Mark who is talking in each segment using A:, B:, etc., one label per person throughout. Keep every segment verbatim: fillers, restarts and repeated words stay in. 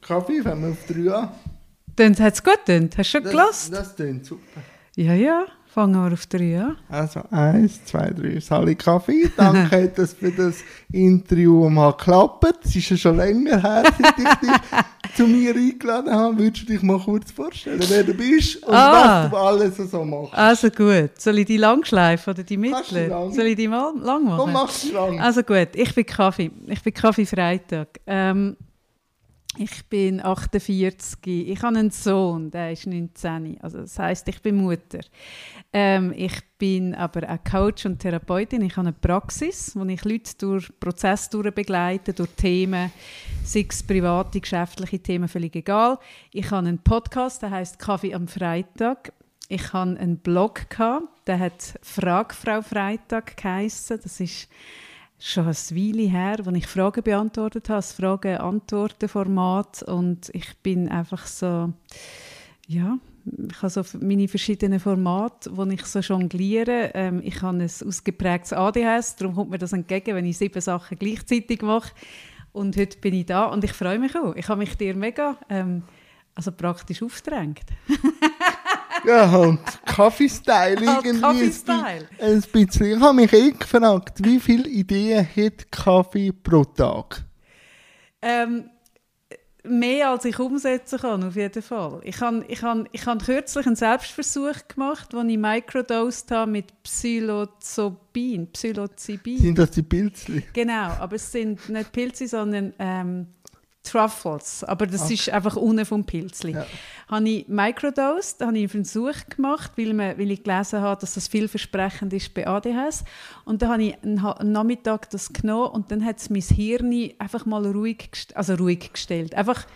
A: Kaffee, fangen wir auf drei an.
B: Dann hat es gut getönt. Hast du schon
A: Das,
B: gelassen?
A: das tönt super.
B: Ja, ja. Fangen wir auf drei an.
A: Also, eins, zwei, drei. Sali Kaffee. Danke, dass für das Interview mal geklappt. Es ist ja schon länger her, seit ich dich zu mir eingeladen habe. Würdest du dich mal kurz vorstellen, wer du bist und
B: Ah.
A: was du alles so machst?
B: Also gut. Soll ich die lang schleifen oder die
A: Kannst du
B: mittlere?
A: lang.
B: Soll ich die mal lang machen?
A: Komm, mach's lang.
B: Also gut, ich bin Kaffee. Ich bin Kaffee Freitag. Ähm, ich bin achtundvierzig. Ich habe einen Sohn, der ist neunzehn. Also das heisst, ich bin Mutter. Ähm, ich bin aber auch Coach und Therapeutin. Ich habe eine Praxis, wo ich Leute durch Prozesse begleite, durch Themen, sei es private, geschäftliche Themen, völlig egal. Ich habe einen Podcast, der heisst Kaffee am Freitag. Ich hatte einen Blog, der hat «Frag Frau Freitag» geheissen. Das ist schon eine Weile her, wo ich Fragen beantwortet habe, das Fragen-Antworten-Format. Und ich bin einfach so, ja, ich habe so meine verschiedenen Formate, wo ich so jongliere. Ähm, ich habe ein ausgeprägtes A D H S, darum kommt mir das entgegen, wenn ich sieben Sachen gleichzeitig mache. Und heute bin ich da und ich freue mich auch. Ich habe mich dir mega ähm, also praktisch aufgedrängt.
A: Ja, und Kaffee-Style irgendwie.
B: Kaffee-Style.
A: Ein bisschen. Ich habe mich eh gefragt, wie viele Ideen hat Kaffee pro Tag?
B: Ähm, mehr als ich umsetzen kann, auf jeden Fall. Ich habe ich hab, ich hab kürzlich einen Selbstversuch gemacht, wo ich microdosed habe mit Psilocybin. Psilocybin.
A: Sind das die Pilzli?
B: Genau, aber es sind nicht Pilze, sondern ähm, Truffles. Aber das
A: Okay.
B: ist einfach unten vom Pilzli.
A: Ja.
B: Habe ich microdosed, habe ich einen Versuch gemacht, weil, man, weil ich gelesen habe, dass das vielversprechend ist bei A D H S. Und dann habe ich einen, einen Nachmittag das genommen und dann hat es mein Hirn einfach mal ruhig, gest- also ruhig gestellt. Einfach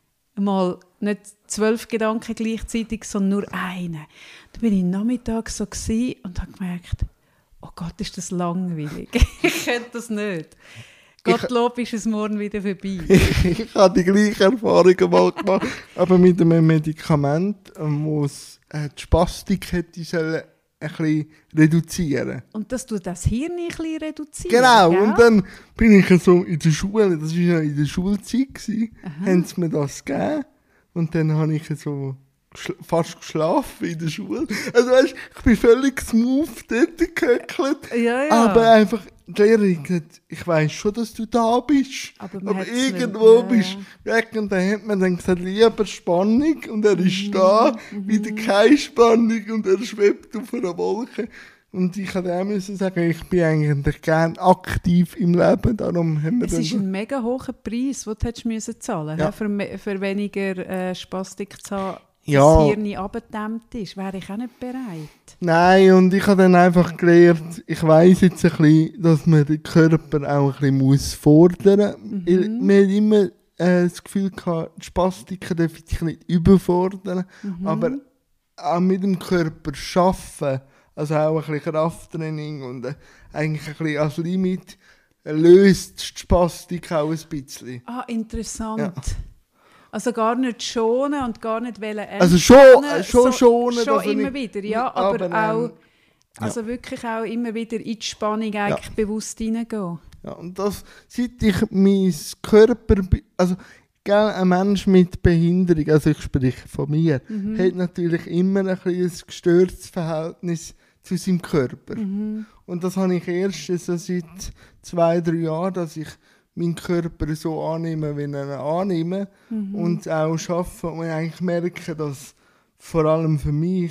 B: mal nicht zwölf Gedanken gleichzeitig, sondern nur einen. Dann bin ich am Nachmittag so gewesen und habe gemerkt, oh Gott, ist das langweilig. Ich könnte das nicht. Gottlob ist es morgen wieder vorbei.
A: Ich habe die gleiche Erfahrung mal gemacht, aber mit einem Medikament, wo es äh, die Spastik hätte sollen ein bisschen reduzieren.
B: Und das tut das Hirn ein bisschen reduzieren.
A: Genau,
B: gell?
A: und dann bin ich so in der Schule, das war ja in der Schulzeit, gewesen, haben sie mir das gegeben und dann habe ich so geschl- fast geschlafen in der Schule. Also weißt, ich bin völlig smooth dort gehöckelt,
B: Ja, ja.
A: aber einfach, die Lehrerin hat gesagt, ich weiss schon, dass du da bist,
B: Aber man
A: aber
B: hat's nicht-
A: irgendwo
B: ja,
A: bist du weg und dann hat man dann gesagt, lieber Spannung und er ist da, wieder keine Spannung und er schwebt auf einer Wolke. Und ich musste auch müssen sagen, ich bin eigentlich gerne aktiv im Leben, darum haben wir
B: Es
A: dann
B: ist
A: so-
B: ein mega hoher Preis, den du hättest müssen zahlen
A: Ja.
B: ja. für, me- für weniger äh, Spastik zu haben,
A: Ja.
B: dass das Hirn abgedämmt ist. Wäre ich auch nicht bereit.
A: Nein, und ich habe dann einfach gelernt, ich weiss jetzt ein bisschen, dass man den Körper auch ein bisschen muss fordern muss.
B: Mhm.
A: Man hat immer äh, das Gefühl gehabt, die Spastiker dürfen sich nicht überfordern,
B: Mhm.
A: aber auch mit dem Körper arbeiten, also auch ein bisschen Krafttraining und äh, eigentlich ein bisschen als Limit, äh, löst die Spastik auch ein bisschen.
B: Ah, interessant.
A: Ja.
B: Also gar nicht schonen und gar nicht wollen
A: Also schon,
B: entspannen,
A: äh, schon schonen,
B: Schon
A: dass er
B: immer
A: nicht-
B: wieder, ja.
A: aber,
B: Aber, auch,
A: ähm,
B: also wirklich auch immer wieder in die Spannung eigentlich bewusst hineingehen.
A: Ja, und das, seit ich mein Körper, be- also gell, ein Mensch mit Behinderung, also ich spreche von mir,
B: Mhm.
A: hat natürlich immer ein, bisschen ein gestörtes Verhältnis zu seinem Körper.
B: Mhm.
A: Und das habe ich erst so seit zwei, drei Jahren, dass ich meinen Körper so annehme, wie ich ihn annehme
B: Mhm.
A: und auch schaffe und eigentlich merke, dass vor allem für mich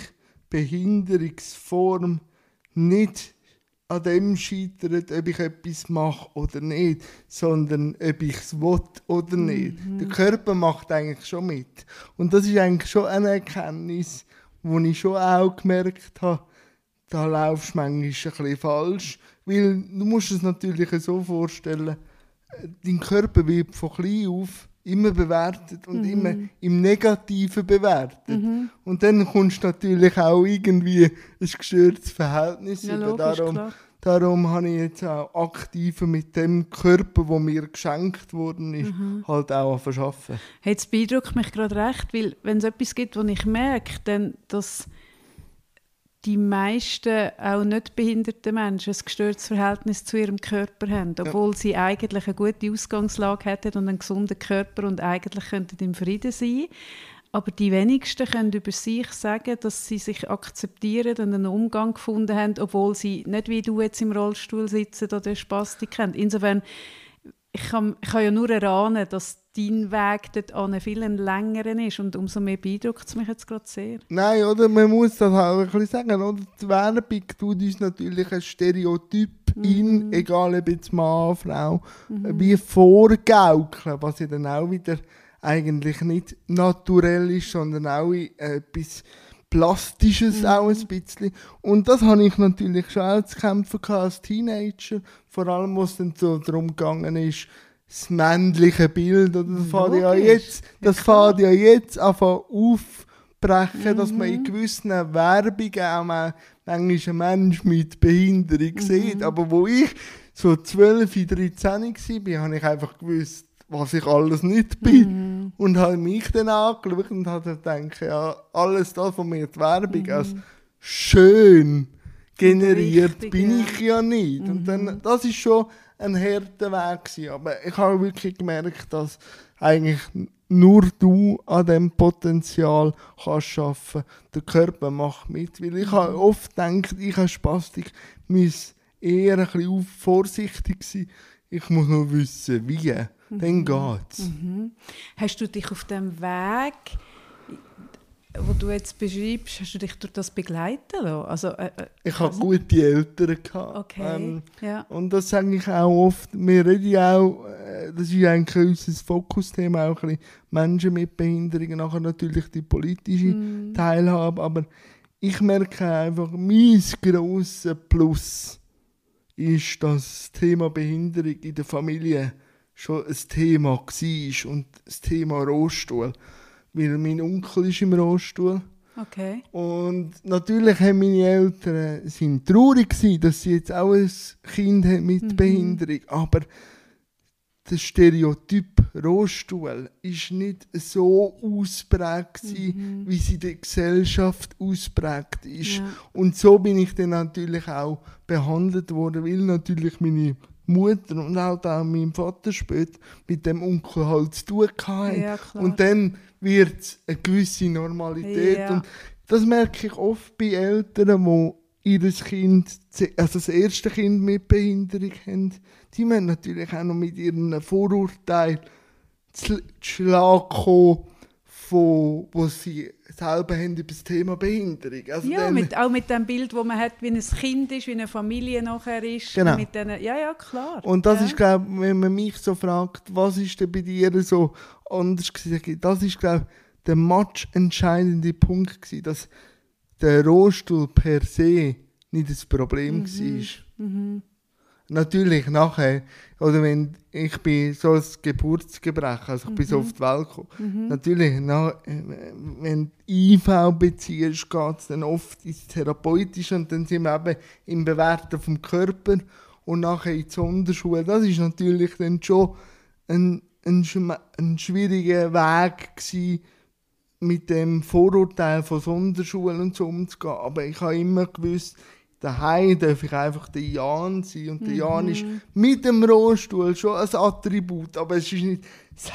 A: Behinderungsform nicht an dem scheitert, ob ich etwas mache oder nicht, sondern ob ich es will oder nicht. Der Körper macht eigentlich schon mit. Und das ist eigentlich schon eine Erkenntnis, wo ich schon auch gemerkt habe, da laufst du manchmal ein bisschen falsch. Weil du musst es natürlich so vorstellen, dein Körper wird von klein auf immer bewertet und
B: Mhm.
A: immer im Negativen bewertet. Und dann kommst du natürlich auch irgendwie ein gestörtes Verhältnis
B: Ja,
A: über.
B: logisch,
A: Darum,
B: klar.
A: darum habe ich jetzt auch aktiver mit dem Körper, der mir geschenkt worden ist,
B: Mhm.
A: halt auch verschaffen.
B: Hey, das beeindruckt mich gerade recht, weil wenn es etwas gibt, was ich merke, dann dass die meisten auch nicht behinderten Menschen ein gestörtes Verhältnis zu ihrem Körper haben, obwohl ja. sie eigentlich eine gute Ausgangslage hätten und einen gesunden Körper und eigentlich könnten im Frieden sein. Aber die wenigsten können über sich sagen, dass sie sich akzeptieren und einen Umgang gefunden haben, obwohl sie nicht wie du jetzt im Rollstuhl sitzen oder Spastik haben. Insofern, ich kann, ich kann ja nur erahnen, dass dein Weg dort an viel längeren ist und umso mehr beeindruckt es mich jetzt gerade sehr.
A: Nein, oder man muss das auch ein bisschen sagen, oder? Die Werbung tut uns natürlich ein Stereotyp mhm. in, egal ob jetzt Mann, Frau, mhm. wie vorgaukeln, was ja dann auch wieder eigentlich nicht naturell ist, sondern auch etwas Plastisches, mhm. auch ein bisschen. Und das habe ich natürlich schon auch zu kämpfen als Teenager, vor allem, was dann so darum gegangen ist, das männliche Bild, oder das fährt ja jetzt, das fährt ja jetzt einfach aufbrechen, mhm. dass man in gewissen Werbungen auch mal manchmal einen Mensch mit Behinderung mhm. sieht. Aber wo ich so zwölf, dreizehn war, habe ich einfach gewusst, was ich alles nicht bin. Mhm. Und habe mich dann angeschaut und habe gedacht, ja, alles das, was mir die Werbung mhm. als schön generiert, richtig, bin ja. ich ja nicht. Mhm. Und dann, das ist schon ein harter Weg gewesen. Aber ich habe wirklich gemerkt, dass eigentlich nur du an diesem Potenzial kannst arbeiten. Der Körper macht mit. Weil ich mhm. habe oft gedacht, ich habe Spastik, muss eher ein bisschen vorsichtig sein. Ich muss nur wissen, wie. Mhm. Dann geht's.
B: Mhm. Hast du dich auf dem Weg, wo du jetzt beschreibst, hast du dich durch das begleiten lassen? Also, äh,
A: ich hatte gute Eltern.
B: Okay.
A: Ähm,
B: ja.
A: Und das sage ich auch oft. Wir reden ja auch, äh, das ist eigentlich unser Fokusthema, auch ein bisschen Menschen mit Behinderungen, nachher natürlich die politische mm. Teilhabe. Aber ich merke einfach, mein grosser Plus ist, dass das Thema Behinderung in der Familie schon ein Thema war und das Thema Rollstuhl. Weil mein Onkel ist im Rollstuhl.
B: Okay.
A: Und natürlich haben meine Eltern sind traurig gewesen, dass sie jetzt auch ein Kind haben mit mhm. Behinderung. Aber der Stereotyp Rollstuhl ist nicht so ausprägt mhm. wie sie in der Gesellschaft ausprägt ist. Ja. Und so bin ich dann natürlich auch behandelt worden, weil natürlich meine Mutter und auch, auch mein Vater später mit dem Onkel halt zu tun hatten. Ja, und dann wird es eine gewisse Normalität. Ja. Und das merke ich oft bei Eltern, die ihr Kind, also das erste Kind mit Behinderung haben. Die müssen natürlich auch noch mit ihren Vorurteilen zu Schlag kommen, von, wo sie selber haben über das Thema Behinderung. Also
B: ja, mit, auch mit dem Bild, das man hat, wie ein Kind ist, wie eine Familie nachher ist.
A: Genau.
B: Mit denen, ja, ja, klar.
A: Und das
B: ja.
A: ist, glaube ich, wenn man mich so fragt, was ist denn bei dir so anders gewesen, das ist, glaube ich, der matchentscheidende Punkt gewesen, dass der Rollstuhl per se nicht das Problem mhm. war. Mhm. Natürlich nachher, oder wenn ich bin so ein Geburtsgebrechen, also ich mhm. bin so auf die Welt gekommen. Mhm. Natürlich, na, wenn du I V beziehst, geht es dann oft ins Therapeutische und dann sind wir eben im Bewerten vom Körper und nachher in die Sonderschule. Das ist natürlich dann schon ein, ein, ein schwieriger Weg gewesen, mit dem Vorurteil von Sonderschulen und so umzugehen. Aber ich habe immer gewusst, daheim darf ich einfach der Jan sein. Und der mhm. Jan ist mit dem Rollstuhl schon ein Attribut, aber es ist nicht das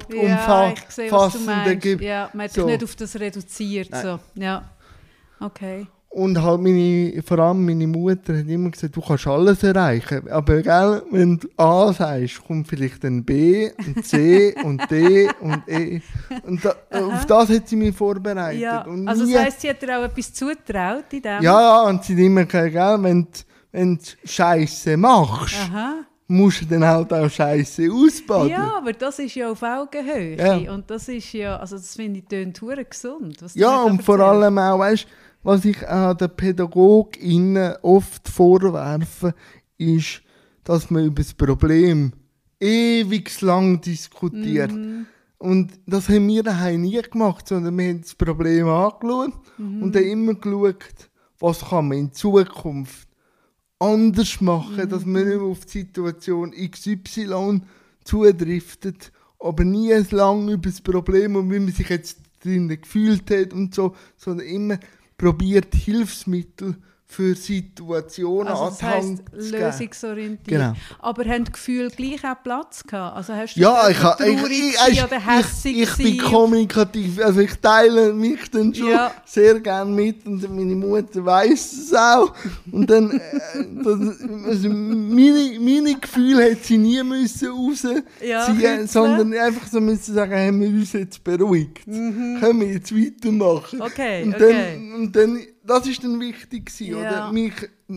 A: hauptumfassende
B: Gefühl. Ja, man hat sich so nicht auf das reduziert. So. Ja. Okay.
A: Und halt meine, vor allem meine Mutter hat immer gesagt, du kannst alles erreichen. Aber gell, wenn du A sagst, kommt vielleicht ein B, ein C und D und E. Und da, auf das hat sie mich vorbereitet.
B: Ja,
A: und
B: also
A: nie,
B: das heisst, sie hat dir auch etwas zugetraut in dem?
A: Ja, ja, und sie hat immer gesagt, gell, wenn du, wenn du Scheisse machst, Aha. musst du dann halt auch Scheisse ausbaden.
B: Ja, aber das ist ja auf Augenhöhe. Ja. Und das ist ja, also das finde ich tönt verdammt gesund. Was
A: ja, und vor allem auch, weißt, was ich an den PädagogInnen oft vorwerfe, ist, dass man über das Problem ewig lang diskutiert. Mm. Und das haben wir daheim nie gemacht, sondern wir haben das Problem angeschaut mm. und dann immer geschaut, was kann man in Zukunft anders machen, mm. dass man nicht mehr auf die Situation X Y zudriftet, aber nie lang über das Problem und wie man sich jetzt drinnen gefühlt hat und so, sondern immer probiert, Hilfsmittel für Situationen
B: also
A: an
B: das
A: die
B: heisst,
A: Hand zu geben.
B: lösungsorientiert.
A: Genau.
B: Aber haben die Gefühle gleich auch Platz gehabt? Also hast du
A: Ja, ich, ha,
B: traurig
A: ich,
B: gewesen
A: ich,
B: oder
A: ich,
B: hässig
A: ich, ich bin
B: gewesen?
A: kommunikativ, also ich teile mich dann schon
B: Ja.
A: sehr gerne mit und meine Mutter weiss es auch. Und dann, äh, das, also meine, meine Gefühle hätte sie nie müssen rausziehen,
B: Ja, kitzeln.
A: sondern einfach so müssen sagen, haben wir uns jetzt beruhigt,
B: Mhm.
A: können wir jetzt weitermachen.
B: Okay,
A: und
B: okay.
A: Dann, und dann, das ist dann wichtig gewesen,
B: Ja.
A: oder? Mich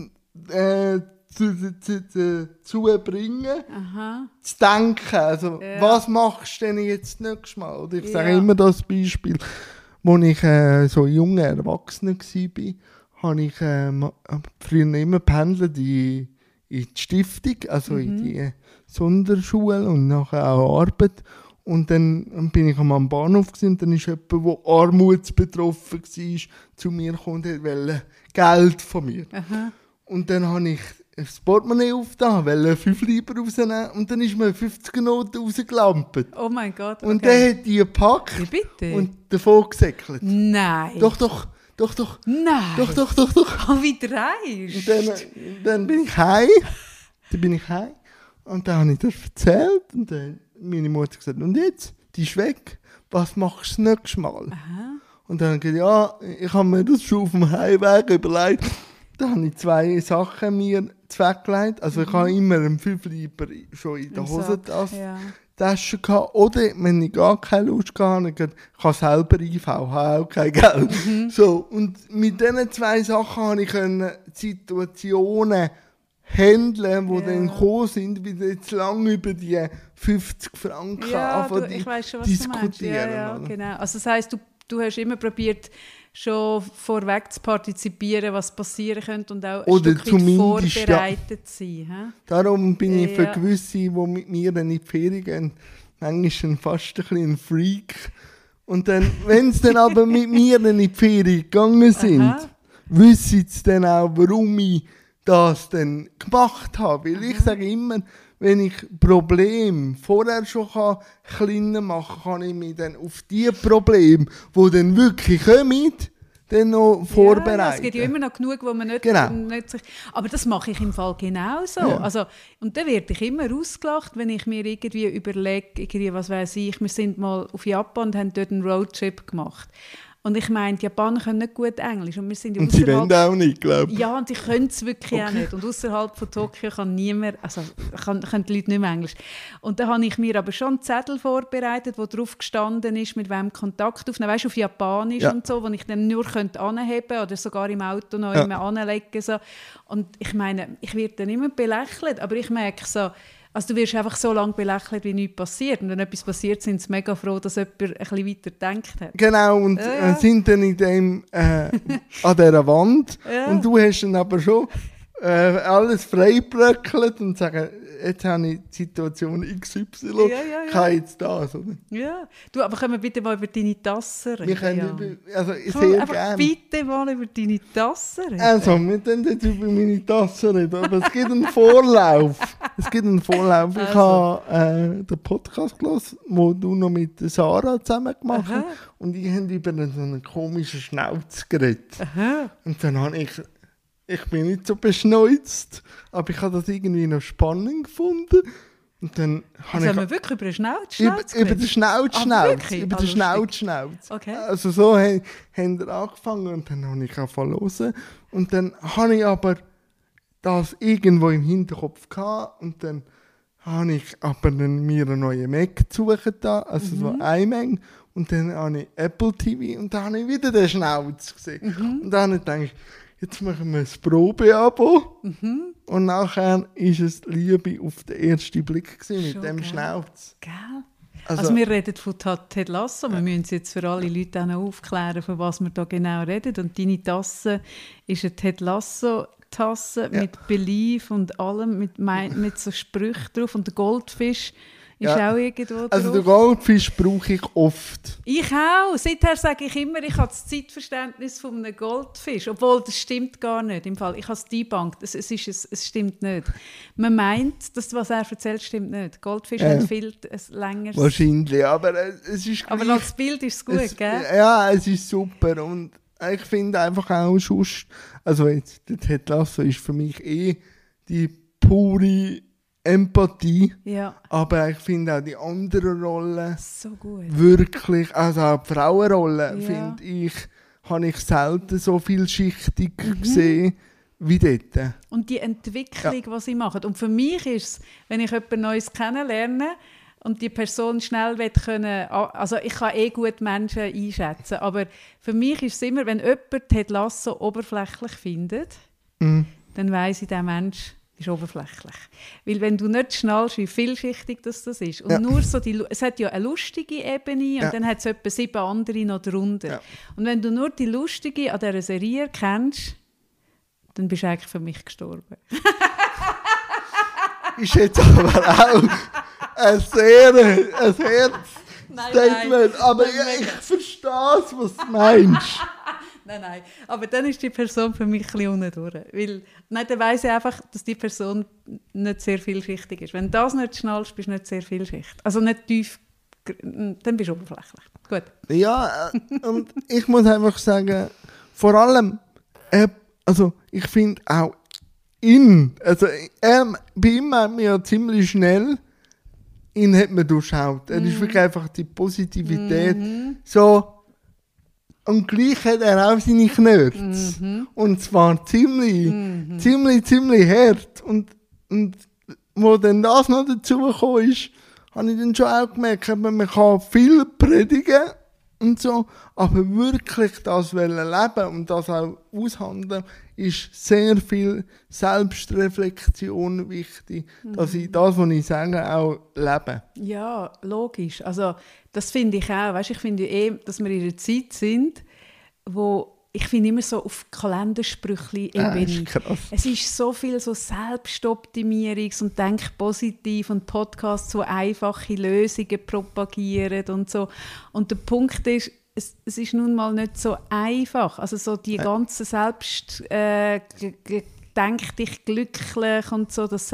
A: äh, zu, zu, zu, zu bringen,
B: Aha.
A: zu denken, also
B: Ja.
A: was machst du denn jetzt nächstes Mal? Oder ich sage
B: Ja.
A: immer das Beispiel, als ich äh, so junger Erwachsener war, habe ich äh, ma- früher immer pendelt in, in die Stiftung, also
B: Mhm.
A: in die Sonderschule und nachher auch Arbeit. Und dann bin ich am Bahnhof gewesen, und dann ist jemand, der armutsbetroffen war, zu mir gekommen und wollte Geld von mir.
B: Aha.
A: Und dann habe ich das Portemonnaie aufgetan, wollte fünf Lieber rausnehmen und dann ist mir fünfzig Noten rausgelampt.
B: Oh mein Gott.
A: Und
B: okay.
A: der hat die gepackt
B: Wie bitte?
A: und davon gesäckelt.
B: Nein.
A: Doch, doch, doch, doch,
B: Nein.
A: doch, doch, doch, doch.
B: Oh, wie dreist.
A: Und dann, dann bin ich heim, dann bin ich heim und dann habe ich das erzählt und dann hat meine Mutter gesagt, und jetzt, die ist weg, was machst du das nächste Mal?
B: Aha.
A: Und dann habe ich gesagt, ja, ich habe mir das schon auf dem Heimweg überlegt. Da habe ich zwei Sachen mir weggelegt. Also ich habe immer einen fünf Lieber schon in der
B: Im Sack,
A: Hosentasche
B: ja.
A: Tasche gehabt. Oder wenn ich gar keine Lust hatte, habe ich gesagt, ich kann selber I V, habe auch kein Geld.
B: Mhm.
A: So, und mit diesen zwei Sachen konnte ich können Situationen handeln, die
B: Ja.
A: dann gekommen sind, wie jetzt lange über die fünfzig Franken
B: Ja,
A: anfangen,
B: du, ich
A: die
B: weiß schon, was du meinst. Ja,
A: diskutieren.
B: ja,
A: oder?
B: genau. Also das heisst, du, du hast immer probiert, schon vorweg zu partizipieren, was passieren könnte und auch ein
A: Oder
B: Stück weit
A: zumindest, ja.
B: vorbereitet zu sein. Hä?
A: Darum bin ich für
B: Ja.
A: gewisse, die mit mir dann in die Ferien gehen, manchmal fast ein bisschen ein Freak. Und dann, wenn sie dann aber mit mir dann in die Ferien gegangen sind,
B: Aha.
A: wissen sie dann auch, warum ich das dann gemacht habe. Weil ich sage immer, wenn ich Probleme vorher schon kann, kleiner machen kann, kann ich mich dann auf die Probleme, die dann wirklich kommen, dann noch vorbereiten.
B: Ja, es gibt ja immer noch genug, wo man nicht,
A: Genau.
B: nicht sich... Aber das mache ich im Fall genauso.
A: Ja.
B: Also, und dann werde ich immer ausgelacht, wenn ich mir irgendwie überlege, irgendwie, was weiß ich, wir sind mal auf Japan und haben dort einen Roadtrip gemacht. Und ich meine, die Japaner können nicht gut Englisch. Und wir sind ja
A: Und sie
B: ausserhalb-
A: wollen auch nicht, glaube ich.
B: Ja, und sie können es wirklich auch
A: Okay.
B: nicht. Und außerhalb von Tokio kann niemand, also kann, können die Leute nicht mehr Englisch. Und da habe ich mir aber schon einen Zettel vorbereitet, wo drauf gestanden ist, mit wem Kontakt aufnehmen. Weißt du, auf Japanisch
A: Ja.
B: und so, wo ich dann nur könnte anheben oder sogar im Auto noch
A: Ja.
B: immer anlegen. So. Und ich meine, ich werde dann immer belächelt, aber ich merke so, also du wirst einfach so lange belächelt, wie nichts passiert. Und wenn etwas passiert, sind sie mega froh, dass jemand ein bisschen weiter gedacht hat.
A: Genau, und
B: Ja, ja.
A: äh, sind dann in dem, äh, an dieser Wand.
B: Ja.
A: Und du hast dann aber schon äh, alles freibröckelt und sagen, jetzt habe ich die Situation X Y,
B: Ja, ja, ja.
A: ich habe jetzt das. Oder?
B: Ja, du, aber können wir bitte mal über deine Tassen reden?
A: Wir können
B: ja.
A: über, also
B: Komm,
A: sehr
B: einfach
A: gerne.
B: bitte mal über deine Tassen reden.
A: Also, wir können jetzt über meine Tasse reden, aber es gibt einen Vorlauf. Es gibt einen Vorlauf. Ich
B: Also.
A: habe äh, den Podcast gelesen, wo du noch mit der Sarah zusammen gemacht
B: Aha.
A: hast. Und ich habe über so einen komischen Schnauz geredet.
B: Aha.
A: Und dann habe ich, ich bin nicht so beschneuzt, aber ich habe das irgendwie noch spannend gefunden. Und dann habe
B: Also haben
A: ich
B: wir wirklich über den Schnauz,
A: über,
B: Schnauz
A: über
B: geredet?
A: den Schnauz,
B: Ah,
A: Schnauz,
B: wirklich?
A: über
B: Ah,
A: den
B: lustig.
A: Schnauz, Schnauz.
B: Okay.
A: Also so haben, haben wir angefangen und dann habe ich angefangen zu hören. Und dann habe ich aber das irgendwo im Hinterkopf gehabt und dann habe ich aber dann mir einen neuen Mac gesucht, da, also
B: Mhm.
A: so iMac. Und dann habe ich Apple T V und dann habe ich wieder den Schnauz gesehen.
B: Mhm.
A: Und dann habe ich gedacht, jetzt machen wir ein Probeabo.
B: Mhm.
A: Und nachher ist es Liebe auf den ersten Blick gewesen, mit
B: Schon,
A: dem
B: gell?
A: Schnauz.
B: Gell?
A: Also,
B: Also, wir reden von Ted Lasso. Wir müssen es jetzt für alle Leute auch noch aufklären, von was wir da genau reden. Und deine Tasse ist eine Ted Lasso-Tasse
A: Ja.
B: mit Belief und allem, mit, mei- mit so Sprüchen drauf. Und der Goldfisch ist
A: Ja.
B: auch irgendwo
A: also den
B: drauf.
A: Goldfisch brauche ich oft.
B: Ich auch. Seither sage ich immer, ich habe das Zeitverständnis von einem Goldfisch. Obwohl, das stimmt gar nicht. Im Fall, ich habe es debunked. Es, es, ist, es, es stimmt nicht. Man meint, dass was er erzählt, stimmt nicht. Goldfisch
A: Ja.
B: haben viel ein längeres...
A: Wahrscheinlich, aber äh, es ist
B: Aber
A: gleich-
B: als Bild ist es gut,
A: es,
B: gell?
A: Ja, es ist super. Und ich finde einfach auch sonst, also jetzt, der Ted Lasso ist für mich eh die pure Empathie,
B: Ja.
A: aber ich finde auch die anderen Rollen
B: So gut.
A: wirklich, also auch die Frauenrolle,
B: Ja.
A: finde ich, habe ich selten so vielschichtig gesehen wie dort.
B: Und die Entwicklung, die sie machen. Und für mich ist es, wenn ich jemand Neues kennenlerne und die Person schnell will können, also ich kann eh gut Menschen einschätzen, aber für mich ist es immer, wenn jemand Ted Lasso oberflächlich findet,
A: Mhm.
B: dann weiss ich, der Mensch ist oberflächlich. Weil wenn du nicht schnallst, wie vielschichtig das, das ist, und
A: Ja.
B: nur so die, es hat ja eine lustige Ebene und
A: Ja.
B: dann hat es etwa sieben andere noch drunter.
A: Ja.
B: Und wenn du nur die lustige an dieser Serie kennst, dann bist du eigentlich für mich gestorben.
A: Ist jetzt aber auch ein sehr, ein sehr
B: Nein,
A: Statement,
B: nein.
A: aber
B: Nein,
A: ich, ich
B: mega.
A: verstehe es, was du meinst.
B: Nein, nein. Aber dann ist die Person für mich ein bisschen unten durch. Weil, nein, dann weiss ich einfach, dass die Person nicht sehr vielschichtig ist. Wenn du das nicht schnallst, bist du nicht sehr vielschichtig. Also nicht tief, dann bist du oberflächlich. Gut.
A: Ja, äh, und ich muss einfach sagen, vor allem, äh, also ich finde auch ihn, also er, bei ihm hat man ja ziemlich schnell, ihn hat man durchschaut. Er ist wirklich einfach die Positivität. So, und gleich hat er auch seine Knörz. Und zwar ziemlich, ziemlich, ziemlich hart. Und, und wo dann das noch dazu gekommen ist, habe ich dann schon auch gemerkt, eben, man kann viel predigen und so, aber wirklich das leben und das auch aushandeln, ist sehr viel Selbstreflexion wichtig, dass ich das, was ich sage, auch lebe.
B: Ja, logisch. Also das finde ich auch. Weißt, ich finde eh, dass wir in einer Zeit sind, wo ich finde immer so auf Kalendersprüchli-Ebene.
A: Ja, ist krass.
B: Es ist so viel so Selbstoptimierungs- und Denk positiv und Podcasts, so einfache Lösungen propagieren und so. Und der Punkt ist, es, es ist nun mal nicht so einfach. Also so die ganze Selbst... Äh, g- g- denk dich glücklich und so, das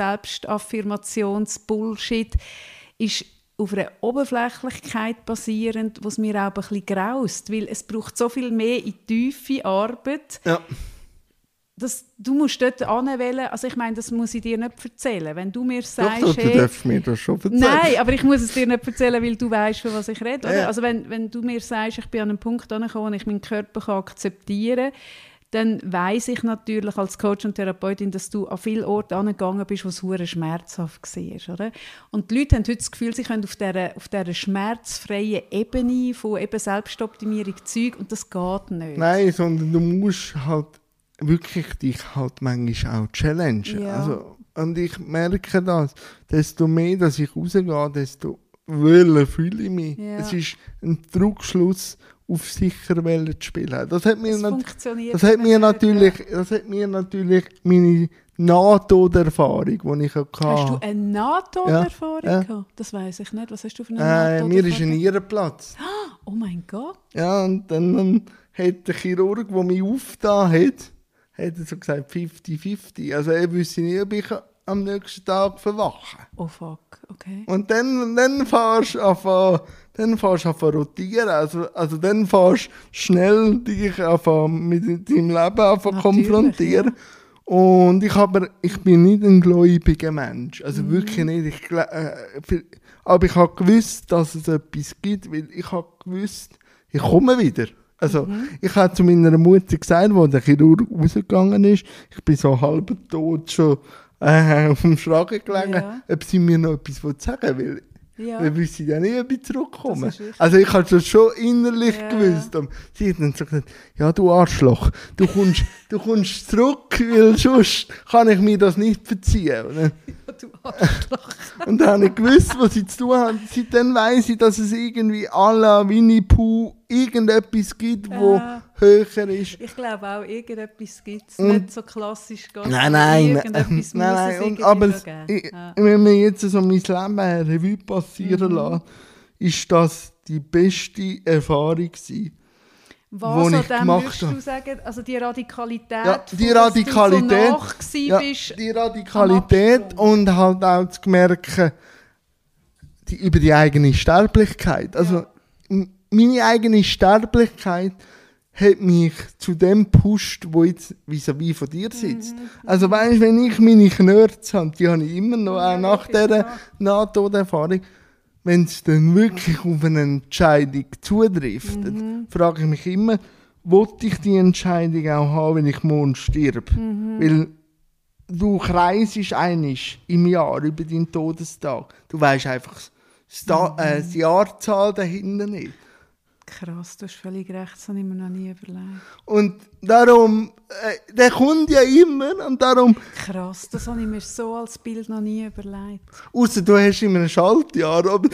B: Selbstaffirmations-Bullshit ist auf einer Oberflächlichkeit basierend, was mir auch ein bisschen graust, weil es braucht so viel mehr in tiefe Arbeit.
A: Ja.
B: Das, du musst dort anwählen, also ich meine, das muss ich dir nicht erzählen. Wenn du mir
A: Doch,
B: sagst,
A: doch, du
B: hey,
A: darfst mir das schon erzählen.
B: nein, aber ich muss es dir nicht erzählen, weil du weißt, von was ich rede. Oder?
A: Ja.
B: Also wenn, wenn du mir sagst, ich bin an einem Punkt angekommen, wo ich meinen Körper kann akzeptieren kann, dann weiss ich natürlich als Coach und Therapeutin, dass du an viele Orte angegangen bist, wo es hure schmerzhaft war. Oder? Und die Leute haben heute das Gefühl, sie können auf dieser, auf dieser schmerzfreien Ebene von eben Selbstoptimierung Zeug, und das geht nicht.
A: Nein, sondern du musst halt wirklich dich halt manchmal auch challengen.
B: Ja.
A: Also, und ich merke das, desto mehr, dass ich rausgehe, desto wohler fühle ich mich.
B: Ja.
A: Es ist ein Druckschluss auf sicher wollen zu spielen. Das hat mir,
B: Das
A: nat-
B: funktioniert
A: das hat mir
B: nicht,
A: natürlich, das hat mir natürlich meine Nahtoderfahrung, die ich hatte.
B: Hast du eine Nahtoderfahrung
A: Ja, ja.
B: gehabt? Das weiss ich nicht. Was hast du für eine
A: Äh,
B: Nahtoderfahrung?
A: mir ist ein Nierenplatz.
B: Oh mein Gott.
A: Ja, und dann ähm, hat der Chirurg, der mich aufgetan hat, hat er so gesagt fünfzig fünfzig. Also er wüsste nicht, ob ich am nächsten Tag verwache.
B: Oh fuck, okay.
A: Und dann, dann fährst du an, dann fährst du an rotieren. Also, also dann fährst du schnell dich an, mit deinem Leben an
B: Natürlich,
A: konfrontieren. Und ich, aber, ich bin nicht ein gläubiger Mensch. Also
B: Mhm.
A: wirklich nicht. Ich, gl- äh, viel- aber ich habe gewusst, dass es etwas gibt, weil ich habe gewusst, ich komme wieder. Also,
B: Mhm.
A: ich habe zu meiner Mutter gesagt, als der Chirurg rausgegangen ist, ich bin so halb tot schon äh, auf dem Schragen gelegen,
B: Ja.
A: ob sie mir noch etwas sagen will.
B: Ja.
A: Wir wissen ja nicht, ob ich zurückkomme.
B: Das ist richtig.
A: Also ich habe das schon innerlich
B: Ja.
A: gewusst. Und sie hat dann so gesagt, ja du Arschloch, du kommst, du kommst zurück, weil sonst kann ich mir das nicht verziehen. Und dann,
B: Du Arschloch.
A: und dann habe ich gewusst, was sie zu tun haben. Seitdem weiss ich, dass es irgendwie à la Winnie Pooh irgendetwas gibt, wo
B: Ja.
A: höher ist.
B: Ich glaube auch, irgendetwas gibt es.
A: Und-
B: Nicht so klassisch. geht,
A: Nein,
B: aber
A: nein,
B: irgendetwas
A: nein,
B: muss
A: nein,
B: es
A: und,
B: irgendwie
A: aber
B: noch
A: es,
B: geben.
A: ich,
B: Ja.
A: wenn man jetzt so mein Leben eine Revue passieren
B: Mhm.
A: lässt, ist das die beste Erfahrung gewesen.
B: Was
A: wo
B: an
A: ich
B: dem
A: gemacht
B: würdest du
A: habe.
B: sagen? Also die Radikalität,
A: Ja, die
B: von, dass
A: Radikalität,
B: du so nach gewesen
A: ja,
B: bist.
A: die Radikalität
B: Absprung.
A: und halt auch zu merken, die, über die eigene Sterblichkeit. Also
B: Ja.
A: m- meine eigene Sterblichkeit hat mich zu dem gepusht, wo jetzt vis-à-vis von dir sitzt.
B: Mhm.
A: Also weißt, wenn ich meine Knörze habe, die habe ich immer noch,
B: Ja,
A: auch nach
B: logisch,
A: dieser
B: ja.
A: Nahtoderfahrung, wenn es dann wirklich auf eine Entscheidung zutrifft,
B: Mhm.
A: frage ich mich immer, wollte ich die Entscheidung auch haben, wenn ich morgen stirb?
B: Mhm.
A: Weil du kreisest einig im Jahr über deinen Todestag. Du weißt einfach das da- äh, die Jahrzahl dahinter nicht.
B: Krass, du hast völlig recht, das habe ich mir noch nie überlegt.
A: Und darum, äh, der kommt ja immer und darum,
B: Krass, das habe ich mir so als Bild noch nie überlegt.
A: ausser du hast immer ein Schaltjahr, aber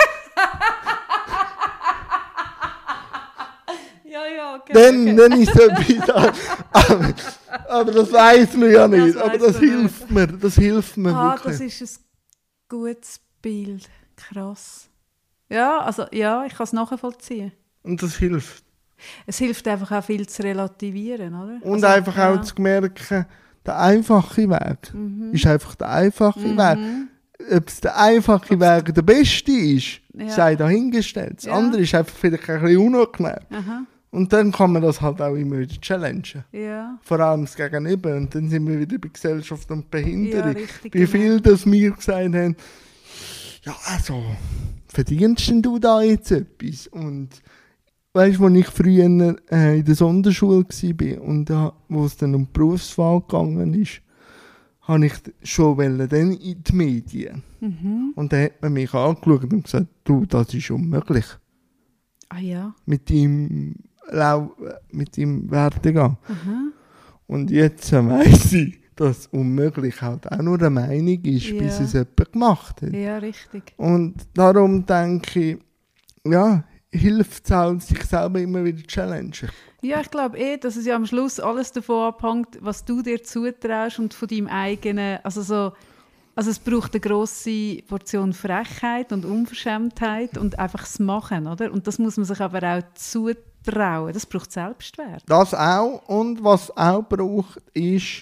B: Ja, ja, okay.
A: dann,
B: okay.
A: dann ist es etwas an- aber, aber das weiss man ja nicht.
B: Das
A: aber
B: weiss
A: das
B: man nicht.
A: hilft mir, das hilft mir
B: Ah,
A: wirklich.
B: das ist ein gutes Bild. Krass. Ja, also ja, ich kann es nachvollziehen.
A: Und das hilft.
B: Es hilft einfach auch viel zu relativieren, oder?
A: Und
B: Also,
A: einfach auch
B: ja.
A: zu merken, der einfache Weg
B: Mhm.
A: ist einfach der einfache
B: Mhm.
A: Weg. Ob es der einfache Weg der beste ist,
B: Ja.
A: sei dahingestellt. Das
B: Ja.
A: andere ist einfach vielleicht ein bisschen unangenehm.
B: Aha,
A: Und dann kann man das halt auch immer wieder challengen.
B: ja.
A: Vor allem das Gegenüber. Und dann sind wir wieder bei Gesellschaft und Behinderung.
B: Ja, richtig,
A: Wie
B: genau.
A: viel das mir gesagt haben, ja, also, verdienst denn du da jetzt etwas? Und weißt du, als ich früher äh, in der Sonderschule war und da, wo es dann um die Berufswahl gegangen ist, habe ich schon wollen, dann in die Medien.
B: Mhm.
A: Und dann hat man mich angeschaut und gesagt, du, das ist unmöglich.
B: Ah ja.
A: Mit deinem, Lau mit deinem Werdegang.
B: Aha.
A: Und jetzt äh, weiss ich, dass unmöglich halt auch nur eine Meinung ist,
B: Ja.
A: bis es jemand gemacht hat.
B: Ja, richtig.
A: Und darum denke ich, ja, hilft es halt, sich selber immer wieder zu challengen.
B: Ja, ich glaube eh, dass es ja am Schluss alles davon abhängt, was du dir zutraust und von deinem eigenen, also so, also es braucht eine grosse Portion Frechheit und Unverschämtheit und einfach das Machen, oder? Und das muss man sich aber auch zutrauen. Das braucht Selbstwert.
A: Das auch. Und was auch braucht, ist,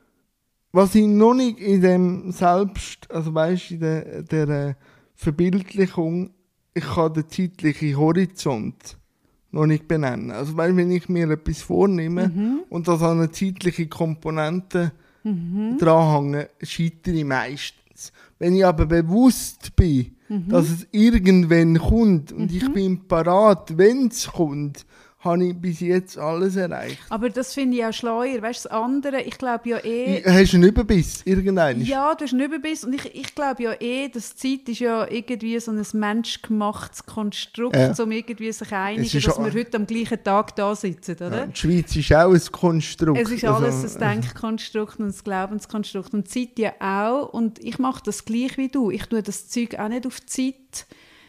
A: was ich noch nicht in dem Selbst, also weißt du, in der, der äh, Verbildlichung, ich kann den zeitlichen Horizont noch nicht benennen. Also weißt, wenn ich mir etwas vornehme
B: Mhm.
A: und das an eine zeitliche Komponente
B: Mhm.
A: dranhänge, scheitere ich meistens. Wenn ich aber bewusst bin,
B: Mhm.
A: dass es irgendwann kommt und ich bin parat, wenn es kommt, habe ich bis jetzt alles erreicht.
B: Aber das finde ich auch schleuer. Weißt du, das andere, ich glaube ja eh...
A: Hast du einen Überbiss irgendwann?
B: Ja, du hast einen Überbiss. Und ich, ich glaube ja eh, dass Zeit ist ja irgendwie so ein menschgemachtes Konstrukt,
A: Ja.
B: um irgendwie sich
A: Es
B: einigen,
A: ist
B: dass
A: auch-
B: wir heute am gleichen Tag da sitzen, oder?
A: Ja, die Schweiz ist auch ein Konstrukt.
B: Es ist alles
A: Also,
B: ein Denkkonstrukt und ein Glaubenskonstrukt. Und Zeit ja auch. Und ich mache das gleich wie du. Ich tue das Zeug auch nicht auf Zeit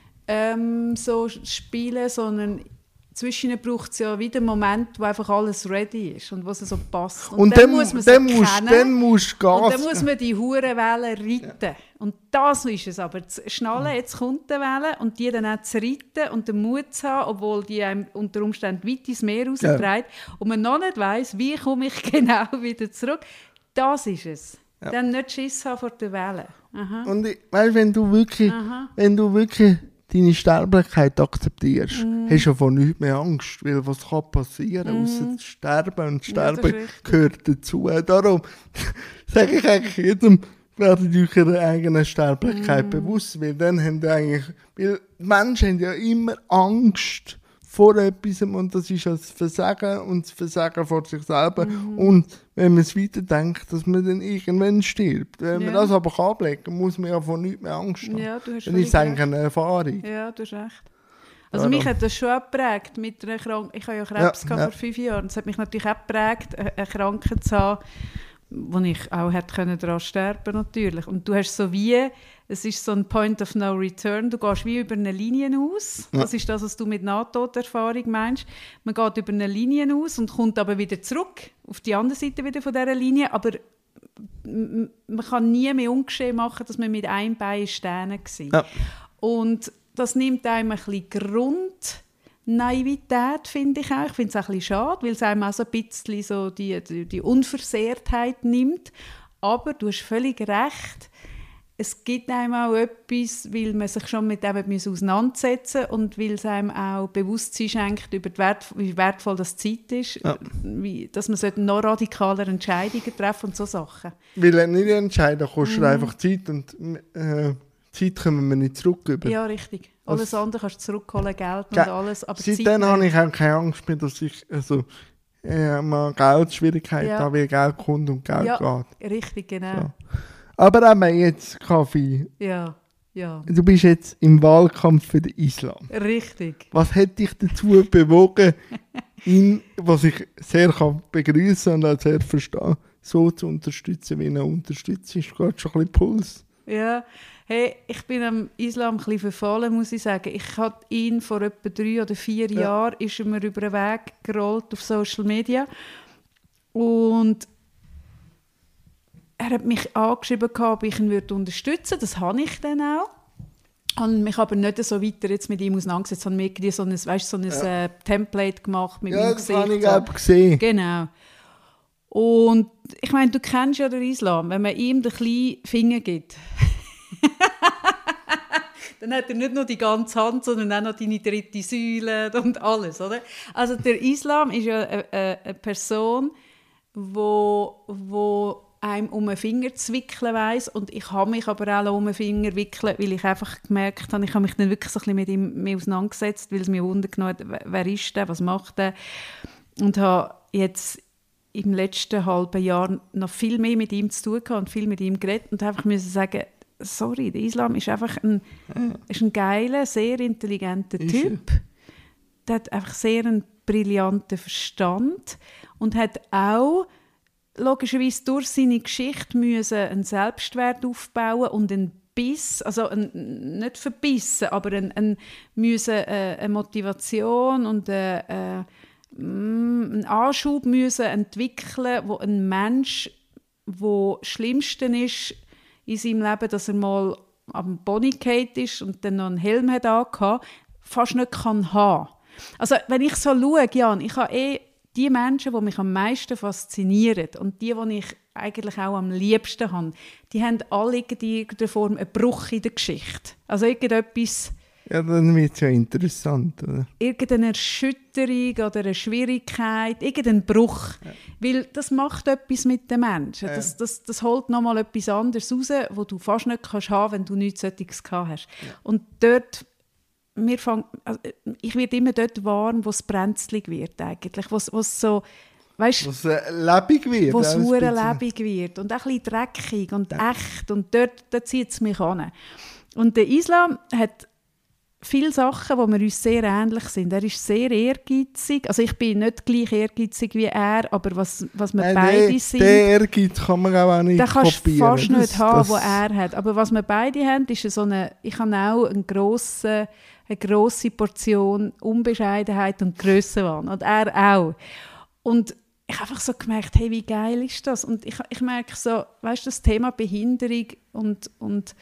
B: ähm, so spielen, sondern zwischen braucht es ja wieder einen Moment, wo einfach alles ready ist und wo es so passt.
A: Und,
B: dann
A: dann,
B: muss man es
A: dann, musst,
B: erkennen.
A: dann musst du Gas
B: Und dann muss man die Hurenwelle reiten. Und das ist es aber. Zu schnallen, jetzt kommt die Welle und die dann auch zu reiten und den Mut zu haben, obwohl die einem unter Umständen weit ins Meer raustreibt und man noch nicht weiss, wie komme ich genau wieder zurück. Das ist es.
A: Ja.
B: Dann nicht Schiss haben vor der Welle. Aha.
A: Und ich, weißt, wenn du wirklich,
B: Aha.
A: wenn du wirklich deine Sterblichkeit akzeptierst,
B: Mhm.
A: hast du ja von nichts mehr Angst, weil was kann passieren,
B: Mhm.
A: außer zu sterben und
B: Ja, das
A: Sterben
B: ist richtig.
A: gehört dazu. Darum sage ich eigentlich jedem, werdet euch ihrer eigenen Sterblichkeit
B: Mhm.
A: bewusst, weil dann haben die eigentlich, weil die Menschen haben ja immer Angst vor etwas und das ist das Versagen und das Versagen vor sich selber.
B: Mhm.
A: Und wenn man es weiterdenkt, dass man dann irgendwann stirbt. Wenn man
B: Ja.
A: das aber kann ablegen kann, muss man ja von nichts mehr Angst haben.
B: Ja, du hast
A: Dann ist es
B: völlig
A: eigentlich eine Erfahrung.
B: Ja, du hast recht. Also
A: Darum.
B: mich hat das schon auch geprägt mit einer Krankheit. Ich habe ja Krebs
A: Ja,
B: gehabt
A: ja.
B: vor fünf Jahren. Es hat mich natürlich auch geprägt, eine eine Krankheit zu haben, wo ich auch hätte können daran sterben natürlich. Und du hast so wie, es ist so ein Point of No Return, du gehst wie über eine Linie aus.
A: Ja.
B: Das ist das, was du mit Nahtoderfahrung meinst. Man geht über eine Linie aus und kommt aber wieder zurück, auf die andere Seite wieder von dieser Linie, aber m- man kann nie mehr ungeschehen machen, dass man mit einem Bein stehen war.
A: Ja.
B: Und das nimmt einem ein bisschen Grundnaivität, finde ich auch. Ich finde es auch ein bisschen schade, weil es einem auch so ein bisschen so die, die, die Unversehrtheit nimmt. Aber du hast völlig recht, es gibt einem auch etwas, weil man sich schon mit dem auseinandersetzen muss und weil es einem auch Bewusstsein schenkt, über die Wert, wie wertvoll das Zeit ist, ja. wie, dass man noch radikaler Entscheidungen treffen und so Sachen.
A: Weil er nicht entscheiden kostet mhm. einfach Zeit und äh, Zeit können wir nicht zurück über.
B: Ja, richtig. Alles Was? andere kannst du zurückholen, Geld und Ge- alles. Aber
A: seitdem habe ich auch keine Angst mehr, dass ich also, äh, mal Geldschwierigkeiten ja. habe, wie Geld kommt und Geld
B: ja,
A: geht.
B: Richtig, genau.
A: So. Aber eben jetzt, Kaffee.
B: Ja, ja.
A: Du bist jetzt im Wahlkampf für den Islam.
B: Richtig.
A: Was hat dich dazu bewogen, ihn, was ich sehr kann begrüßen und auch sehr verstehe, so zu unterstützen, wie er unterstützt? Ist gerade schon ein bisschen Puls.
B: Ja, hey, ich bin am Islam ein bisschen verfallen, muss ich sagen. Ich hatte ihn vor etwa drei oder vier ja. Jahren, ist er mir über den Weg gerollt auf Social Media. Und er hat mich angeschrieben, ob ich ihn unterstützen würde. Das habe ich dann auch. Ich habe mich aber nicht so weiter jetzt mit ihm auseinandergesetzt. Ich habe mir irgendwie so ein, weißt, so ein ja. äh, Template gemacht mit
A: ja,
B: meinem
A: Gesicht.
B: Ja,
A: das habe ich auch gesehen.
B: Genau. Und ich meine, du kennst ja den Islam. Wenn man ihm den kleinen Finger gibt, dann hat er nicht nur die ganze Hand, sondern auch noch deine dritte Säule und alles, oder? Also der Islam ist ja eine, eine Person, wo, wo einem um den Finger zu wickeln weiss. Und ich habe mich aber auch um den Finger wickeln, weil ich einfach gemerkt habe, ich habe mich dann wirklich so ein bisschen mit ihm mehr auseinandergesetzt, weil es mir wundern hat, wer ist der, was macht der? Und habe jetzt im letzten halben Jahr noch viel mehr mit ihm zu tun gehabt und viel mit ihm geredet und einfach müssen sagen, sorry, der Islam ist einfach ein, ja. ist ein geiler, sehr intelligenter ist Typ. Er. Der hat einfach sehr einen brillanten Verstand und hat auch logischerweise durch seine Geschichte müssen einen Selbstwert aufbauen und einen Biss, also ein, nicht verbissen, aber ein, ein, müssen, äh, eine Motivation und äh, äh, einen Anschub müssen entwickeln, wo ein Mensch, wo das Schlimmste ist in seinem Leben, dass er mal am Pony gefallen ist und dann noch einen Helm hat angehabt, fast nicht kann haben. Also wenn ich so schaue, Jan, ich habe eh die Menschen, die mich am meisten faszinieren und die, die ich eigentlich auch am liebsten habe, die haben alle in irgendeiner Form einen Bruch in der Geschichte. Also irgendetwas...
A: Ja, dann wird es ja interessant, oder?
B: Irgendeine Erschütterung oder eine Schwierigkeit, irgendein Bruch. Ja. Weil das macht etwas mit den Menschen. Ja. Das, das, das holt nochmal etwas anderes raus, was du fast nicht kannst haben, wenn du nichts solches gehabt hast. Ja. Und dort, wir fang, also ich werde immer dort warm, wo es brenzlig wird eigentlich, wo es so... Weißt,
A: was äh, lebendig wird.
B: Wo es hure lebendig wird und auch ein bisschen dreckig und ja. echt. Und dort, dort zieht es mich an. Und der Islam hat viele Sachen, wo wir uns sehr ähnlich sind. Er ist sehr ehrgeizig. Also ich bin nicht gleich ehrgeizig wie er, aber was, was wir Nein, beide
A: der,
B: sind...
A: Der Ehrgeiz kann man auch nicht
B: den kannst
A: kopieren.
B: Du fast nicht
A: das,
B: haben,
A: das,
B: was er hat. Aber was wir beide haben, ist so eine... Ich habe auch eine grosse, eine grosse Portion Unbescheidenheit und Grössenwahn. Und er auch. Und ich habe einfach so gemerkt, hey, wie geil ist das? Und ich, ich merke so, weißt du, das Thema Behinderung und... und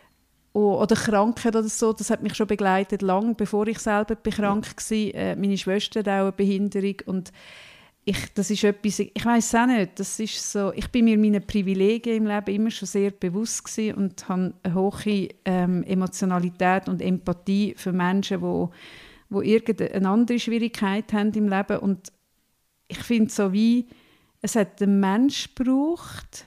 B: oder Krankheit oder so, das hat mich schon begleitet, lange bevor ich selber krank war. Äh, meine Schwester hat auch eine Behinderung und ich, das ist etwas, ich weiss es auch nicht, das ist so, ich bin mir meiner Privilegien im Leben immer schon sehr bewusst gewesen und habe eine hohe ähm, Emotionalität und Empathie für Menschen, die wo, wo irgendeine andere Schwierigkeit haben im Leben. Und ich finde so wie, es hat einen Mensch gebraucht,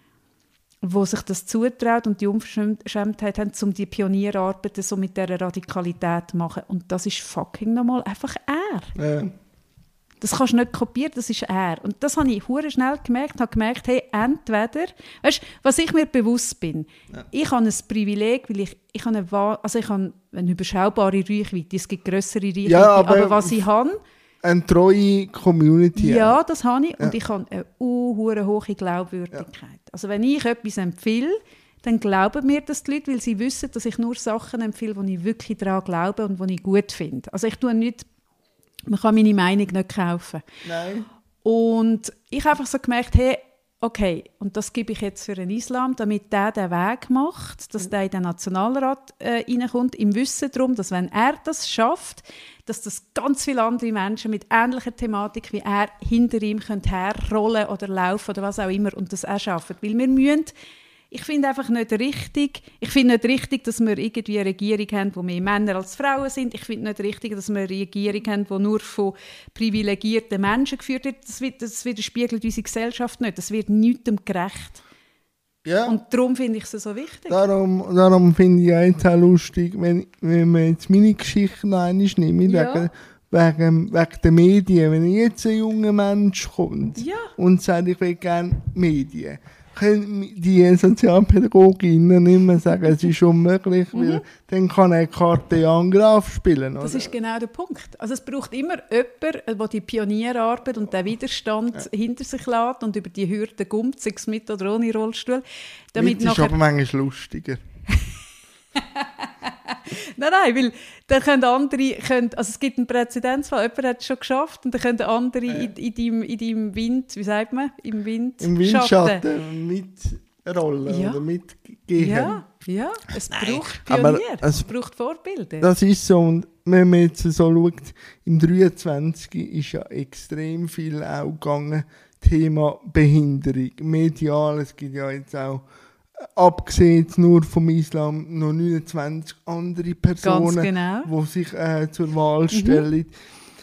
B: wo sich das zutraut und die Unverschämtheit haben, um die Pionierarbeit so mit dieser Radikalität zu machen. Und das ist fucking nochmal einfach er. Ja. Das kannst du nicht kopieren, das ist er. Und das habe ich hure schnell gemerkt, habe gemerkt, hey, entweder, weißt du, was ich mir bewusst bin, ja. ich habe ein Privileg, weil ich, ich, habe eine, also ich habe eine überschaubare Reichweite, es gibt grössere Reichweite,
A: ja, aber,
B: aber was ich habe,
A: eine treue Community.
B: Ja, das habe ich. Ja. Und ich habe eine uh, hohe Glaubwürdigkeit. Ja. Also wenn ich etwas empfehle, dann glauben mir das die Leute, weil sie wissen, dass ich nur Sachen empfehle, die ich wirklich daran glaube und die ich gut finde. Also ich tue nicht, man kann meine Meinung nicht kaufen. Nein. Und ich habe einfach so gemerkt, hey, okay, und das gebe ich jetzt für den Islam, damit der den Weg macht, dass der in den Nationalrat äh, reinkommt, im Wissen darum, dass wenn er das schafft, dass das ganz viele andere Menschen mit ähnlicher Thematik wie er hinter ihm können herrollen oder laufen oder was auch immer und das auch schaffen. Weil wir müssen Ich finde einfach nicht richtig, ich finde nicht richtig, dass wir irgendwie eine Regierung haben, wo mehr Männer als Frauen sind. Ich finde nicht richtig, dass wir eine Regierung haben, die nur von privilegierten Menschen geführt wird. Das, wird, das widerspiegelt unsere Gesellschaft nicht. Das wird niemandem gerecht.
A: Ja.
B: Und darum finde ich es so wichtig.
A: Darum, darum finde ich auch jetzt auch lustig, wenn, wenn man jetzt meine Geschichte noch einmal nimmt,
B: Ja.
A: wegen, wegen, wegen der Medien. Wenn jetzt ein junger Mensch kommt
B: Ja.
A: und sagt, ich will gerne Medien, können die Sozialpädagoginnen nicht mehr sagen, es ist unmöglich,
B: Mhm.
A: weil dann kann er Karte Jan Graf spielen.
B: Das
A: oder?
B: ist genau der Punkt. Also es braucht immer jemanden, der die Pionierarbeit und den Widerstand ja. hinter sich lässt und über die Hürden kommt, sei es mit oder ohne Rollstuhl. Damit
A: mit ist
B: nachher...
A: aber manchmal lustiger.
B: Nein, nein, weil dann können andere, können, also es gibt einen Präzedenzfall, jemand hat es schon geschafft und dann können andere äh. in, in, deinem, in deinem Wind, wie sagt man, im Wind
A: Im Windschatten mitrollen
B: ja.
A: oder mitgehen.
B: Ja, ja, es nein. braucht Pionier, es, es braucht Vorbilder.
A: Das ist so, und wenn man jetzt so schaut, im dreiundzwanzig ist ja extrem viel auch gegangen, Thema Behinderung, medial, es gibt ja jetzt auch abgesehen nur vom Islam noch neunundzwanzig andere Personen,
B: genau.
A: die sich äh, zur Wahl stellen. Mhm.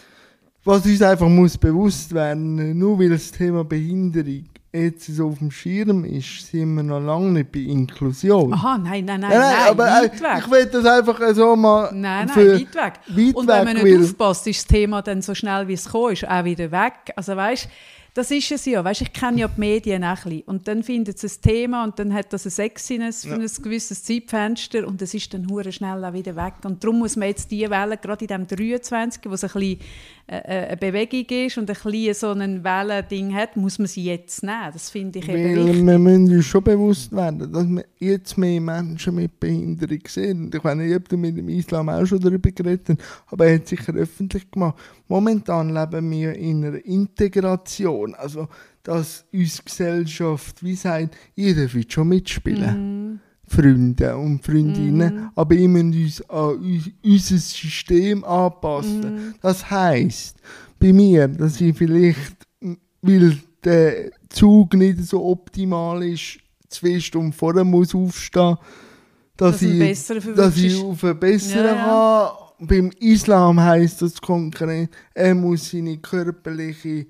A: Was uns einfach muss bewusst werden, nur weil das Thema Behinderung jetzt so auf dem Schirm ist, sind wir noch lange nicht bei Inklusion.
B: Aha, nein, nein, nein,
A: ja, nein,
B: nein
A: aber
B: weit
A: äh,
B: weg.
A: Ich will das einfach so mal...
B: Nein, nein,
A: für
B: weit weg.
A: Weit
B: Und
A: weg
B: wenn man nicht
A: will.
B: aufpasst, ist das Thema dann so schnell, wie es gekommen ist, auch wieder weg. Also weißt, das ist es ja. Weißt, ich kenne ja die Medien auch ein bisschen. Und dann findet es ein Thema und dann hat das ein Sexiness für ja. ein gewisses Zeitfenster und es ist dann hure schnell auch wieder weg. Und darum muss man jetzt die Welle, gerade in diesem dreiundzwanzig, wo es ein bisschen äh, eine Bewegung ist und ein bisschen so ein Wellending hat, muss man sie jetzt nehmen. Das finde ich
A: Weil
B: eben wichtig.
A: Wir müssen uns schon bewusst werden, dass wir jetzt mehr Menschen mit Behinderung sehen. Und ich weiß nicht, ob du mit dem Islam auch schon darüber geredet hast, aber er hat sicher öffentlich gemacht. Momentan leben wir in einer Integration. Also, dass unsere Gesellschaft, wie sagt, ihr dürft schon mitspielen. Mm. Freunde und Freundinnen. Mm. Aber ihr müsst uns an uns, unser System anpassen. Mm. Das heisst, bei mir, dass ich vielleicht, weil der Zug nicht so optimal ist, zwei Stunden vorher muss aufstehen, dass, dass, ich, dass ich auf einen besseren ja, ja. habe. Beim Islam heisst das konkret, er muss seine körperliche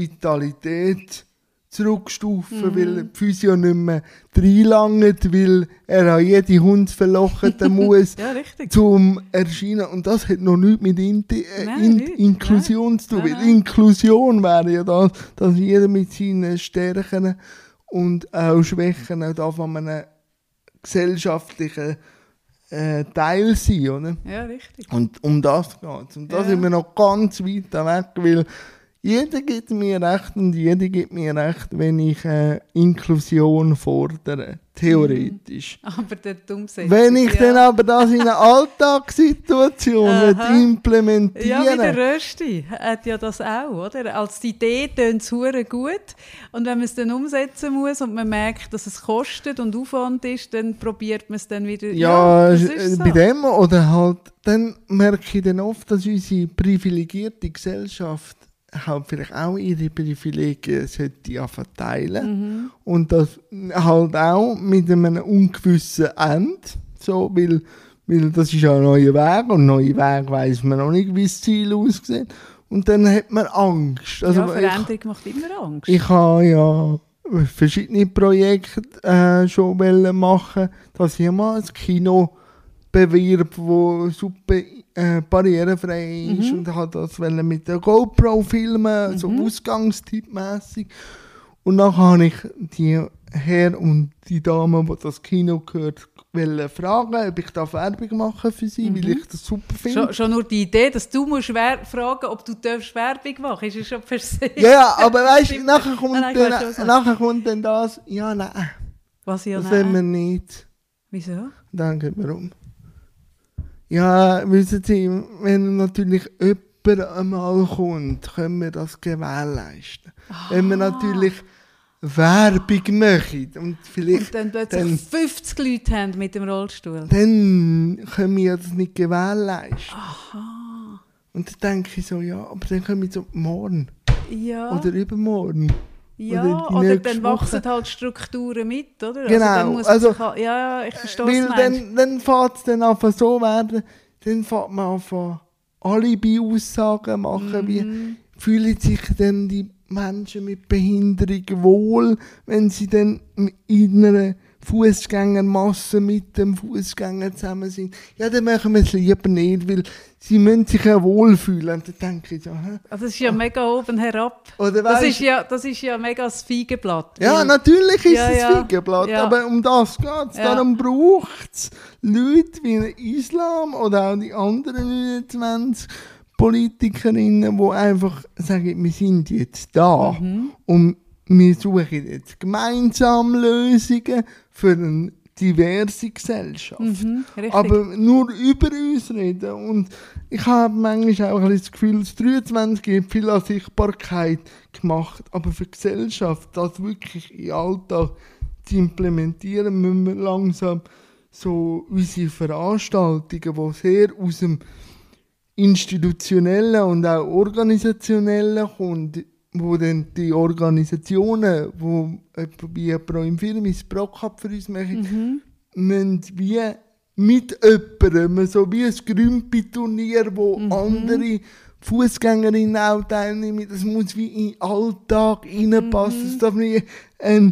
A: Vitalität zurückstufen, mhm. weil die Physio nicht mehr reinlangt, weil er an jede Hund verlochen muss,
B: ja, richtig.
A: zum Erscheinen. Und das hat noch nichts mit Inti- äh,
B: nein,
A: In-
B: nicht.
A: Inklusion
B: nein.
A: zu tun.
B: Nein,
A: Weil
B: nein.
A: Inklusion wäre ja das, dass jeder mit seinen Stärken und auch Schwächen auch von einem gesellschaftlichen Äh, Teil sein, oder?
B: Ja, richtig.
A: Und um das geht es. Und da ja. sind wir noch ganz weit weg, weil jeder gibt mir recht und jeder gibt mir recht, wenn ich äh, Inklusion fordere, theoretisch.
B: Mm. Aber der Umsetzung,
A: wenn ich
B: ja.
A: dann aber das in einer Alltagssituation implementieren.
B: Ja, wie der Rösti hat ja das auch, oder? Als die Idee tönt es hure gut und wenn man es dann umsetzen muss und man merkt, dass es kostet und Aufwand ist, dann probiert man es dann wieder.
A: Ja,
B: ja das
A: ist
B: ist
A: bei
B: so.
A: dem oder halt, dann merke ich dann oft, dass unsere privilegierte Gesellschaft halt vielleicht auch ihre Privilegien sollte ja verteilen mhm. und das halt auch mit einem ungewissen Ende, so, weil, weil das ist ja ein neuer Weg und ein neuer Weg weiss man noch nicht, wie das Ziel aussieht und dann hat man Angst. Also
B: ja, Veränderung ich, macht immer Angst.
A: Ich habe ja verschiedene Projekte äh, schon machen, dass ich mal ein Kino bewirb, wo super äh, barrierefrei ist mhm. und hat das mit der GoPro filmen, mhm. so Ausgangstippmässig. Und dann habe ich die Herr und die Dame, die das Kino gehört, fragen, ob ich da Werbung machen für sie, mhm. weil ich das super finde.
B: Schon, schon nur die Idee, dass du musst wer- fragen, ob du darfst Werbung machen, ist ja schon per se.
A: Ja, ja, aber weißt du, nachher kommt,
B: nein,
A: dann, so. nachher kommt dann das, ja, nein,
B: was ja
A: das
B: nein?
A: wollen wir nicht.
B: Wieso?
A: Und dann geht man um. Ja, wissen Sie, wenn natürlich jemand einmal kommt, können wir das gewährleisten. Ah. Wenn wir natürlich Werbung machen und vielleicht...
B: Und dann plötzlich dann, fünfzig Leute haben mit dem Rollstuhl.
A: Dann können wir das nicht gewährleisten.
B: Aha.
A: Und dann denke ich so, ja, aber dann können wir so morgen.
B: Ja.
A: Oder übermorgen.
B: Ja,
A: oder,
B: oder dann wachsen halt Strukturen mit, oder?
A: Genau.
B: Also dann muss
A: Also,
B: halt, ja, ich verstehe es.
A: Weil dann, dann fängt es dann einfach so werden, dann fängt man an Alibi-Aussagen machen,
B: Mhm.
A: wie fühlen sich denn die Menschen mit Behinderung wohl, wenn sie dann in einer Fußgängermasse mit dem Fußgänger zusammen sind. Ja, dann machen wir es lieber nicht, weil sie müssen sich ja wohlfühlen. Und dann denke ich so, hä?
B: Also das ist ja mega oben herab.
A: Oder
B: Das
A: weißt-
B: ist ja, das ist ja mega das Feigenblatt.
A: Ja,
B: Weil-
A: natürlich ist
B: Ja,
A: es
B: ja.
A: Feigenblatt,
B: Ja.
A: aber um das geht es.
B: Ja.
A: Darum braucht es Leute wie den Islam oder auch die anderen neunundzwanzig Politikerinnen, die einfach sagen, wir sind jetzt da
B: Mhm.
A: und wir suchen jetzt gemeinsam Lösungen für eine diverse Gesellschaft.
B: Mhm, richtig.
A: Aber nur über uns reden. Und ich habe manchmal auch ein bisschen das Gefühl, das dreiundzwanzig hat viel an Sichtbarkeit gemacht. Aber für die Gesellschaft, das wirklich in den Alltag zu implementieren, müssen wir langsam so unsere Veranstaltungen, die sehr aus dem institutionellen und auch organisationellen kommen, wo dann die Organisationen, wo etwa wie Pro im Film ins Brockcup für uns machen,
B: Mhm.
A: müssen wie mit jemandem, so wie ein Grümpi-Turnier, wo
B: Mhm.
A: andere Fußgängerinnen auch teilnehmen, das muss wie in den Alltag reinpassen.
B: Mhm.
A: Es darf nicht eine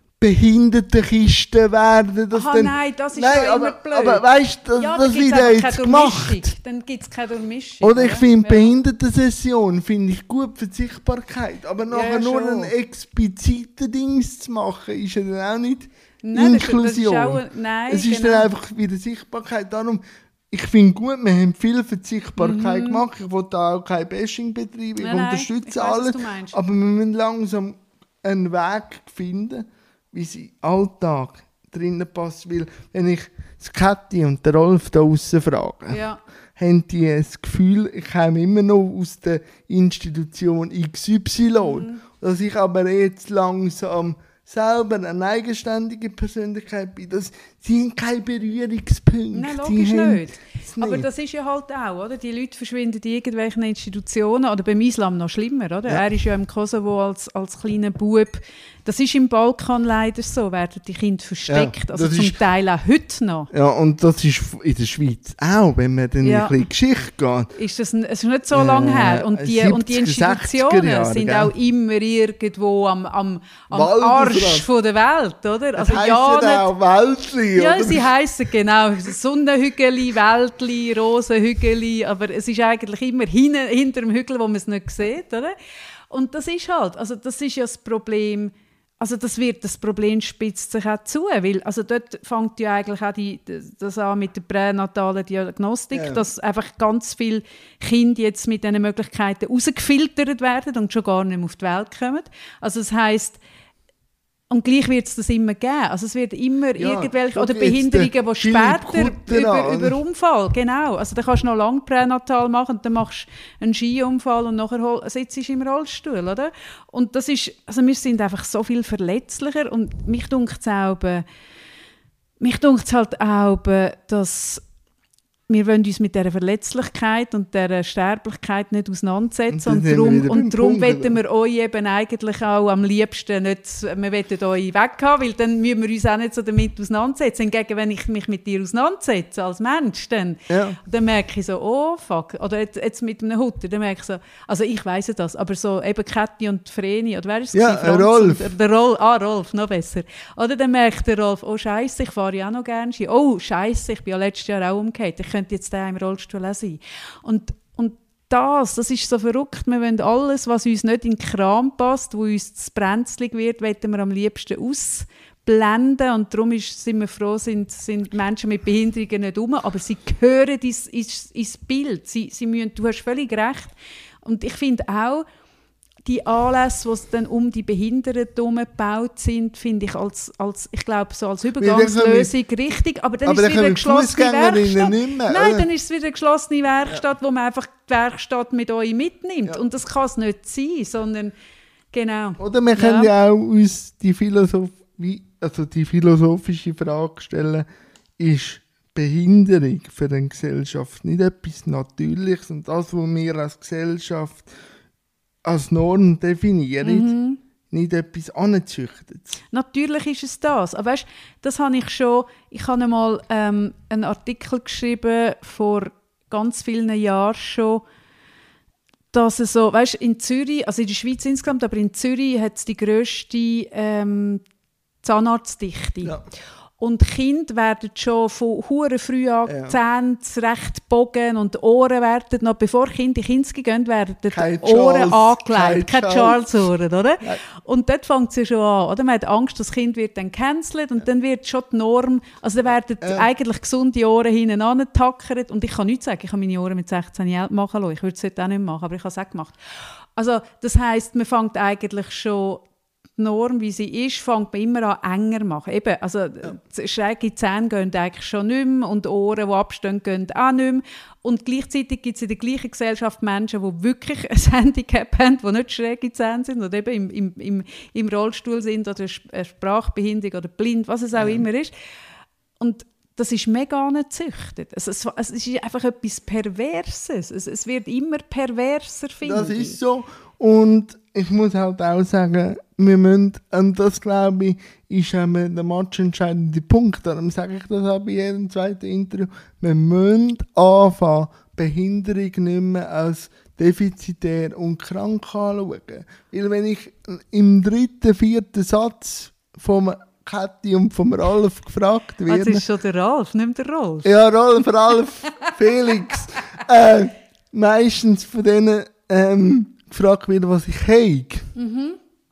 A: Behindertenkiste werden. Dass
B: Aha,
A: dann,
B: nein, das ist
A: nein,
B: ja
A: aber,
B: immer blöd.
A: aber weißt du, das,
B: ja,
A: das
B: dann gibt's
A: wird ja
B: einfach
A: jetzt
B: keine
A: gemacht.
B: Durchmischung. Dann gibt es keine Durchmischung.
A: Oder ich finde,
B: ja.
A: Behindertensession finde ich gut für die Sichtbarkeit. Aber nachher
B: ja,
A: nur
B: schon.
A: ein expliziten Dings zu machen, ist ja dann auch nicht
B: Nein, das ist- das ist
A: Inklusion.
B: auch ein- nein,
A: es ist
B: genau.
A: dann einfach wieder Sichtbarkeit. Darum, ich finde gut, wir haben viel für die Sichtbarkeit
B: Mhm.
A: gemacht. Ich will da auch kein Bashing betreiben, ich
B: Nein, nein,
A: unterstütze
B: ich weiss, was
A: alles.
B: du meinst.
A: Aber wir müssen langsam einen Weg finden, wie sie in den Alltag drinnen passt. Weil, wenn ich das Kathi und den Rolf da draussen frage,
B: Ja.
A: haben die das Gefühl, ich komme immer noch aus der Institution X Y.
B: Mhm.
A: Dass ich aber jetzt langsam selber eine eigenständige Persönlichkeit bin. Das, sie haben keine Berührungspunkte.
B: Nein,
A: Sie
B: logisch
A: haben
B: nicht.
A: es
B: Aber
A: nicht.
B: das ist ja halt auch, oder? Die Leute verschwinden in irgendwelchen Institutionen, oder beim Islam noch schlimmer, oder?
A: Ja.
B: Er ist ja im Kosovo als, als kleiner Bub. Das ist im Balkan leider so, werden die Kinder versteckt.
A: Ja,
B: also
A: das
B: zum
A: ist-
B: Teil auch heute noch.
A: Ja, und das ist in der Schweiz auch, wenn man dann
B: Ja.
A: in ein bisschen Geschichte geht.
B: Ist das ein, es ist nicht so lange
A: Äh,
B: her. Und die, und die
A: siebziger,
B: Institutionen
A: sechziger Jahre,
B: sind
A: gell?
B: auch immer irgendwo am, am, am
A: Waldesrand.
B: Arsch von der Welt, oder?
A: Das
B: Also
A: heisst
B: ja,
A: ja
B: nicht,
A: dann auch Weltli,
B: ja,
A: oder?
B: sie heissen genau Sonnenhügeli, Wäldli, Rosenhügeli, aber es ist eigentlich immer hin, hinter dem Hügel, wo man es nicht sieht, oder? Und das ist halt, also das ist ja das Problem. Also das wird, das Problem spitzt sich auch zu, weil also dort fängt ja eigentlich auch die, das an mit der pränatalen Diagnostik,
A: Ja.
B: dass einfach ganz viele Kinder jetzt mit diesen Möglichkeiten rausgefiltert werden und schon gar nicht mehr auf die Welt kommen. Also das heisst, und gleich wird es das immer geben. Also es wird immer
A: Ja,
B: irgendwelche,
A: schau
B: oder
A: jetzt
B: Behinderungen,
A: den
B: die
A: Philipp
B: später
A: Kutter
B: über,
A: an.
B: über Unfall, genau. Also dann kannst du noch lange pränatal machen, dann machst du einen Skiunfall und nachher hol- sitzt du im Rollstuhl, oder? Und das ist, also wir sind einfach so viel verletzlicher und mich dunkt es auch, äh, mich dunkt es halt auch, äh, dass wir wollen uns mit dieser Verletzlichkeit und dieser Sterblichkeit nicht auseinandersetzen.
A: Und
B: Und,
A: dann sind wir
B: darum,
A: wieder
B: und
A: beim
B: darum
A: Punkt,
B: wollen wir euch eben eigentlich auch am liebsten nicht, wir wollen euch weghaben, weil dann müssen wir uns auch nicht so damit auseinandersetzen. Hingegen, wenn ich mich mit dir auseinandersetze als Mensch, dann,
A: Ja.
B: dann merke ich so, oh fuck, oder jetzt, jetzt mit einem Hutter, dann merke ich so, also ich weiss das, aber so eben Käthi und Vreni, oder wer ist es?
A: Ja,
B: gewesen? Franz
A: Rolf.
B: Und, der Rolf, ah Rolf, noch besser. Oder dann merkt der Rolf, oh Scheiße, ich fahre ja auch noch gerne Ski. Oh Scheiße, ich bin ja letztes Jahr auch umgekehrt, ich könnte jetzt da im Rollstuhl auch sein. Und, und das, das ist so verrückt, wir wollen alles, was uns nicht in den Kram passt, wo uns zu brenzlig wird, wollen wir am liebsten ausblenden und darum ist, sind wir froh, sind, sind Menschen mit Behinderungen nicht rum, aber sie gehören ins, ins, ins Bild, sie, sie müssen, du hast völlig recht und ich finde auch, die Anlässe, die dann um die Behinderten herum gebaut sind, finde ich als, als, ich glaube, so als Übergangslösung richtig. Aber dann
A: aber
B: ist es
A: dann
B: wieder eine
A: können die
B: geschlossene
A: Fußgängerinnen
B: Werkstatt.
A: nicht mehr,
B: Nein,
A: oder?
B: dann ist es wieder eine geschlossene Werkstatt, wo man einfach die Werkstatt mit euch mitnimmt.
A: Ja.
B: Und das kann es nicht sein, sondern genau.
A: Oder wir können ja, auch uns die, Philosoph also die philosophische Frage stellen, ist Behinderung für eine Gesellschaft nicht etwas Natürliches und das, was wir als Gesellschaft als Norm definieren,
B: Mhm.
A: nicht etwas anzüchtet.
B: Natürlich ist es das. Aber weißt, das habe ich schon, ich habe einmal ähm, einen Artikel geschrieben, vor ganz vielen Jahren schon, dass es so, weißt, in Zürich, also in der Schweiz insgesamt, aber in Zürich hat es die grösste ähm, Zahnarztdichte. Ja. Und Kinder werden schon von hure früh an ja. Zähne recht bogen und Ohren werden noch, bevor Kinder in die Kinski gehen, werden die Kein Ohren Charles, angelegt. Keine Charles-Ohren, oder? Nein. Und dort fängt es ja schon an, oder? Man hat Angst, das Kind wird dann gecancelt und ja. dann wird schon die Norm, also dann werden ja. eigentlich gesunde Ohren hinten angetackert und ich kann nichts sagen, ich habe meine Ohren mit sechzehn Jahren machen lassen, ich würde es heute auch nicht machen, aber ich habe es auch gemacht. Also das heisst, man fängt eigentlich schon die Norm, wie sie ist, fängt man immer an enger zu machen. Eben, also ja. schräge Zähne gehen eigentlich schon nicht mehr und Ohren, die abstehen, gehen auch nicht mehr. Und gleichzeitig gibt es in der gleichen Gesellschaft Menschen, die wirklich ein Handicap haben, die nicht schräge Zähne sind oder eben im, im, im, im Rollstuhl sind oder eine Sprachbehinderung oder blind, was es auch ja. immer ist. Und das ist mega angezüchtet. Es, es, es ist einfach etwas Perverses. Es, es wird immer perverser, finde
A: ich. Das ist so. Und ich muss halt auch sagen, wir müssen, und das glaube ich, ist ähm, der matchentscheidende Punkt, darum sage ich das auch bei jedem zweiten Interview, wir müssen anfangen, Behinderung nicht mehr als defizitär und krank anschauen. Weil wenn ich im dritten, vierten Satz vom Kathi und vom Ralf gefragt werde...
B: Das ist schon der Ralf, nicht der Rolf.
A: Ja, Ralf, Ralf, Felix. Äh, meistens von denen... Ähm, gefragt wird, was ich habe.
B: Mhm.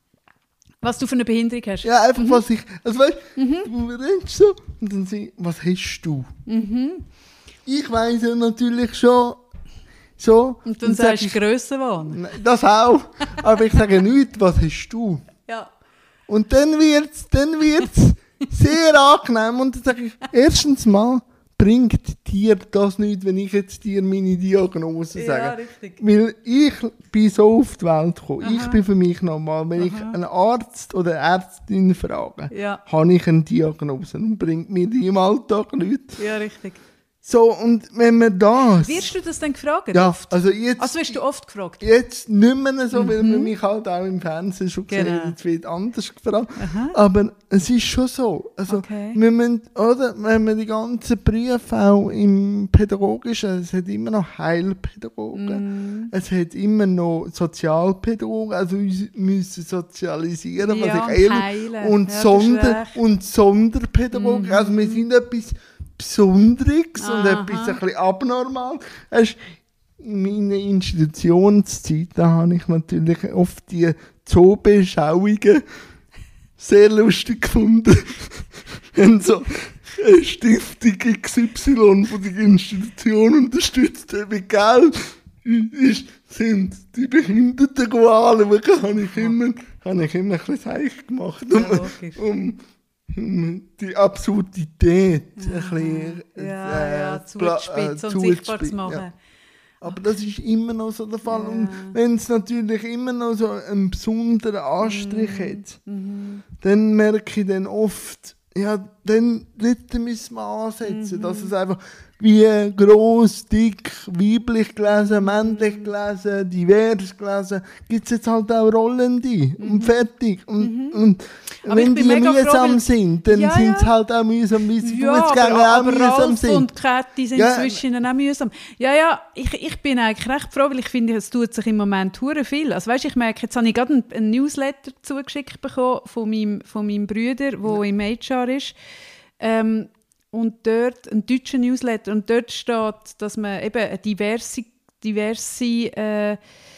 B: Was du für eine Behinderung hast.
A: Ja, einfach
B: mhm.
A: was ich... Also weißt
B: mhm.
A: du, redest so und dann sag ich, was hast du?
B: Mhm.
A: Ich weiss ja natürlich schon so...
B: Und dann und sagst du Grössenwahn.
A: Das auch. Aber ich sage nicht, was hast du?
B: Ja.
A: Und dann wird es dann wird's sehr angenehm und dann sage ich, erstens mal, bringt dir das nicht, wenn ich jetzt dir meine Diagnose sage.
B: Ja, richtig.
A: Weil ich bin so auf die Welt gekommen. Aha. Ich bin für mich normal. Wenn Aha. ich einen Arzt oder Ärztin frage,
B: ja.
A: habe ich eine Diagnose und bringt mir die im Alltag nichts.
B: Ja, richtig.
A: So, und wenn man das...
B: Wirst du das dann gefragt?
A: Ja,
B: oft?
A: also jetzt...
B: Also wirst du oft gefragt?
A: Jetzt nicht mehr so,
B: mhm.
A: weil man mich halt auch im Fernsehen schon gesehen
B: genau.
A: hat, jetzt wird anders gefragt. Aha. Aber es ist schon so. Also,
B: okay.
A: wir müssen, oder, wenn man die ganzen Berufe auch im Pädagogischen, es hat immer noch Heilpädagogen, mm. es hat immer noch Sozialpädagogen, also wir müssen sozialisieren,
B: ja,
A: was ich
B: heilen.
A: Und,
B: ja,
A: Sonder, und Sonderpädagogen, mm. also wir sind etwas Besonderes
B: Aha.
A: und etwas ein bisschen abnormal. Weißt, in meiner Institutionszeit, da habe ich natürlich oft die Zoobeschauungen sehr lustig gefunden. Wenn so eine Stiftung X Y von der Institution unterstützt mit Geld ist, sind die behinderten Koalen, die habe ich immer, habe ich immer ein bisschen Seich gemacht, um,
B: ja,
A: um die Absurdität
B: ja.
A: ein bisschen
B: ja,
A: äh,
B: ja, zuzuspitzen äh, und sichtbar zu machen. Ja.
A: Aber das ist immer noch so der Fall. Ja. Und wenn es natürlich immer noch so einen besonderen Anstrich mm. hat, mm. dann merke ich dann oft, ja, dann dort müssen wir ansetzen, mm. dass es einfach wie gross, dick, weiblich gelesen, männlich gelesen, divers gelesen, gibt es jetzt halt auch Rollende mhm. und fertig. Und, mhm. und wenn die mühsam froh, sind, dann ja, sind sie ja. halt auch mühsam, wie sie
B: ja,
A: Fußgänger
B: auch
A: aber mühsam
B: Ralf
A: sind.
B: Und Kathi sind ja. zwischen auch mühsam. Ja, ja, ich, ich bin eigentlich recht froh, weil ich finde, es tut sich im Moment hure viel. Also weißt, ich merke, jetzt habe ich gerade einen, einen Newsletter zugeschickt bekommen von meinem, von meinem Bruder, der ja. im H R ist. Ähm, Und dort, ein deutscher Newsletter, und dort steht, dass man eben eine diverse, diverse äh,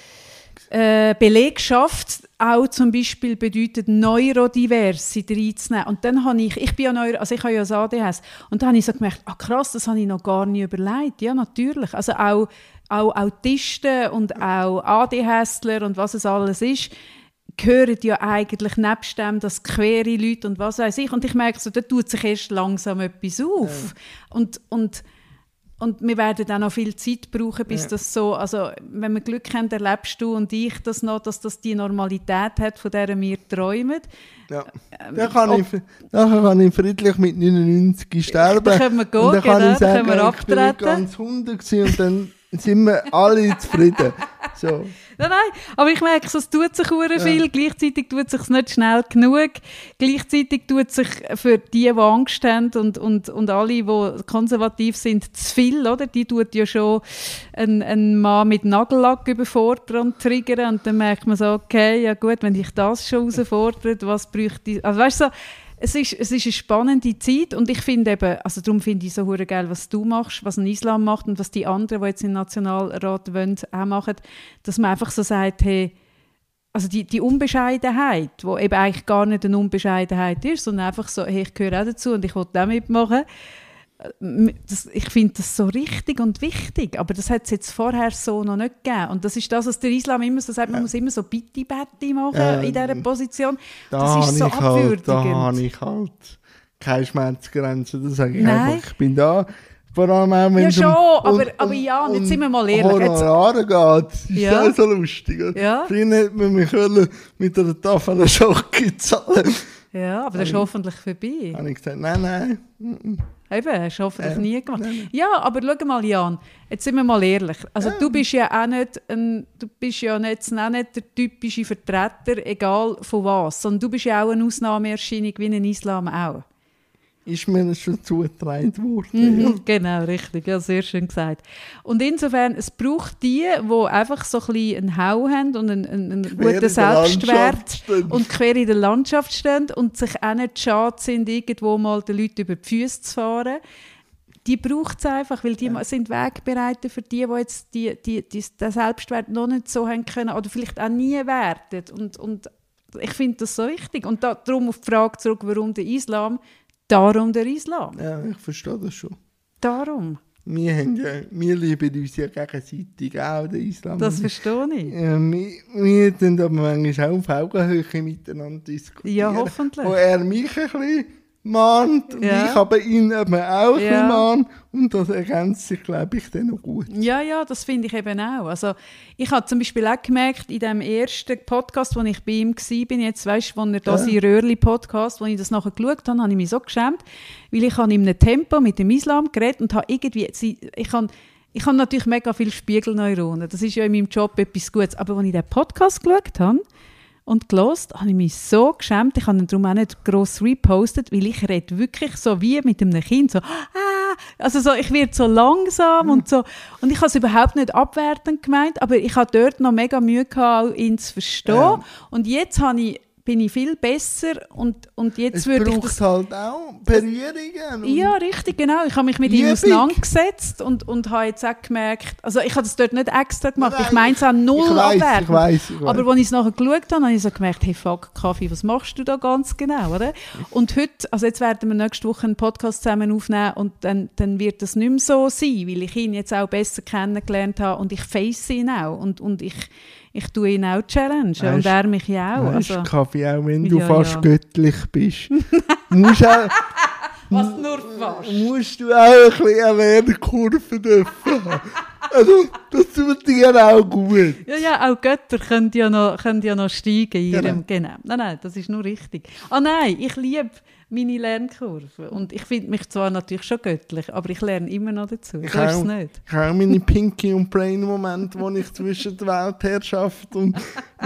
B: äh, Belegschaft auch zum Beispiel bedeutet, Neurodiverse reinzunehmen. Und dann habe ich, ich bin ja Neuro, also ich habe ja das A D H S, und dann habe ich so gemerkt, ah krass, das habe ich noch gar nicht überlegt. Ja, natürlich. Also auch, auch Autisten und auch ADHSler und was es alles ist, gehören ja eigentlich nebst dem, dass queere Leute und was weiß ich. Und ich merke so, da tut sich erst langsam etwas auf. Ja. Und, und, und wir werden auch noch viel Zeit brauchen, bis ja. das so, also wenn wir Glück haben, erlebst du und ich das noch, dass das die Normalität hat, von der wir träumen.
A: Ja. Ähm, dann kann, ich, dann kann ich friedlich mit neunundneunzig sterben.
B: Dann können wir gehen,
A: und dann kann
B: genau,
A: ich sagen,
B: können wir
A: ich bin ganz hundert gewesen und dann Jetzt sind wir alle zufrieden. So.
B: Nein, nein, aber ich merke, es tut sich sehr viel, ja. Gleichzeitig tut es sich nicht schnell genug, gleichzeitig tut es sich für die, die Angst haben und, und, und alle, die konservativ sind, zu viel, oder? Die tut ja schon einen, einen Mann mit Nagellack überfordern und triggern und dann merkt man so, okay, ja gut, wenn dich das schon herausfordert, was bräuchte ich, also weißt du, so, Es ist, es ist eine spannende Zeit und ich finde eben, also darum finde ich so hure geil, was du machst, was ein Islam macht und was die anderen, die jetzt im Nationalrat wollen, auch machen, dass man einfach so sagt, hey, also die, die Unbescheidenheit, die eben eigentlich gar nicht eine Unbescheidenheit ist, sondern einfach so, hey, ich gehöre auch dazu und ich will auch mitmachen. Das, ich finde das so richtig und wichtig, aber das hat es jetzt vorher so noch nicht gegeben. Und das ist das, was der Islam immer so sagt, man ja. muss immer so Bitti-Batti machen ähm, in dieser Position.
A: Da
B: das ist so abwürdigend.
A: Halt, da habe ich halt keine Schmerzgrenze, da sage ich Nein. einfach, ich bin da. Vor allem auch, wenn
B: ja
A: es
B: schon,
A: um,
B: aber, aber ja, jetzt sind wir mal ehrlich.
A: Honorare geht, ist ja auch so lustig.
B: Ja.
A: Früher hätte man mich mit einer Tafel Schocke zahlen.
B: Ja, aber das ist hoffentlich vorbei.
A: Habe ich gesagt, nein, nein.
B: Eben, hast du hoffentlich
A: äh,
B: nie gemacht.
A: Nein.
B: Ja, aber schau mal, Jan, jetzt sind wir mal ehrlich. Also ja. du bist ja auch nicht, ein, du bist ja jetzt auch nicht der typische Vertreter, egal von was, sondern du bist ja auch eine Ausnahmeerscheinung wie ein Islam auch.
A: Ist mir das schon zugetragen worden.
B: Mhm,
A: ja.
B: Genau, richtig. Ja, sehr schön gesagt. Und insofern, es braucht die, die einfach so ein bisschen einen Hau haben und einen, einen, einen guten Selbstwert und quer in der Landschaft stehen und sich auch nicht schade sind, irgendwo mal den Leuten über die Füße zu fahren. Die braucht es einfach, weil die ja. sind Wegbereiter für die, die jetzt die, die, die, den Selbstwert noch nicht so haben können oder vielleicht auch nie werden. Und, und ich finde das so wichtig. Und da, darum auf die Frage zurück, warum der Islam. Darum der Islam.
A: Ja, ich verstehe das schon.
B: Darum.
A: Wir, haben ja, wir lieben uns ja gegenseitig auch, den Islam.
B: Das verstehe ich.
A: Ja, wir, wir tun aber manchmal auch auf Augenhöhe miteinander diskutieren.
B: Ja, hoffentlich.
A: Wo er mich ein bisschen mahnt und
B: ja.
A: ich aber ihn eben auch
B: ja.
A: ein mahnt. Und das ergänzt sich, glaube ich, dann noch gut.
B: Ja, ja, das finde ich eben auch. Also, ich habe zum Beispiel auch gemerkt, in dem ersten Podcast, wo ich bei ihm war, jetzt weißt du, wo er da ja. sein Röhrli-Podcast, wo ich das nachher geschaut habe, habe ich mich so geschämt, weil ich habe in einem Tempo mit dem Islam geredet und habe irgendwie, ich habe, ich habe natürlich mega viele Spiegelneuronen, das ist ja in meinem Job etwas Gutes, aber als ich den Podcast geschaut habe, und gehört, habe ich mich so geschämt. Ich habe ihn darum auch nicht gross repostet, weil ich rede wirklich so wie mit einem Kind. So, ah, also so, ich werde so langsam mhm. und so. Und ich habe es überhaupt nicht abwertend gemeint, aber ich habe dort noch mega Mühe gehabt, ihn zu verstehen. Ja. Und jetzt habe ich bin ich viel besser und, und jetzt
A: es
B: würde
A: ich
B: das...
A: halt auch Berührungen.
B: Ja, richtig, genau. Ich habe mich mit ihm auseinandergesetzt und, und habe jetzt auch gemerkt, also ich habe das dort nicht extra gemacht, Nein, ich meine es auch null abwerten.
A: Ich weiss, ich weiss.
B: Aber als ich es nachher geschaut habe, habe ich so gemerkt, hey fuck, Kaffee, was machst du da ganz genau, oder? Und heute, also jetzt werden wir nächste Woche einen Podcast zusammen aufnehmen und dann, dann wird das nicht mehr so sein, weil ich ihn jetzt auch besser kennengelernt habe und ich face ihn auch und, und ich Ich tue ihn auch challenge weißt, und er mich ja auch.
A: Weißt,
B: also,
A: Kaffee, auch wenn du
B: ja,
A: fast
B: ja.
A: göttlich bist. musst auch,
B: Was nur fast?
A: Musst du auch ein bisschen eine Lernkurve dürfen haben. Also, das tut dir auch gut.
B: Ja, ja, auch Götter können ja noch, können ja noch steigen in ihrem...
A: Genau.
B: Genau. Nein, nein, das ist nur richtig. Ah nein, ich liebe meine Lernkurve. Und ich finde mich zwar natürlich schon göttlich, aber ich lerne immer noch dazu.
A: Ich
B: so ist es
A: auch,
B: nicht.
A: Ich habe meine Pinky- und Brain-Momente, wo ich zwischen der Weltherrschaft und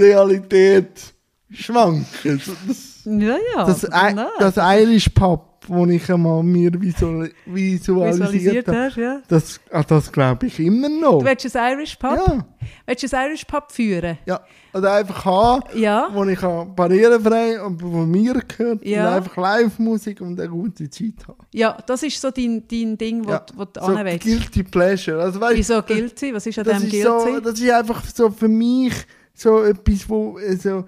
A: Realität schwanke. Das,
B: ja, ja.
A: Das, das, das Irish Pub, das ich einmal mir visual, visualisiert, visualisiert
B: hast, ja.
A: Das, das glaube ich immer noch.
B: Du willst ein Irish Pub?
A: Ja.
B: Willst du ein Irish Pub führen?
A: Ja. Oder einfach haben,
B: ja.
A: wo ich barrierefrei und von mir gehört
B: ja.
A: und einfach Live-Musik und eine gute Zeit habe.
B: Ja, das ist so dein, dein Ding, wo,
A: ja.
B: wo du
A: so
B: anwählst.
A: Guilty Pleasure. Also, weißt,
B: wieso guilty? Was ist an dem guilty?
A: So, das ist einfach so für mich so etwas, wo so,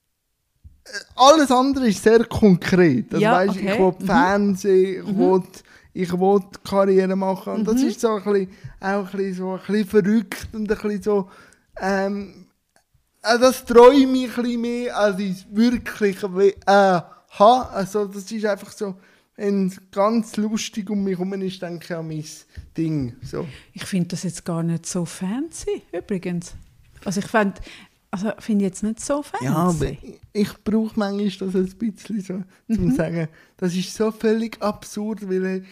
A: alles andere ist sehr konkret. Also,
B: ja,
A: weißt,
B: okay.
A: ich will
B: mhm.
A: Fernsehen, ich
B: mhm. will
A: ich will Karriere machen. Und
B: mhm.
A: das ist so ein bisschen, auch ein bisschen, so ein bisschen verrückt und ein bisschen so... Ähm, also das träume ich ein bisschen mehr, als ich es wirklich äh, habe. Also das ist einfach so, wenn es ganz lustig um mich herum ist, denke ich an mein Ding. So.
B: Ich finde das jetzt gar nicht so fancy, übrigens. Also ich finde also find jetzt nicht so fancy.
A: Ja, aber ich, ich brauche manchmal das ein bisschen so, um zu mhm. sagen, das ist so völlig absurd, weil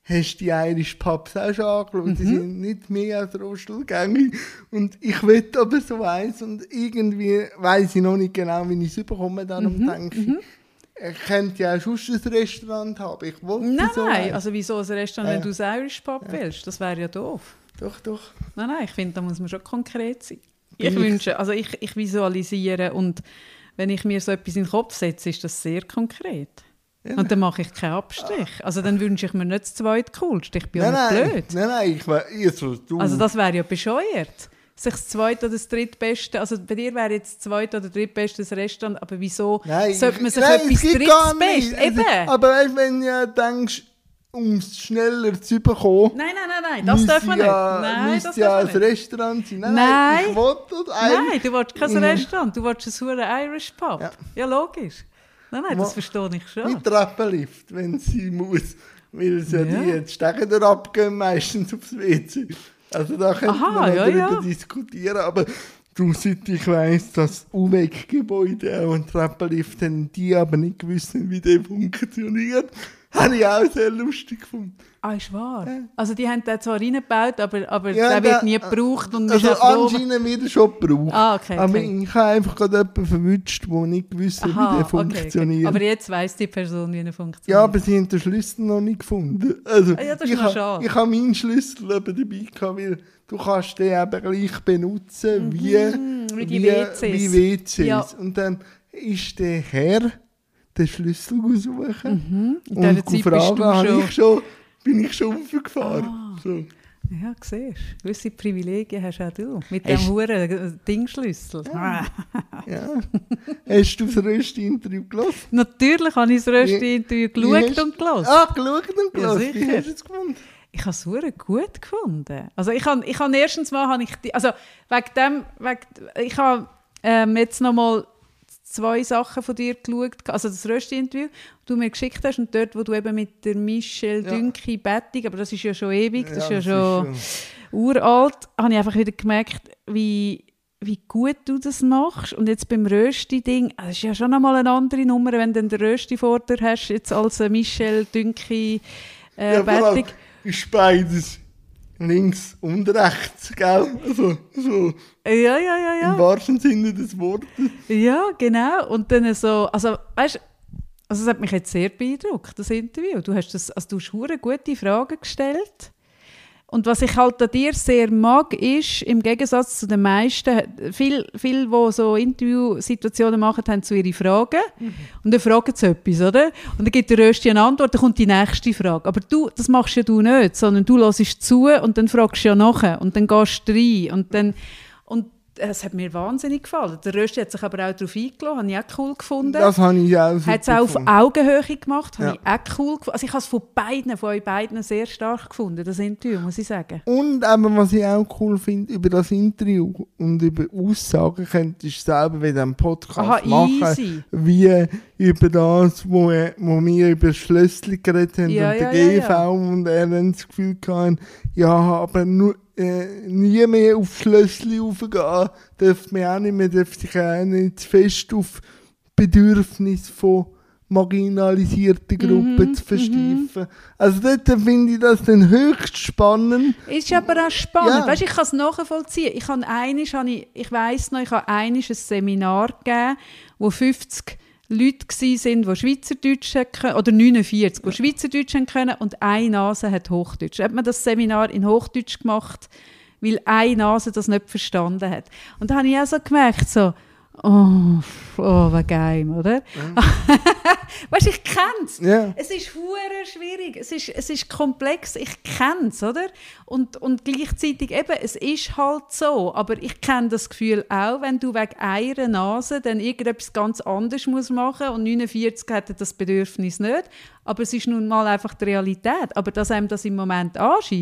A: hast du die Irish Pubs auch schon angeschaut?
B: Mhm.
A: Die sind nicht mehr als Rostelgängig. Und ich will aber so eins und irgendwie weiss ich noch nicht genau, wie ich es überkomme. Dann
B: Mhm.
A: und denke ich, er könnte ja auch sonst ein Restaurant haben. Ich wollte
B: Nein,
A: so eins.
B: also wieso ein Restaurant,
A: Ja.
B: wenn du das Irish Pub willst? Das wäre ja doof.
A: Doch, doch.
B: Nein, nein, ich finde, da muss man schon konkret sein.
A: Bin
B: Ich
A: ich-
B: wünsche, also ich, ich visualisiere und wenn ich mir so etwas in den Kopf setze, ist das sehr konkret.
A: Ja.
B: Und dann mache ich keinen Abstrich. Also dann wünsche ich mir nicht das zweitcoolste. Ich bin ja
A: Nein,
B: nicht
A: nein,
B: blöd.
A: nein, nein, ich war also, du.
B: Also das wäre ja bescheuert. Sich das zweite oder das drittbeste, also bei dir wäre jetzt das zweite oder drittbeste das Restaurant, aber wieso
A: Nein,
B: sollte man sich
A: nein, es
B: etwas
A: gibt gar
B: drittes
A: nicht.
B: Beste? Eben!
A: Also, aber weißt, wenn du ja denkst, um es schneller zu bekommen,
B: Nein, nein, nein, nein, das
A: müsste
B: darf man
A: ja,
B: nicht. Nein,
A: müsste
B: das
A: ja
B: darf
A: ein
B: man nicht.
A: Restaurant sein. Nein,
B: Nein.
A: nein, ich will das
B: Nein, du willst kein
A: Mhm.
B: Restaurant, du willst ein sauren Irish Pub. Ja.
A: Ja.
B: logisch. Nein, nein, das
A: Wo-
B: verstehe ich schon.
A: Mit Treppenlift, wenn es sein muss. Weil es ja,
B: Ja.
A: die jetzt Stecken durch abgehen, meistens aufs W C. Also da könnte
B: Aha,
A: man noch
B: ja,
A: darüber
B: ja.
A: diskutieren. Aber du, seit ich weiss, dass U W E C-Gebäude auch einen Treppenlift haben, die aber nicht gewusst haben, wie der funktioniert, habe ich auch sehr lustig gefunden.
B: Ah, ist wahr.
A: Ja.
B: Also die haben den zwar reingebaut, aber, aber
A: Ja,
B: der wird
A: der-
B: nie gebraucht. Und
A: Also
B: ist auch froh.
A: anscheinend wird er schon gebraucht.
B: Ah, okay,
A: Aber
B: okay.
A: ich habe einfach gerade jemanden verwünscht, der nicht gewusst hat, wie der
B: Aha,
A: funktioniert.
B: okay. Aber jetzt weiss die Person, wie er funktioniert.
A: Ja, aber sie haben den Schlüssel noch nicht gefunden. Also,
B: Ah ja, das ist
A: ich
B: noch
A: ha-
B: schade.
A: Ich habe meinen Schlüssel eben dabei gehabt, weil du kannst den eben gleich benutzen wie,
B: wie die W Cs.
A: Wie W Cs.
B: Ja.
A: Und dann ist der Herr den Schlüssel suchen.
B: In
A: Und
B: dieser Zeit bist
A: fragen,
B: du
A: habe
B: schon...
A: ich schon, bin ich schon aufgefahren.
B: Ah.
A: So.
B: Ja, siehst du. Gewisse Privilegien hast auch du. Mit
A: Hast-
B: dem huren Dingschlüssel. Ah.
A: Ja. Hast du das Rösti-Interview gelassen?
B: Natürlich habe ich das Rösti-Interview
A: Wie
B: geschaut
A: hast-
B: und gelassen.
A: Ah, geschaut und
B: Ja,
A: gelassen. Wie
B: sicher.
A: hast du es gefunden?
B: Ich habe es sehr gut gefunden. Also ich habe, ich habe erstens mal, habe ich, die, also wegen dem, wegen, ich habe ähm, jetzt noch mal zwei Sachen von dir geschaut, also das Rösti-Interview, das du mir geschickt hast und dort, wo du eben mit der Michelle
A: Ja.
B: Dünki Bettig, aber das ist ja schon ewig, das
A: Ja,
B: ist ja
A: das
B: schon uralt, habe ich einfach wieder gemerkt, wie, wie gut du das machst. Und jetzt beim Rösti-Ding, das ist ja schon einmal eine andere Nummer, wenn du den Rösti vor dir hast, jetzt als äh, Michelle Dünki äh,
A: Ja, vor allem
B: Bettig.
A: ist beides links und rechts, gell? Also, so
B: Ja, ja, ja, ja.
A: im wahrsten Sinne des Wortes.
B: Ja, genau. Und dann so, also weißt, also es hat mich jetzt sehr beeindruckt, das Interview. Du hast das, also du hast hure gute Fragen gestellt. Und was ich halt an dir sehr mag, ist, im Gegensatz zu den meisten, viele, viel, die so Interviewsituationen machen, haben so ihre Fragen. Mhm. Und dann fragen sie etwas, oder? Und dann gibt der Rösti eine Antwort, dann kommt die nächste Frage. Aber du, das machst ja du nicht, sondern du hörst zu und dann fragst du ja nachher. Und dann gehst du rein. Und dann, und es hat mir wahnsinnig gefallen. Der Rösti hat sich aber auch darauf eingelassen, habe ich auch cool gefunden.
A: Das habe ich auch super
B: Hat es auch auf
A: gefunden.
B: Augenhöhe gemacht, habe
A: Ja.
B: ich auch cool gefunden. Also ich habe es von beiden, von euch beiden sehr stark gefunden, das Interview, muss ich sagen.
A: Und eben, was ich auch cool finde, über das Interview und über Aussagen könntest du selber wieder einen Podcast
B: Aha,
A: machen.
B: easy.
A: Wie über das, wo, wo wir über das Schlössli geredet haben
B: Ja,
A: und
B: ja,
A: der
B: ja,
A: G V
B: ja.
A: und er dann das Gefühl hatten, ja, aber nur, äh, nie mehr aufs Schlössli raufgehen, dürfte man auch nicht mehr, dürfte sich auch nicht zu fest auf Bedürfnisse von marginalisierten Gruppen
B: Mhm,
A: zu versteifen. Also dort finde ich das dann höchst spannend.
B: Ist aber auch spannend.
A: Ja.
B: Weißt, ich kann es nachvollziehen. Ich habe einisch, habe ich, ich weiss noch, ich habe einisch ein Seminar gegeben, wo fünfzig Leute waren, die Schweizerdeutsch können, oder neunundvierzig, die Schweizerdeutsch können und eine Nase hat Hochdeutsch. Hat man das Seminar in Hochdeutsch gemacht, weil eine Nase das nicht verstanden hat. Und da habe ich auch so gemerkt, so, oh, oh wie geil, oder? Ja. Weißt du, ich kenne es.
A: Ja.
B: Es ist hure schwierig, es ist, es ist komplex, ich kenne es, oder? Und, und gleichzeitig eben, es ist halt so, aber ich kenne das Gefühl auch, wenn du wegen einer Nase dann irgendetwas ganz anderes musst machen und neunundvierzig hätte das Bedürfnis nicht, aber es ist nun mal einfach die Realität. Aber dass einem das im Moment anschießt,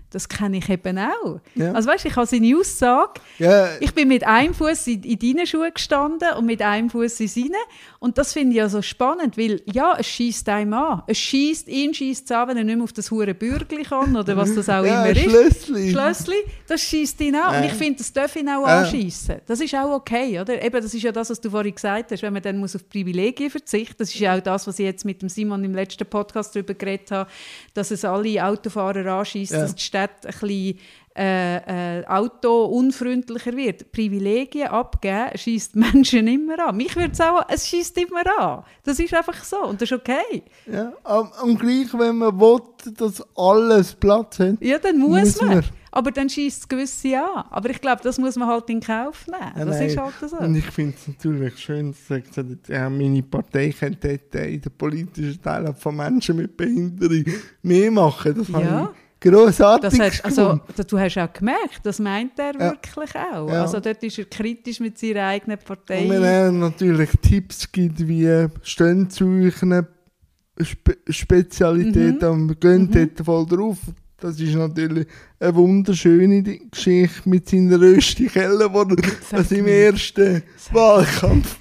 B: Das kenne ich eben auch.
A: Ja.
B: Also weißt, ich habe seine Aussage,
A: Ja.
B: ich bin mit einem Fuß in, in deinen Schuhen gestanden und mit einem Fuß in seinen. Und das finde ich ja so spannend, weil ja, es schießt einem an. Es schießt, ihn schießt es an, wenn er nicht mehr auf das hure Bürgli kann oder was das auch
A: Ja,
B: immer ist.
A: Schlössli.
B: Schlössli, das schießt ihn an.
A: Ja.
B: Und ich finde, das darf ihn auch
A: Ja.
B: anschiessen. Das ist auch okay, oder? Eben, das ist ja das, was du vorhin gesagt hast, wenn man dann muss auf Privilegien verzichten. Das ist ja auch das, was ich jetzt mit dem Simon im letzten Podcast darüber geredet habe, dass es alle Autofahrer anschießt,
A: Ja.
B: dass die Stadt ein bisschen äh, äh, autounfreundlicher wird. Privilegien abgeben schießt Menschen immer an. Mich würde es auch, es schießt immer an. Das ist einfach so und das ist okay.
A: Ja, und gleich, wenn man will, dass alles Platz hat,
B: Ja, dann muss
A: müssen
B: man.
A: wir.
B: Aber dann schießt es gewisse an. Aber ich glaube, das muss man halt in Kauf nehmen.
A: Ja,
B: das
A: nein.
B: ist halt so.
A: Und ich finde es natürlich schön, dass er gesagt hat, ja, meine Partei könnte dort in den politischen Teilen von Menschen mit Behinderung mehr machen. Das
B: Ja.
A: habe ich grossartig
B: Das hast, also,
A: gefunden.
B: da- du hast auch gemerkt, das meint er
A: Ja.
B: wirklich auch.
A: Ja.
B: Also dort ist er kritisch mit seiner eigenen Partei.
A: Und wenn er natürlich Tipps gibt, wie stehen zu euren Spe Spezialitäten und wir gehen
B: Mhm.
A: dort voll drauf. Das ist natürlich eine wunderschöne Di- Geschichte mit seiner Rösti-Kelle, wo er also im ersten Wahlkampf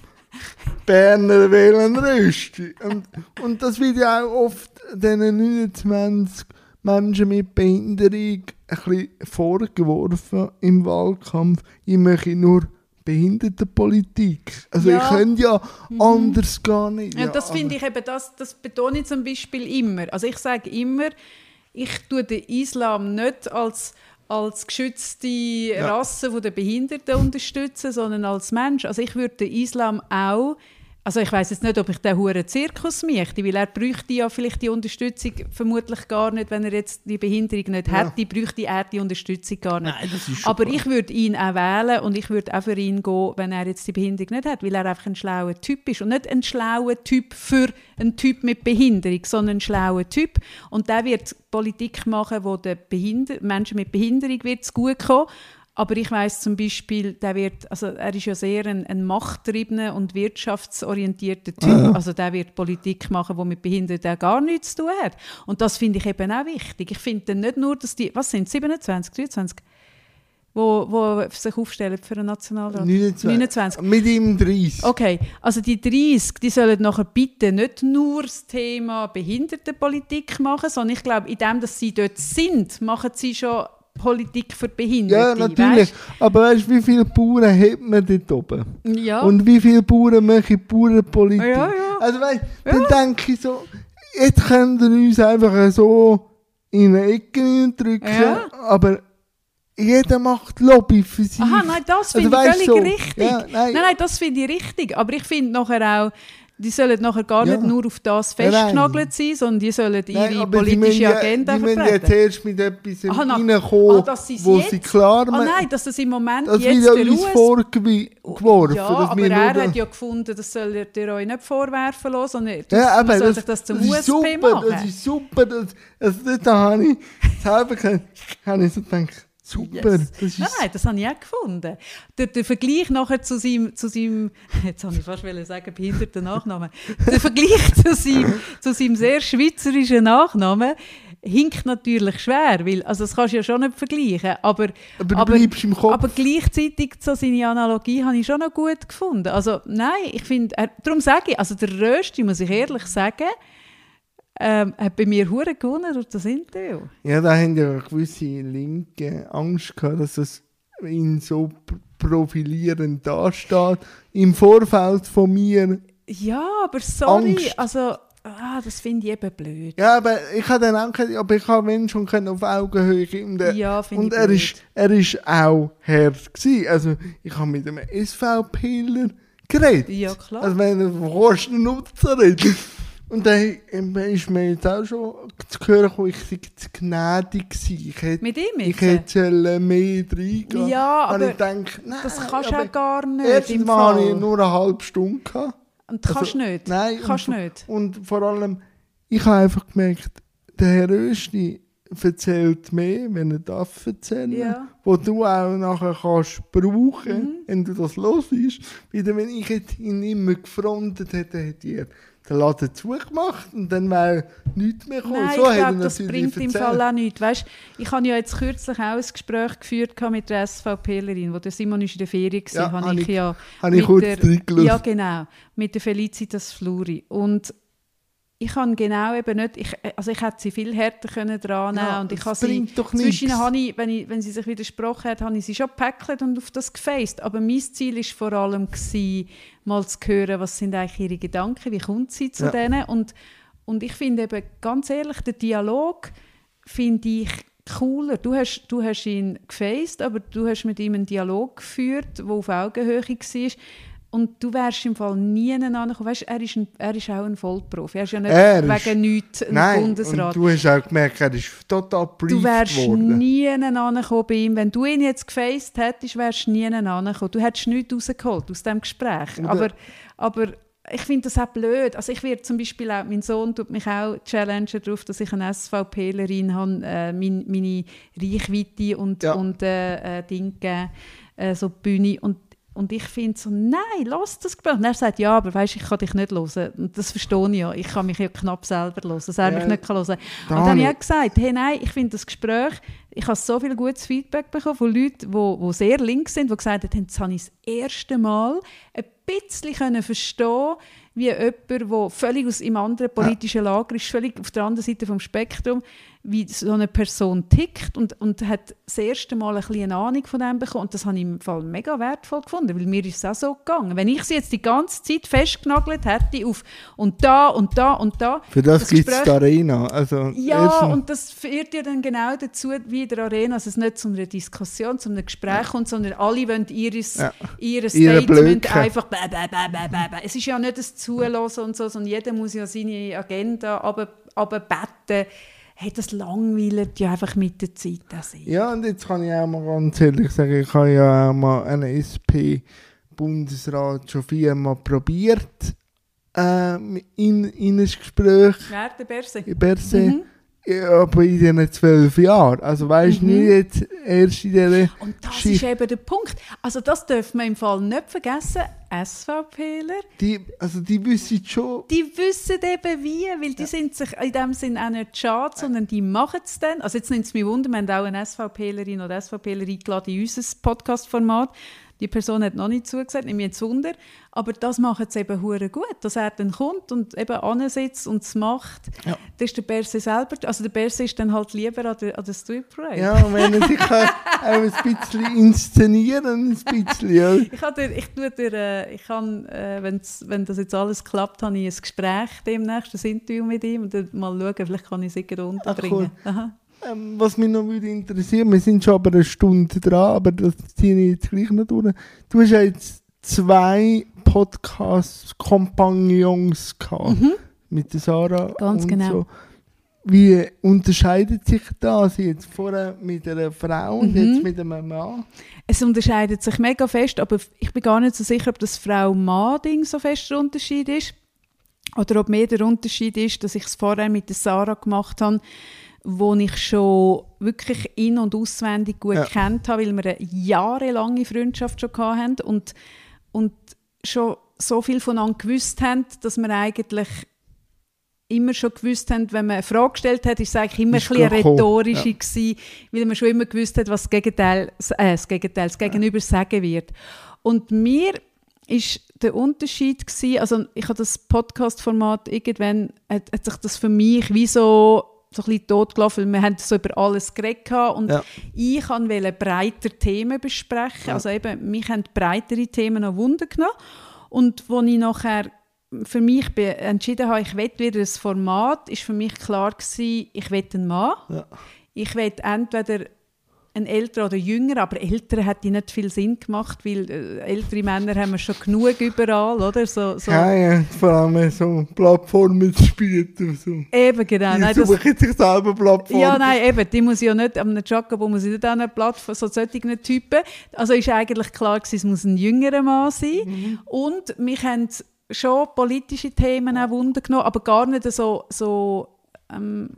A: Berner wählen Rösti. Und, und das wird ja auch oft diesen neunundzwanzig Menschen mit Behinderung ein bisschen vorgeworfen im Wahlkampf. Ich möchte nur Behindertenpolitik. Also
B: Ja.
A: ich könnte ja anders gar nicht.
B: Ja, das finde ich eben, das, das betone ich zum Beispiel immer. Also ich sage immer, ich tue den Islam nicht als, als geschützte
A: Ja.
B: Rasse von der Behinderten unterstützen, sondern als Mensch. Also ich würde den Islam auch, also ich weiss jetzt nicht, ob ich den huren Zirkus möchte, weil er bräuchte ja vielleicht die Unterstützung vermutlich gar nicht, wenn er jetzt die Behinderung nicht
A: Ja.
B: hätte, bräuchte er die Unterstützung gar nicht.
A: Nein, das ist schon
B: Aber
A: klar.
B: ich würde ihn auch wählen und ich würde auch für ihn gehen, wenn er jetzt die Behinderung nicht hat, weil er einfach ein schlauer Typ ist. Und nicht ein schlauer Typ für einen Typ mit Behinderung, sondern ein schlauer Typ. Und der wird Politik machen, wo den Behinder- Menschen mit Behinderung wird gut kommen. Aber ich weiss zum Beispiel, der wird, also er ist ja sehr ein, ein machttriebener und wirtschaftsorientierter Typ.
A: Ah.
B: Also der wird Politik machen, die mit Behinderten gar nichts zu tun hat. Und das finde ich eben auch wichtig. Ich finde dann nicht nur, dass die, was sind siebenundzwanzig, dreiundzwanzig, wo, wo sich aufstellen für einen Nationalrat?
A: neunundzwanzig.
B: neunundzwanzig.
A: Mit ihm dreißig.
B: Okay, also die dreißig, die sollen nachher bitte nicht nur das Thema Behindertenpolitik machen, sondern ich glaube, in dem, dass sie dort sind, machen sie schon Politik für Behinderte.
A: Ja, natürlich.
B: Weißt?
A: Aber weißt du, wie viele Bauern hat man dort oben?
B: Ja.
A: Und wie viele Bauern machen Bauernpolitik?
B: Ja, ja.
A: Also weißt du, dann denke ich so, jetzt können wir uns einfach so in eine Ecke drücken,
B: Ja.
A: aber jeder macht Lobby für sich.
B: Aha, nein, das
A: Also
B: finde ich
A: weißt
B: völlig
A: so,
B: richtig.
A: ja,
B: nein.
A: nein.
B: nein, das finde ich richtig. Aber ich finde nachher auch, die sollen nachher gar
A: Ja.
B: nicht nur auf das
A: Ja, nein.
B: festgenagelt sein, sondern die sollen
A: Nein,
B: ihre
A: aber die müssen
B: politische
A: ja-
B: Agenda
A: die müssen
B: vertreten.
A: jetzt erst mit etwas
B: Aha, na-
A: reinkommen,
B: ah, dass sie's
A: wo
B: jetzt-
A: sie klar
B: Ah
A: machen.
B: nein, dass das im Moment
A: Das
B: jetzt
A: wird ja
B: der
A: uns
B: U S
A: vorgeworfen.
B: Ja,
A: dass
B: aber
A: wir
B: er
A: nur-
B: hat ja gefunden, das soll ihr euch nicht vorwerfen lassen, sondern
A: Ja,
B: man
A: aber
B: soll
A: das,
B: sich das zum
A: das
B: U
A: ist
B: S P
A: super,
B: machen.
A: das ist super. Das, also dort habe ich selber gedacht, habe ich so gedacht, super.
B: Yes.
A: Das ist,
B: Nein, nein, das habe ich auch gefunden. Der, der Vergleich nachher zu seinem, zu seinem, jetzt habe ich fast wollen sagen, behinderten Nachnamen. Der Vergleich zu seinem, zu seinem sehr schweizerischen Nachnamen hinkt natürlich schwer, weil, also das kannst du ja schon nicht vergleichen, aber,
A: aber du
B: aber,
A: bleibst im Kopf.
B: aber gleichzeitig so seine Analogie habe ich schon noch gut gefunden. Also nein, ich finde, er- darum sage ich, also der Rösti, muss ich ehrlich sagen, ähm, hat bei mir hure gewonnen durch das Interview.
A: Ja, da haben ja gewisse Linke Angst gehabt, dass es ihn so p- profilierend dasteht. Im Vorfeld von mir.
B: Ja, aber sorry,
A: Angst.
B: also ah, das finde ich eben blöd.
A: Ja, aber ich habe dann auch gesagt, aber ich habe wenn schon können auf Augenhöhe. Und, er-
B: Ja, finde
A: und
B: ich
A: er
B: blöd.
A: ist, er ist auch hart gewesen. Also ich habe mit einem SVPler geredet.
B: Ja, klar.
A: Also wenn er von Kostennutzer redet. Und dann ähm, ist mir jetzt auch schon zu hören gekommen, ich sei zu gnädig gewesen. Ich hätte,
B: Mit ihm
A: ich
B: jetzt?
A: hätte sollen mehr reingehen.
B: Ja,
A: Und
B: aber
A: ich denke, nein,
B: das kannst du
A: aber
B: auch gar nicht
A: erstens
B: im
A: mal habe ich
B: Fall.
A: nur eine halbe Stunde gehabt.
B: Und kannst
A: Also,
B: nicht.
A: Nein,
B: kannst
A: und,
B: nicht.
A: Und vor allem, ich habe einfach gemerkt, der Herr Rösti erzählt mehr, wenn er darf erzählen,
B: Ja.
A: wo du auch nachher kannst brauchen,
B: Mhm.
A: wenn du das hörst. Wieder wenn ich jetzt ihn immer gefrontet hätte, hätte ich den Laden zugemacht und dann wäre nichts mehr gekommen.
B: Nein,
A: so
B: ich
A: hat er
B: glaube, das
A: natürlich
B: bringt im
A: erzählt.
B: Fall auch nichts. Weißt, ich habe ja jetzt kürzlich auch ein Gespräch geführt mit der SVPlerin, wo der Simon ist in der Ferien war,
A: Ja,
B: habe
A: habe
B: ich
A: ich-
B: ja
A: Habe ich
B: mit
A: kurz
B: der,
A: reingelassen.
B: ja genau, mit der Felicitas Fluri. Und ich kann genau eben nicht, ich, also ich hätte sie viel härter können dran nehmen
A: Ja,
B: und ich
A: das
B: habe sie,
A: bringt doch
B: zwischen
A: nichts.
B: habe ich, wenn, ich, wenn sie sich widersprochen hat, habe ich sie schon gepackelt und auf das gefaced. Aber mein Ziel war vor allem, gewesen, mal zu hören, was sind eigentlich ihre Gedanken, wie kommt sie zu
A: Ja.
B: denen. Und, und ich finde eben, ganz ehrlich, der Dialog finde ich cooler. Du hast, du hast ihn gefaced, aber du hast mit ihm einen Dialog geführt, der auf Augenhöhe war. Und du wärst im Fall nie angekommen. Weißt, er, ist ein, er ist auch ein Vollprofi. Er ist ja nicht
A: Er ist-
B: wegen nichts ein
A: Nein,
B: Bundesrat.
A: und du hast auch gemerkt, er ist total
B: Du
A: brieft
B: wärst
A: worden.
B: nie angekommen bei ihm. Wenn du ihn jetzt gefaced hättest, wärst du nie angekommen. Du hättest nichts rausgeholt aus diesem Gespräch.
A: Oder-
B: Aber, aber ich finde das auch blöd. Also ich werde zum Beispiel auch, mein Sohn tut mich auch challengen darauf, dass ich eine SVPlerin habe, äh, mein, meine Reichweite und,
A: Ja.
B: und äh, äh, Dinge geben, äh, so die Bühne. Und Und ich finde so, nein, lass das Gespräch. Und er sagt, ja, aber weißt, ich kann dich nicht hören. Und das verstehe ich ja. Ich kann mich ja knapp selber hören, dass er
A: Ja,
B: mich nicht hören kann.
A: da
B: Und dann habe ich
A: habe
B: auch gesagt, hey, nein, ich finde das Gespräch, ich habe so viel gutes Feedback bekommen von Leuten, die, die sehr links sind, die gesagt haben, jetzt habe ich das erste Mal ein bisschen können verstehen, wie jemand, der völlig aus einem anderen politischen Lager ist, völlig auf der anderen Seite vom Spektrum, wie so eine Person tickt und, und hat das erste Mal ein bisschen eine Ahnung von dem bekommen. Und das habe ich im Fall mega wertvoll gefunden, weil mir ist es auch so gegangen. Wenn ich sie jetzt die ganze Zeit festgenagelt hätte auf und da und da und da.
A: Für das,
B: das
A: gibt es
B: Gespräch-
A: die Arena. Also
B: Ja,
A: erstens-
B: und das führt ja dann genau dazu, wie in der Arena, dass es nicht zu einer Diskussion, zu einem Gespräch kommt, sondern alle wollen ihres,
A: Ja.
B: ihr
A: Ihre
B: Statement
A: Blöcke.
B: einfach bäh, bäh, bäh, bäh, bäh, bäh. Es ist ja nicht das Zuhören und so, sondern jeder muss ja seine Agenda aber, aber betten. Hey, das langweilt ja einfach mit der Zeit. Also.
A: Ja, und jetzt kann ich auch mal ganz ehrlich sagen, ich habe ja auch mal einen S P-Bundesrat schon viermal probiert, äh, in, in ein Gespräch
B: Wer, der Berse?
A: in Berse,
B: Mhm.
A: ja, aber in diesen zwölf Jahren. Also weißt du,
B: Mhm.
A: nicht jetzt erst in dieser
B: Und das
A: Schicht.
B: ist eben der Punkt. Also das dürfen wir im Fall nicht vergessen. SVPler,
A: Die, also die wissen schon,
B: die wissen eben wie, weil die sind sich in dem Sinn auch nicht schade, sondern die machen es dann. Also jetzt nimmt es mich Wunder, wir haben auch eine SVPlerin oder SVPler eingeladen in unser Podcast-Format. Die Person hat noch nicht zugesagt, nimmt mich jetzt Wunder. Aber das macht es eben hure gut, dass er dann kommt und eben ansitzt und es macht.
A: Ja.
B: Das ist der Berse selber. Also der Berse ist dann halt lieber an der, an der Street Parade.
A: ja, wenn er sich auch ein bisschen inszenieren, ein bisschen, ja.
B: Ich, habe dir, ich, tue dir, äh, ich kann, äh, wenn's, wenn das jetzt alles klappt, habe ich ein Gespräch demnächst, ein Interview mit ihm und dann mal schauen, vielleicht kann ich es irgendwie unterbringen.
A: Ach, cool.
B: Aha.
A: Ähm, was mich noch würde interessieren, wir sind schon aber eine Stunde dran, aber das ziehe ich jetzt gleich noch durch. Du hast ja jetzt zwei Podcast-Kompagnons gehabt,
B: Mhm.
A: mit der Sarah
B: Ganz
A: und
B: genau.
A: so. Wie unterscheidet sich das jetzt vorher mit einer Frau und
B: Mhm.
A: jetzt mit einem Mann?
B: Es unterscheidet sich mega fest, aber ich bin gar nicht so sicher, ob das Frau-Mann-Ding so fest der Unterschied ist oder ob mehr der Unterschied ist, dass ich es vorher mit der Sarah gemacht habe, wo ich schon wirklich in- und auswendig gut
A: Ja.
B: kennt habe, weil wir eine jahrelange Freundschaft schon hatten und, und schon so viel voneinander gewusst haben, dass wir eigentlich immer schon gewusst haben, wenn man eine Frage gestellt hat, ist es eigentlich immer
A: Ist
B: ein bisschen eine
A: gekommen,
B: rhetorische
A: ja.
B: gewesen, weil man schon immer gewusst hat, was das Gegenteil, äh, das Gegenteil, das Gegenüber sagen wird. Und mir ist der Unterschied gewesen, also ich habe das Podcast-Format irgendwann, hat, hat sich das für mich wie so so ein bisschen totgelaufen, weil wir haben so über alles geredet und
A: Ja.
B: ich wollte breiter Themen besprechen,
A: Ja.
B: also eben, mich haben breitere Themen noch Wunder genommen und als ich nachher für mich be- entschieden habe, ich will wieder ein Format, ist für mich klar gewesen, ich will einen Mann,
A: Ja.
B: ich will entweder ein älterer oder jünger, aber ältere hätte nicht viel Sinn gemacht, weil äh, ältere Männer haben wir schon genug überall, oder? So, so.
A: Ja, ja, vor allem so Plattformen zu spielen. So.
B: Eben, genau.
A: Die
B: Nein, das,
A: suchen sich selber Plattformen.
B: ja, nein, eben, die muss ja nicht, am Jacobo muss ich nicht an einer Plattform, so solche Typen. Also ist eigentlich klar gewesen, es muss ein jüngerer Mann sein.
A: Mhm.
B: Und mich haben schon politische Themen auch Wunder genommen, aber gar nicht so, so ähm,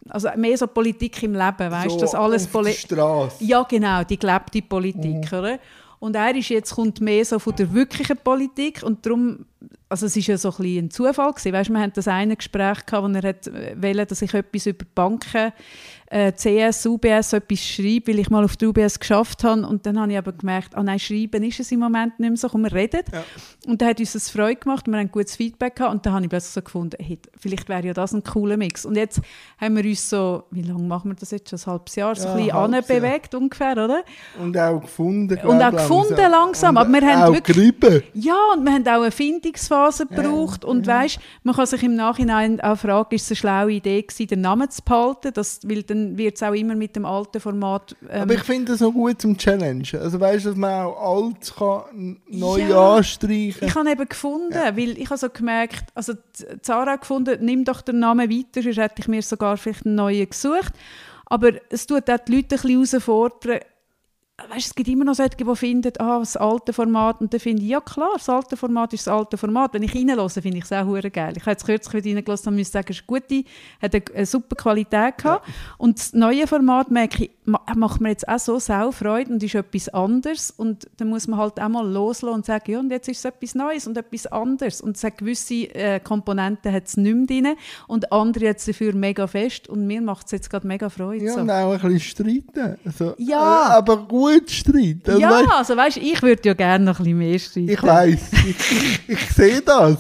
B: also mehr so Politik im Leben, weißt du,
A: so
B: das alles
A: auf der Strasse.
B: Ja, genau, die gelebte Politik, mhm. oder? Und er ist jetzt, kommt mehr so von der wirklichen Politik und darum, also es ist ja so ein bisschen ein Zufall gewesen, weißt, wir hatten das eine Gespräch gehabt, wo er hat wollte, dass ich etwas über Banken, äh, C S, U B S, etwas schreibe, weil ich mal auf der U B S geschafft habe und dann habe ich aber gemerkt, ah nein, schreiben ist es im Moment nicht mehr so, komm, wir reden. Ja. Und dann hat uns das Freude gemacht, wir haben gutes Feedback gehabt und dann habe ich plötzlich so gefunden, hey, vielleicht wäre ja das ein cooler Mix. Und jetzt haben wir uns so, wie lange machen wir das jetzt, schon ein halbes Jahr, so ja, ein bisschen anbewegt ungefähr, oder?
A: Und auch gefunden,
B: Und auch gefunden langsam. langsam. Aber wir haben
A: auch
B: wirklich,
A: gerieben.
B: Ja, und wir haben auch eine Findungsphase gebraucht ja, und ja. Weißt, man kann sich im Nachhinein auch fragen, ist es eine schlaue Idee gewesen, den Namen zu behalten, das, weil dann wird es auch immer mit dem alten Format... Ähm,
A: aber ich finde das auch gut zum Challenge. Also weißt du, dass man auch alt kann, neu
B: ja,
A: anstreichen.
B: Ich habe eben gefunden, ja. weil ich habe so gemerkt, also Zara hat gefunden, nimm doch den Namen weiter, sonst hätte ich mir sogar vielleicht einen neuen gesucht. Aber es tut auch die Leute ein bisschen herausfordern. Weißt, es gibt immer noch solche, die finden, ah, das alte Format. Und dann finde ich, ja klar, das alte Format ist das alte Format. Wenn ich reinhöre, finde ich es auch verdammt geil. Ich habe jetzt kürzlich wieder reingelassen und muss sagen, es ist eine gute, hat eine, eine super Qualität gehabt. Ja. Und das neue Format, merke ich, macht mir jetzt auch so sau Freude und ist etwas anderes. Und dann muss man halt auch mal loslassen und sagen, ja, und jetzt ist es etwas Neues und etwas anderes. Und es hat gewisse äh, Komponenten hat es nicht mehr drin und andere hat es dafür mega fest. Und mir macht es jetzt gerade mega Freude.
A: Ja,
B: so.
A: Und auch ein bisschen streiten. Also,
B: ja.
A: Äh, aber gut. Streit. Also
B: ja,
A: weißt,
B: also weißt, ich würde ja gerne noch ein bisschen mehr streiten.
A: Ich weiss, ich, ich, ich sehe das.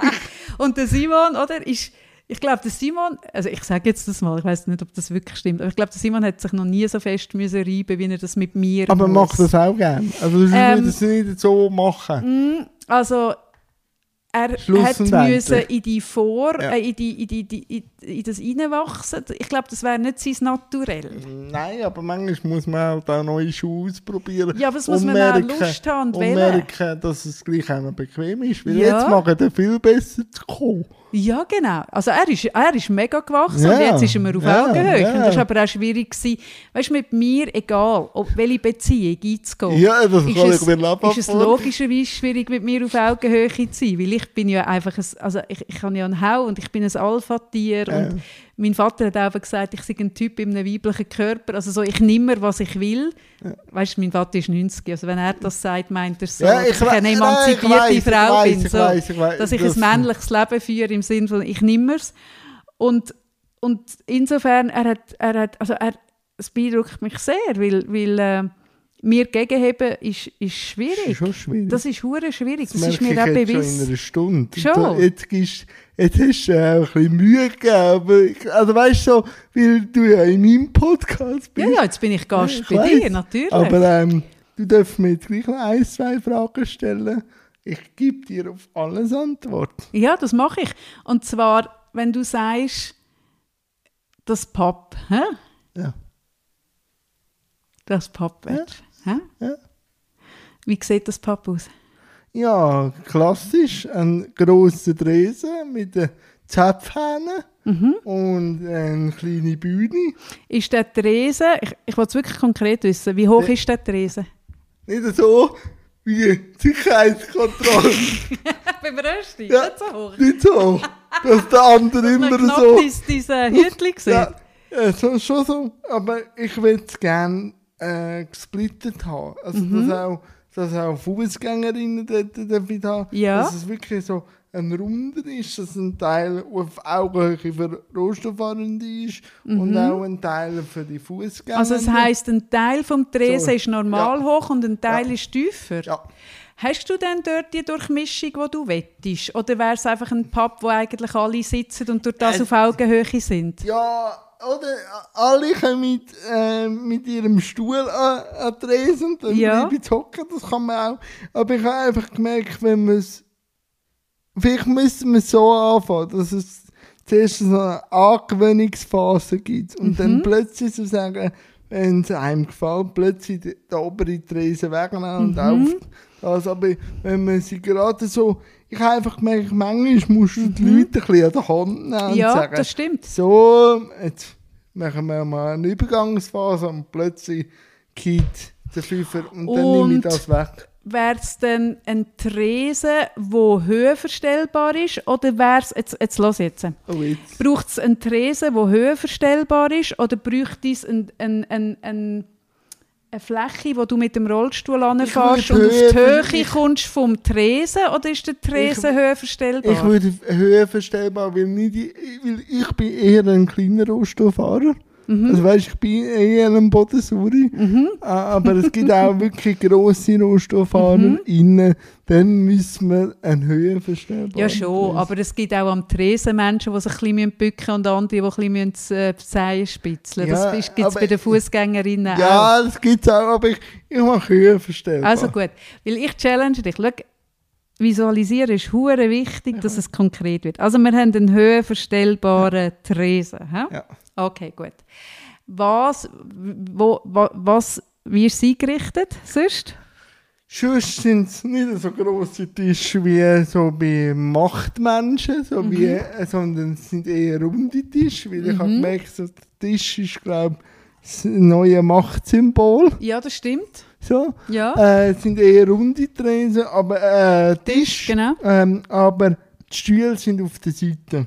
B: Und der Simon, oder, ist, ich glaube, der Simon, also ich sage jetzt das mal, ich weiß nicht, ob das wirklich stimmt, aber ich glaube, der Simon hat sich noch nie so fest müssen reiben, wie er das mit mir
A: aber
B: muss.
A: macht das auch gerne? Also du ähm, würdest es nicht so machen?
B: Also er hat müssen in die Vor, ja. äh, in, die, in, die, die, in das Reinwachsen. Ich glaube, das wäre nicht sein Naturell.
A: Nein, aber manchmal muss man halt auch neue Schuhe ausprobieren.
B: Ja, aber das muss man merken, auch Lust haben und,
A: und merken, dass es gleich auch noch bequem ist. Weil
B: ja.
A: jetzt machen er viel besser zu kommen.
B: Ja, genau. Also er ist, er ist mega gewachsen ja. und jetzt ist er mir auf
A: ja.
B: Augenhöhe.
A: Ja.
B: Und das war aber auch schwierig gewesen. Weißt du, mit mir, egal, ob welche Beziehung einzugehen,
A: ja, das
B: ist,
A: kann
B: es,
A: ich mir
B: ist es logischerweise schwierig, mit mir auf Augenhöhe zu sein. Weil ich bin ja einfach, ein, also ich, ich habe ja einen Hau und ich bin ein Alpha-Tier ja. und mein Vater hat auch gesagt, ich sei ein Typ in einem weiblichen Körper. Also so, ich nehme mir, was ich will. Ja. Weißt du, mein Vater ist neunzig. Also wenn er das sagt, meint er so, ja, ich dass ich eine emanzipierte nein, ich weiss, Frau ich weiss, bin. So, ich weiss, ich weiss, dass ich das ein männliches Leben führe im Sinne von, ich nehme es. Und, und insofern, er hat, er hat, also er, es beeindruckt mich sehr, weil, weil äh, mir gegenheben ist, ist schwierig. Das ist schon schwierig. Das ist hure schwierig. Das, das ist mir auch bewusst.
A: Schon in einer Stunde.
B: Schon?
A: Jetzt, gibst, jetzt hast du auch ein bisschen Mühe gegeben. Also weißt du, so, weil du ja in meinem Podcast bist.
B: Ja, ja, jetzt bin ich Gast ja, ich bei weiss. dir, natürlich.
A: Aber ähm, du darfst mir jetzt gleich noch ein, zwei Fragen stellen. Ich gebe dir auf alles Antwort.
B: Ja, das mache ich. Und zwar, wenn du sagst, das Papp, hä?
A: Ja.
B: Das Papp,
A: ja.
B: Hä?
A: Ja.
B: Wie sieht das Papp aus?
A: Ja, klassisch. Ein grosser Dresen mit den Zäpfhähnen mhm. und eine kleine Bühne.
B: Ist der Dresen, ich, ich will es wirklich konkret wissen, wie hoch der, ist der Dresen?
A: Nicht so wie die Sicherheitskontrolle.
B: Beim Rösti?
A: Ja, nicht so hoch? Nicht so hoch. Dass der andere dass immer
B: man
A: so...
B: Dass diese Hütchen sieht?
A: Ja, ja so, schon so. Aber ich würde es gerne äh, gesplittet haben. Also, mhm. dass auch, dass auch Fußgängerinnen dort haben.
B: Ja.
A: Dass es wirklich so ein Runder ist, dass ein Teil auf Augenhöhe für Rollstuhlfahrende ist mhm. und auch ein Teil für die Fußgänger.
B: Also das heisst, ein Teil vom Tresen
A: so.
B: ist normal ja. hoch und ein Teil
A: ja.
B: ist tiefer?
A: Ja.
B: Hast du denn dort die Durchmischung, die du wettest? Oder wäre es einfach ein Pub, wo eigentlich alle sitzen und durch das äh, auf Augenhöhe sind?
A: Ja, oder alle kommen mit, äh, mit ihrem Stuhl an, an die Tresen und dann
B: ja.
A: bleibe ich hocken, das kann man auch. Aber ich habe einfach gemerkt, wenn man es... Vielleicht müssen wir so anfangen, dass es zuerst so eine Angewöhnungsphase gibt und mhm. dann plötzlich so sagen, wenn es einem gefällt, plötzlich die, die obere Tresen wegnehmen und mhm. auf das. Aber wenn man sie gerade so... Ich habe einfach gemerkt, manchmal musst du die mhm. Leute ein bisschen an der Hand nehmen
B: ja,
A: und sagen,
B: das stimmt.
A: So, jetzt machen wir mal eine Übergangsphase und plötzlich geht der Fünfer und dann und, nehme ich das weg.
B: wäre es dann ein Tresen, der höhenverstellbar ist? Oder wäre es, jetzt, jetzt lass jetzt.
A: Oh, jetzt.
B: Braucht es einen Tresen, der höhenverstellbar ist? Oder braucht es ein, ein, ein, ein, eine Fläche, wo du mit dem Rollstuhl anfährst und auf die Höhe ich, kommst vom Tresen? Oder ist der Tresen ich, höhenverstellbar?
A: Ich würde höhenverstellbar, weil, nicht, weil ich bin eher ein kleiner Rollstuhlfahrer. Mhm. Also weißt, ich bin eher ein Bodensuri, mhm. aber es gibt auch wirklich grosse Rollstuhlfahrer mhm. innen, dann müssen wir eine Höhe verstellen.
B: Ja schon, aber es gibt auch am Tresen Menschen, die sich ein bisschen bücken und andere, die ein bisschen äh, die Zehen spitzeln. Ja, das gibt es bei den Fußgängerinnen
A: ja,
B: auch.
A: Ja, das gibt es auch, aber ich, ich mache Höhe verstellbar.
B: Also gut, weil ich challenge dich. Schau, visualisieren ist hure wichtig, ja. dass es konkret wird. Also wir haben einen höhenverstellbaren ja. Tresen. He? Ja. Okay, gut. Was, wo, wo, was, wie ist es eingerichtet sonst?
A: Sonst sind es nicht so grosse Tische wie so bei Machtmenschen, so mhm. wie, sondern es sind eher runde Tische, weil mhm. ich habe gemerkt, so, der Tisch ist, glaube ich, das neue Machtsymbol.
B: Ja, das stimmt.
A: So.
B: Ja.
A: Äh, es sind eher runde Tresen, aber äh, Tisch, Tisch genau. ähm, aber die Stühle sind auf der Seite.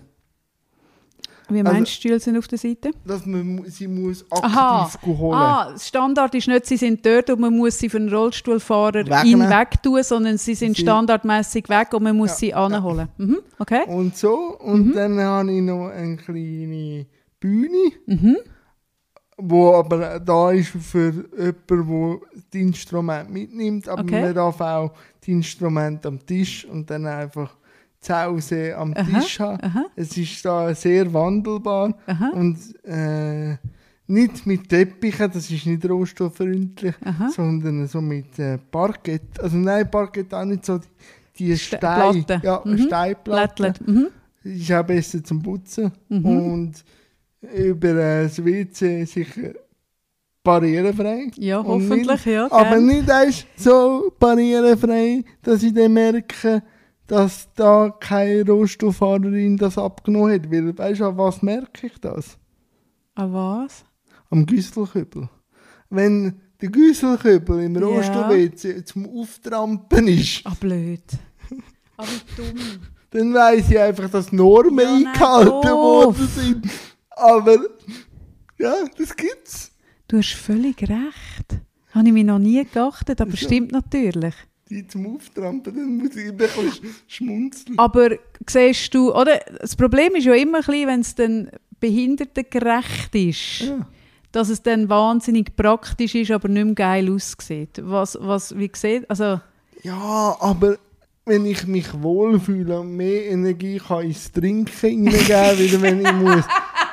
B: Wie meinst du, also, Stühle sind auf der Seite?
A: Dass man sie muss aktiv holen.
B: Ah, das Standard ist nicht, sie sind dort und man muss sie für einen Rollstuhlfahrer in weg tun, sondern sie sind sie standardmäßig weg und man muss ja, sie anholen. Ja. Mhm, okay.
A: Und so, und mhm. dann habe ich noch eine kleine Bühne,
B: mhm.
A: wo aber da ist für jemanden, der das Instrument mitnimmt, aber okay. man darf auch die Instrumente am Tisch und dann einfach zu Hause am aha, Tisch haben. Aha. Es ist da sehr wandelbar aha. und äh, nicht mit Teppichen, das ist nicht rohstofffreundlich, sondern so mit äh, Parkett. Also nein, Parkett auch nicht so die, die Steine, ja, mhm. Steinplatte. Mhm. Ist auch besser zum Putzen mhm. und über äh, das W C sicher barrierefrei.
B: Ja, hoffentlich,
A: nicht,
B: ja.
A: Aber
B: gern.
A: nicht erst so barrierefrei, dass ich dann merke, dass da keine Rollstuhlfahrerin das abgenommen hat. Weil, weißt du, an was merke ich das?
B: An was?
A: Am Güsselkübel. Wenn der Güsselkübel im
B: ja.
A: Rollstuhl zum Auftrampen ist.
B: Ah, blöd. Ah, wie dumm.
A: Dann weiss ich einfach, dass Normen ja, eingehalten worden sind. Aber, ja, das gibt's.
B: Du hast völlig recht. Habe ich mir noch nie geachtet, aber ja. stimmt natürlich.
A: Die zum Auftrampen, dann muss ich ein bisschen schmunzeln.
B: Aber siehst du, oder? Das Problem ist ja immer ein bisschen, wenn es dann behindertengerecht ist, ja. dass es dann wahnsinnig praktisch ist, aber nicht mehr geil aussieht. Was, was, wie sieht, also...
A: Ja, aber wenn ich mich wohlfühle und mehr Energie kann ins Trinken hineingeben, wenn ich muss...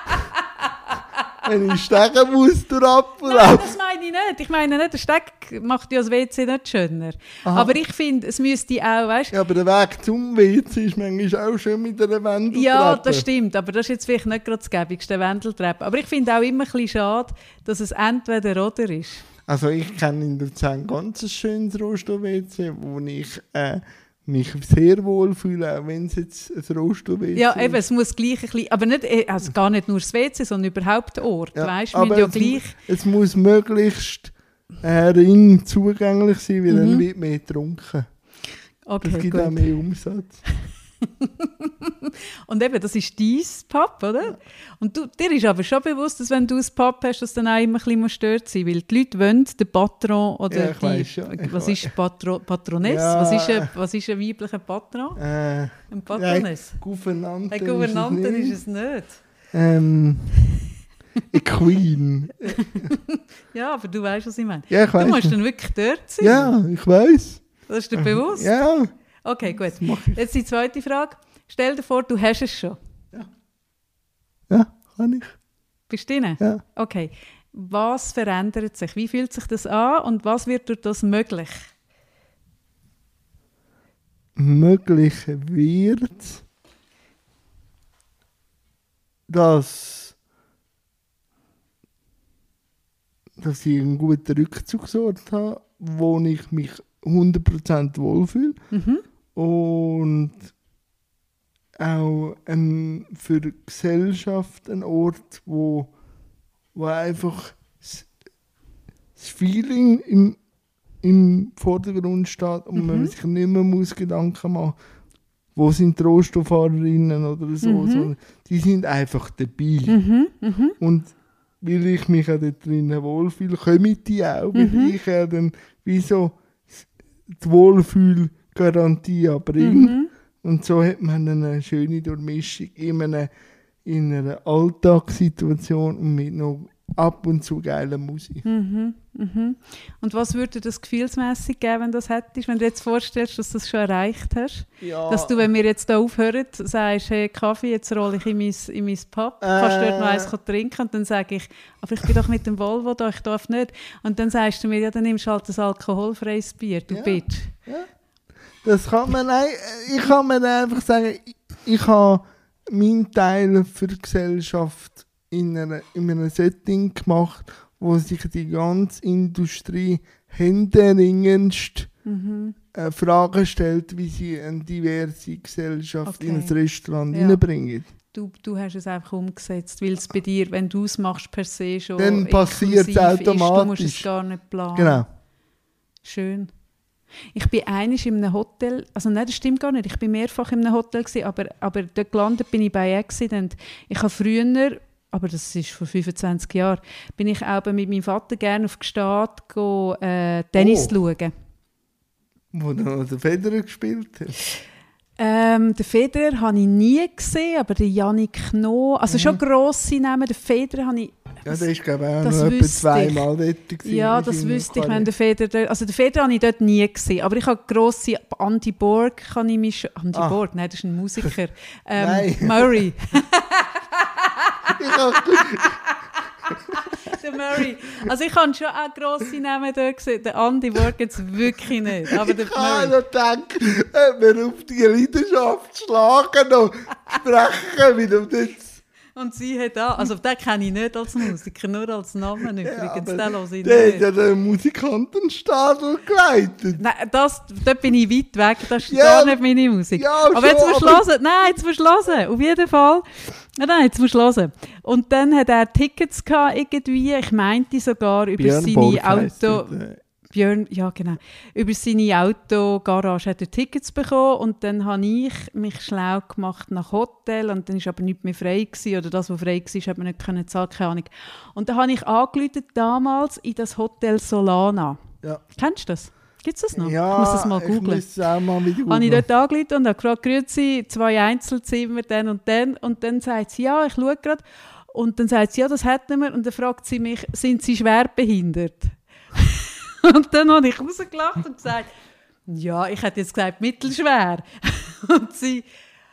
A: Wenn ich stecken muss, durch Ablauf.
B: Nein, das meine ich nicht. Ich meine nicht, der Steck macht ja das W C nicht schöner. Aha. Aber ich finde, es müsste auch, weißt du...
A: Ja, aber der Weg zum W C ist manchmal auch schön mit einer Wendeltreppe.
B: Ja, das stimmt, aber das ist jetzt vielleicht nicht gerade das Gäbigste, Wendeltreppe. Aber ich finde auch immer ein bisschen schade, dass es entweder oder ist.
A: Also ich kenne in Luzern ganz ein schönes Rollstuhl-W C, wo ich... Äh, mich sehr wohl fühlen, auch wenn es jetzt ein Rollstuhl-W C ist.
B: Ja, eben, es muss gleich ein bisschen, aber nicht, also gar nicht nur das W C, sondern überhaupt der Ort,
A: ja,
B: weißt,
A: aber
B: ja
A: es,
B: gleich...
A: es muss möglichst äh, ring zugänglich sein, weil mhm. dann wird mehr getrunken.
B: Okay,
A: das gibt
B: gut.
A: auch mehr Umsatz.
B: Und eben, das ist dein Pub, oder? Ja. Und du, dir ist aber schon bewusst, dass wenn du ein Pub hast, dass dann auch immer ein bisschen stört sein muss, weil die Leute wollen den Patron oder
A: ja, ich
B: die...
A: Weiss, ja, ich
B: was
A: weiss.
B: ist Patro, Patroness?
A: Ja.
B: Was, ist ein, was ist ein weiblicher Patron?
A: Äh,
B: ein Patroness?
A: Gouvernante
B: ein Gouvernante ist es nicht. Ist es nicht.
A: Ähm, eine Queen.
B: Ja, aber du weißt, was ich meine.
A: Ja, ich weiss.
B: Du musst dann wirklich dort sein.
A: Ja, ich weiss.
B: Das ist dir bewusst?
A: Ja.
B: Okay, gut. Jetzt die zweite Frage. Stell dir vor, du hast es schon.
A: Ja. Ja, kann ich.
B: Bist du drin?
A: Ja.
B: Okay. Was verändert sich? Wie fühlt sich das an und was wird durch das möglich?
A: Möglich wird, dass, dass ich einen guten Rückzugsort habe, wo ich mich hundert Prozent wohlfühle.
B: Mhm.
A: Und auch ein, für die Gesellschaft ein Ort, wo, wo einfach das, das Feeling im, im Vordergrund steht und mhm. man sich nicht mehr muss Gedanken machen muss, wo sind die Rohstofffahrerinnen oder so,
B: Mhm.
A: sondern die sind einfach dabei.
B: Mhm. Mhm.
A: Und weil ich mich auch dort drinnen wohlfühle, kommen die auch, weil
B: Mhm.
A: ich ja dann wie so die Wohlfühlgarantie erbringe.
B: Mhm.
A: Und so hat man eine schöne Durchmischung in einer, in einer Alltagssituation und mit noch ab und zu geiler Musik.
B: Mhm. Mhm. Und was würde das gefühlsmässig geben, wenn du das hättest, wenn du dir jetzt vorstellst, dass du das schon erreicht hast?
A: Ja.
B: Dass du, wenn wir jetzt hier aufhören, sagst, hey Kaffee, jetzt rolle ich in mein, in mein Pub, äh. kannst du dort noch eins trinken? Und dann sage ich, aber ich bin doch mit dem Volvo da, ich darf nicht. Und dann sagst du mir, ja, dann nimmst du halt ein alkoholfreies Bier, du
A: Ja.
B: Bitch.
A: Ja. Das kann man, nein, ich kann mir einfach sagen, ich, ich habe meinen Teil für die Gesellschaft in, einer, in einem Setting gemacht, wo sich die ganze Industrie händeringend
B: Mhm.
A: äh, Fragen stellt, wie sie eine diverse Gesellschaft
B: Okay.
A: in ein Restaurant
B: Ja.
A: reinbringen.
B: Du, du hast es einfach umgesetzt, weil es bei dir, wenn du es machst, per se schon
A: Dann passiert es
B: inklusiv ist, du musst
A: automatisch.
B: es gar nicht planen.
A: Genau.
B: Schön. Ich bin einmal in einem Hotel, also nein, das stimmt gar nicht, ich bin mehrfach in einem Hotel gewesen, aber, aber dort gelandet bin ich bei Accident. Ich habe früher, aber das ist vor fünfundzwanzig Jahren, bin ich auch mit meinem Vater gerne auf Gstaad go, äh, Tennis
A: Oh.
B: schauen.
A: Wo dann der Federer gespielt hat.
B: Ähm, den Federer habe ich nie gesehen, aber den Yannick Noah, also
A: Mhm.
B: schon grosse Namen, den Federer habe ich...
A: Ja, der ist glaube ich auch
B: das
A: noch etwa
B: wüsste ich.
A: zweimal dort gewesen
B: Ja,
A: in
B: das
A: seiner
B: wüsste ich,
A: Karriere.
B: wenn der Federer... Also den Federer habe ich dort nie gesehen, aber ich habe grosse... Andy Borg kann ich mich... schon- Andy
A: Ah.
B: Borg? Nein, das ist ein Musiker. Ähm,
A: Nein.
B: Murray.
A: Ich hab-
B: Der Murray. Also ich habe schon auch grosse Namen dort gesehen. Der Andy Borg jetzt wirklich nicht, aber der
A: Ich habe
B: Murray.
A: noch gedacht, ob wir auf die Leidenschaftsschlager noch sprechen, wie du jetzt...
B: Und sie hat auch... Also den kenne ich nicht als Musiker, nur als Namen übrigens.
A: aber
B: Den höre ich
A: der hat
B: nicht.
A: ja den Musikantenstadel geleitet.
B: Nein, das, dort bin ich weit weg, das ist
A: Ja,
B: gar nicht meine Musik.
A: ja,
B: aber jetzt
A: schon,
B: musst du
A: aber-
B: hören. Nein, jetzt musst du hören. Auf jeden Fall. Nein, nein, jetzt musst du hören. Und dann hat er Tickets gehabt, irgendwie. Ich meinte sogar über
A: Björn Borg
B: seine
A: heisst
B: Auto...
A: der.
B: Björn, ja genau. Über seine Autogarage hat er Tickets bekommen und dann habe ich mich schlau gemacht nach Hotel und dann war aber nichts mehr frei gewesen, oder das, was frei war, hat man nicht können zahlen, keine Ahnung. Und dann habe ich angerufen damals in das Hotel Solana.
A: Ja.
B: Kennst du das? Gibt es das noch?
A: Ja,
B: ich muss das mal
A: ich
B: googeln.
A: muss es auch mal wieder
B: Habe ich
A: googeln.
B: dort angerufen und habe gefragt, grüezi, zwei Einzelzimmer, dann und dann. Und dann sagt sie, ja, ich schaue gerade. Und dann sagt sie, ja, das hätten wir. Und dann fragt sie mich, sind Sie schwerbehindert? Und dann habe ich rausgelacht und gesagt, ja, ich hätte jetzt gesagt, mittelschwer. Und sie,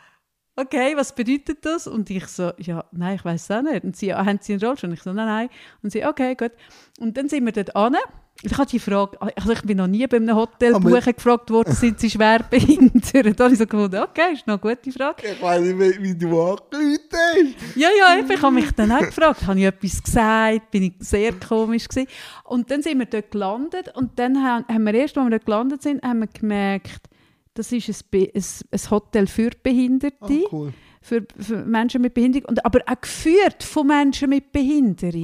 B: okay, was bedeutet das? Und ich so, ja, nein, ich weiß es auch nicht. Und sie, ah, haben Sie einen Rollstuhl? Und ich so, nein, nein. Und sie, okay, gut. Und dann sind wir dort an. Ich habe die Frage, also ich bin noch nie bei einem Hotel
A: Aber-
B: buchen gefragt worden, sind Sie schwerbehindert? Da habe ich so gefunden, okay, ist noch eine gute Frage.
A: Ich weiß nicht, wie, wie du angerufen hast.
B: Ja, ja, eben, ich habe mich dann auch gefragt, habe ich etwas gesagt, bin ich sehr komisch gewesen. Und dann sind wir dort gelandet und dann haben, haben wir erst, als wir dort gelandet sind, haben wir gemerkt, das ist ein, Be- ein, ein Hotel für Behinderte,
A: Ah, cool.
B: für, für Menschen mit Behinderung, und, aber auch geführt von Menschen mit Behinderung.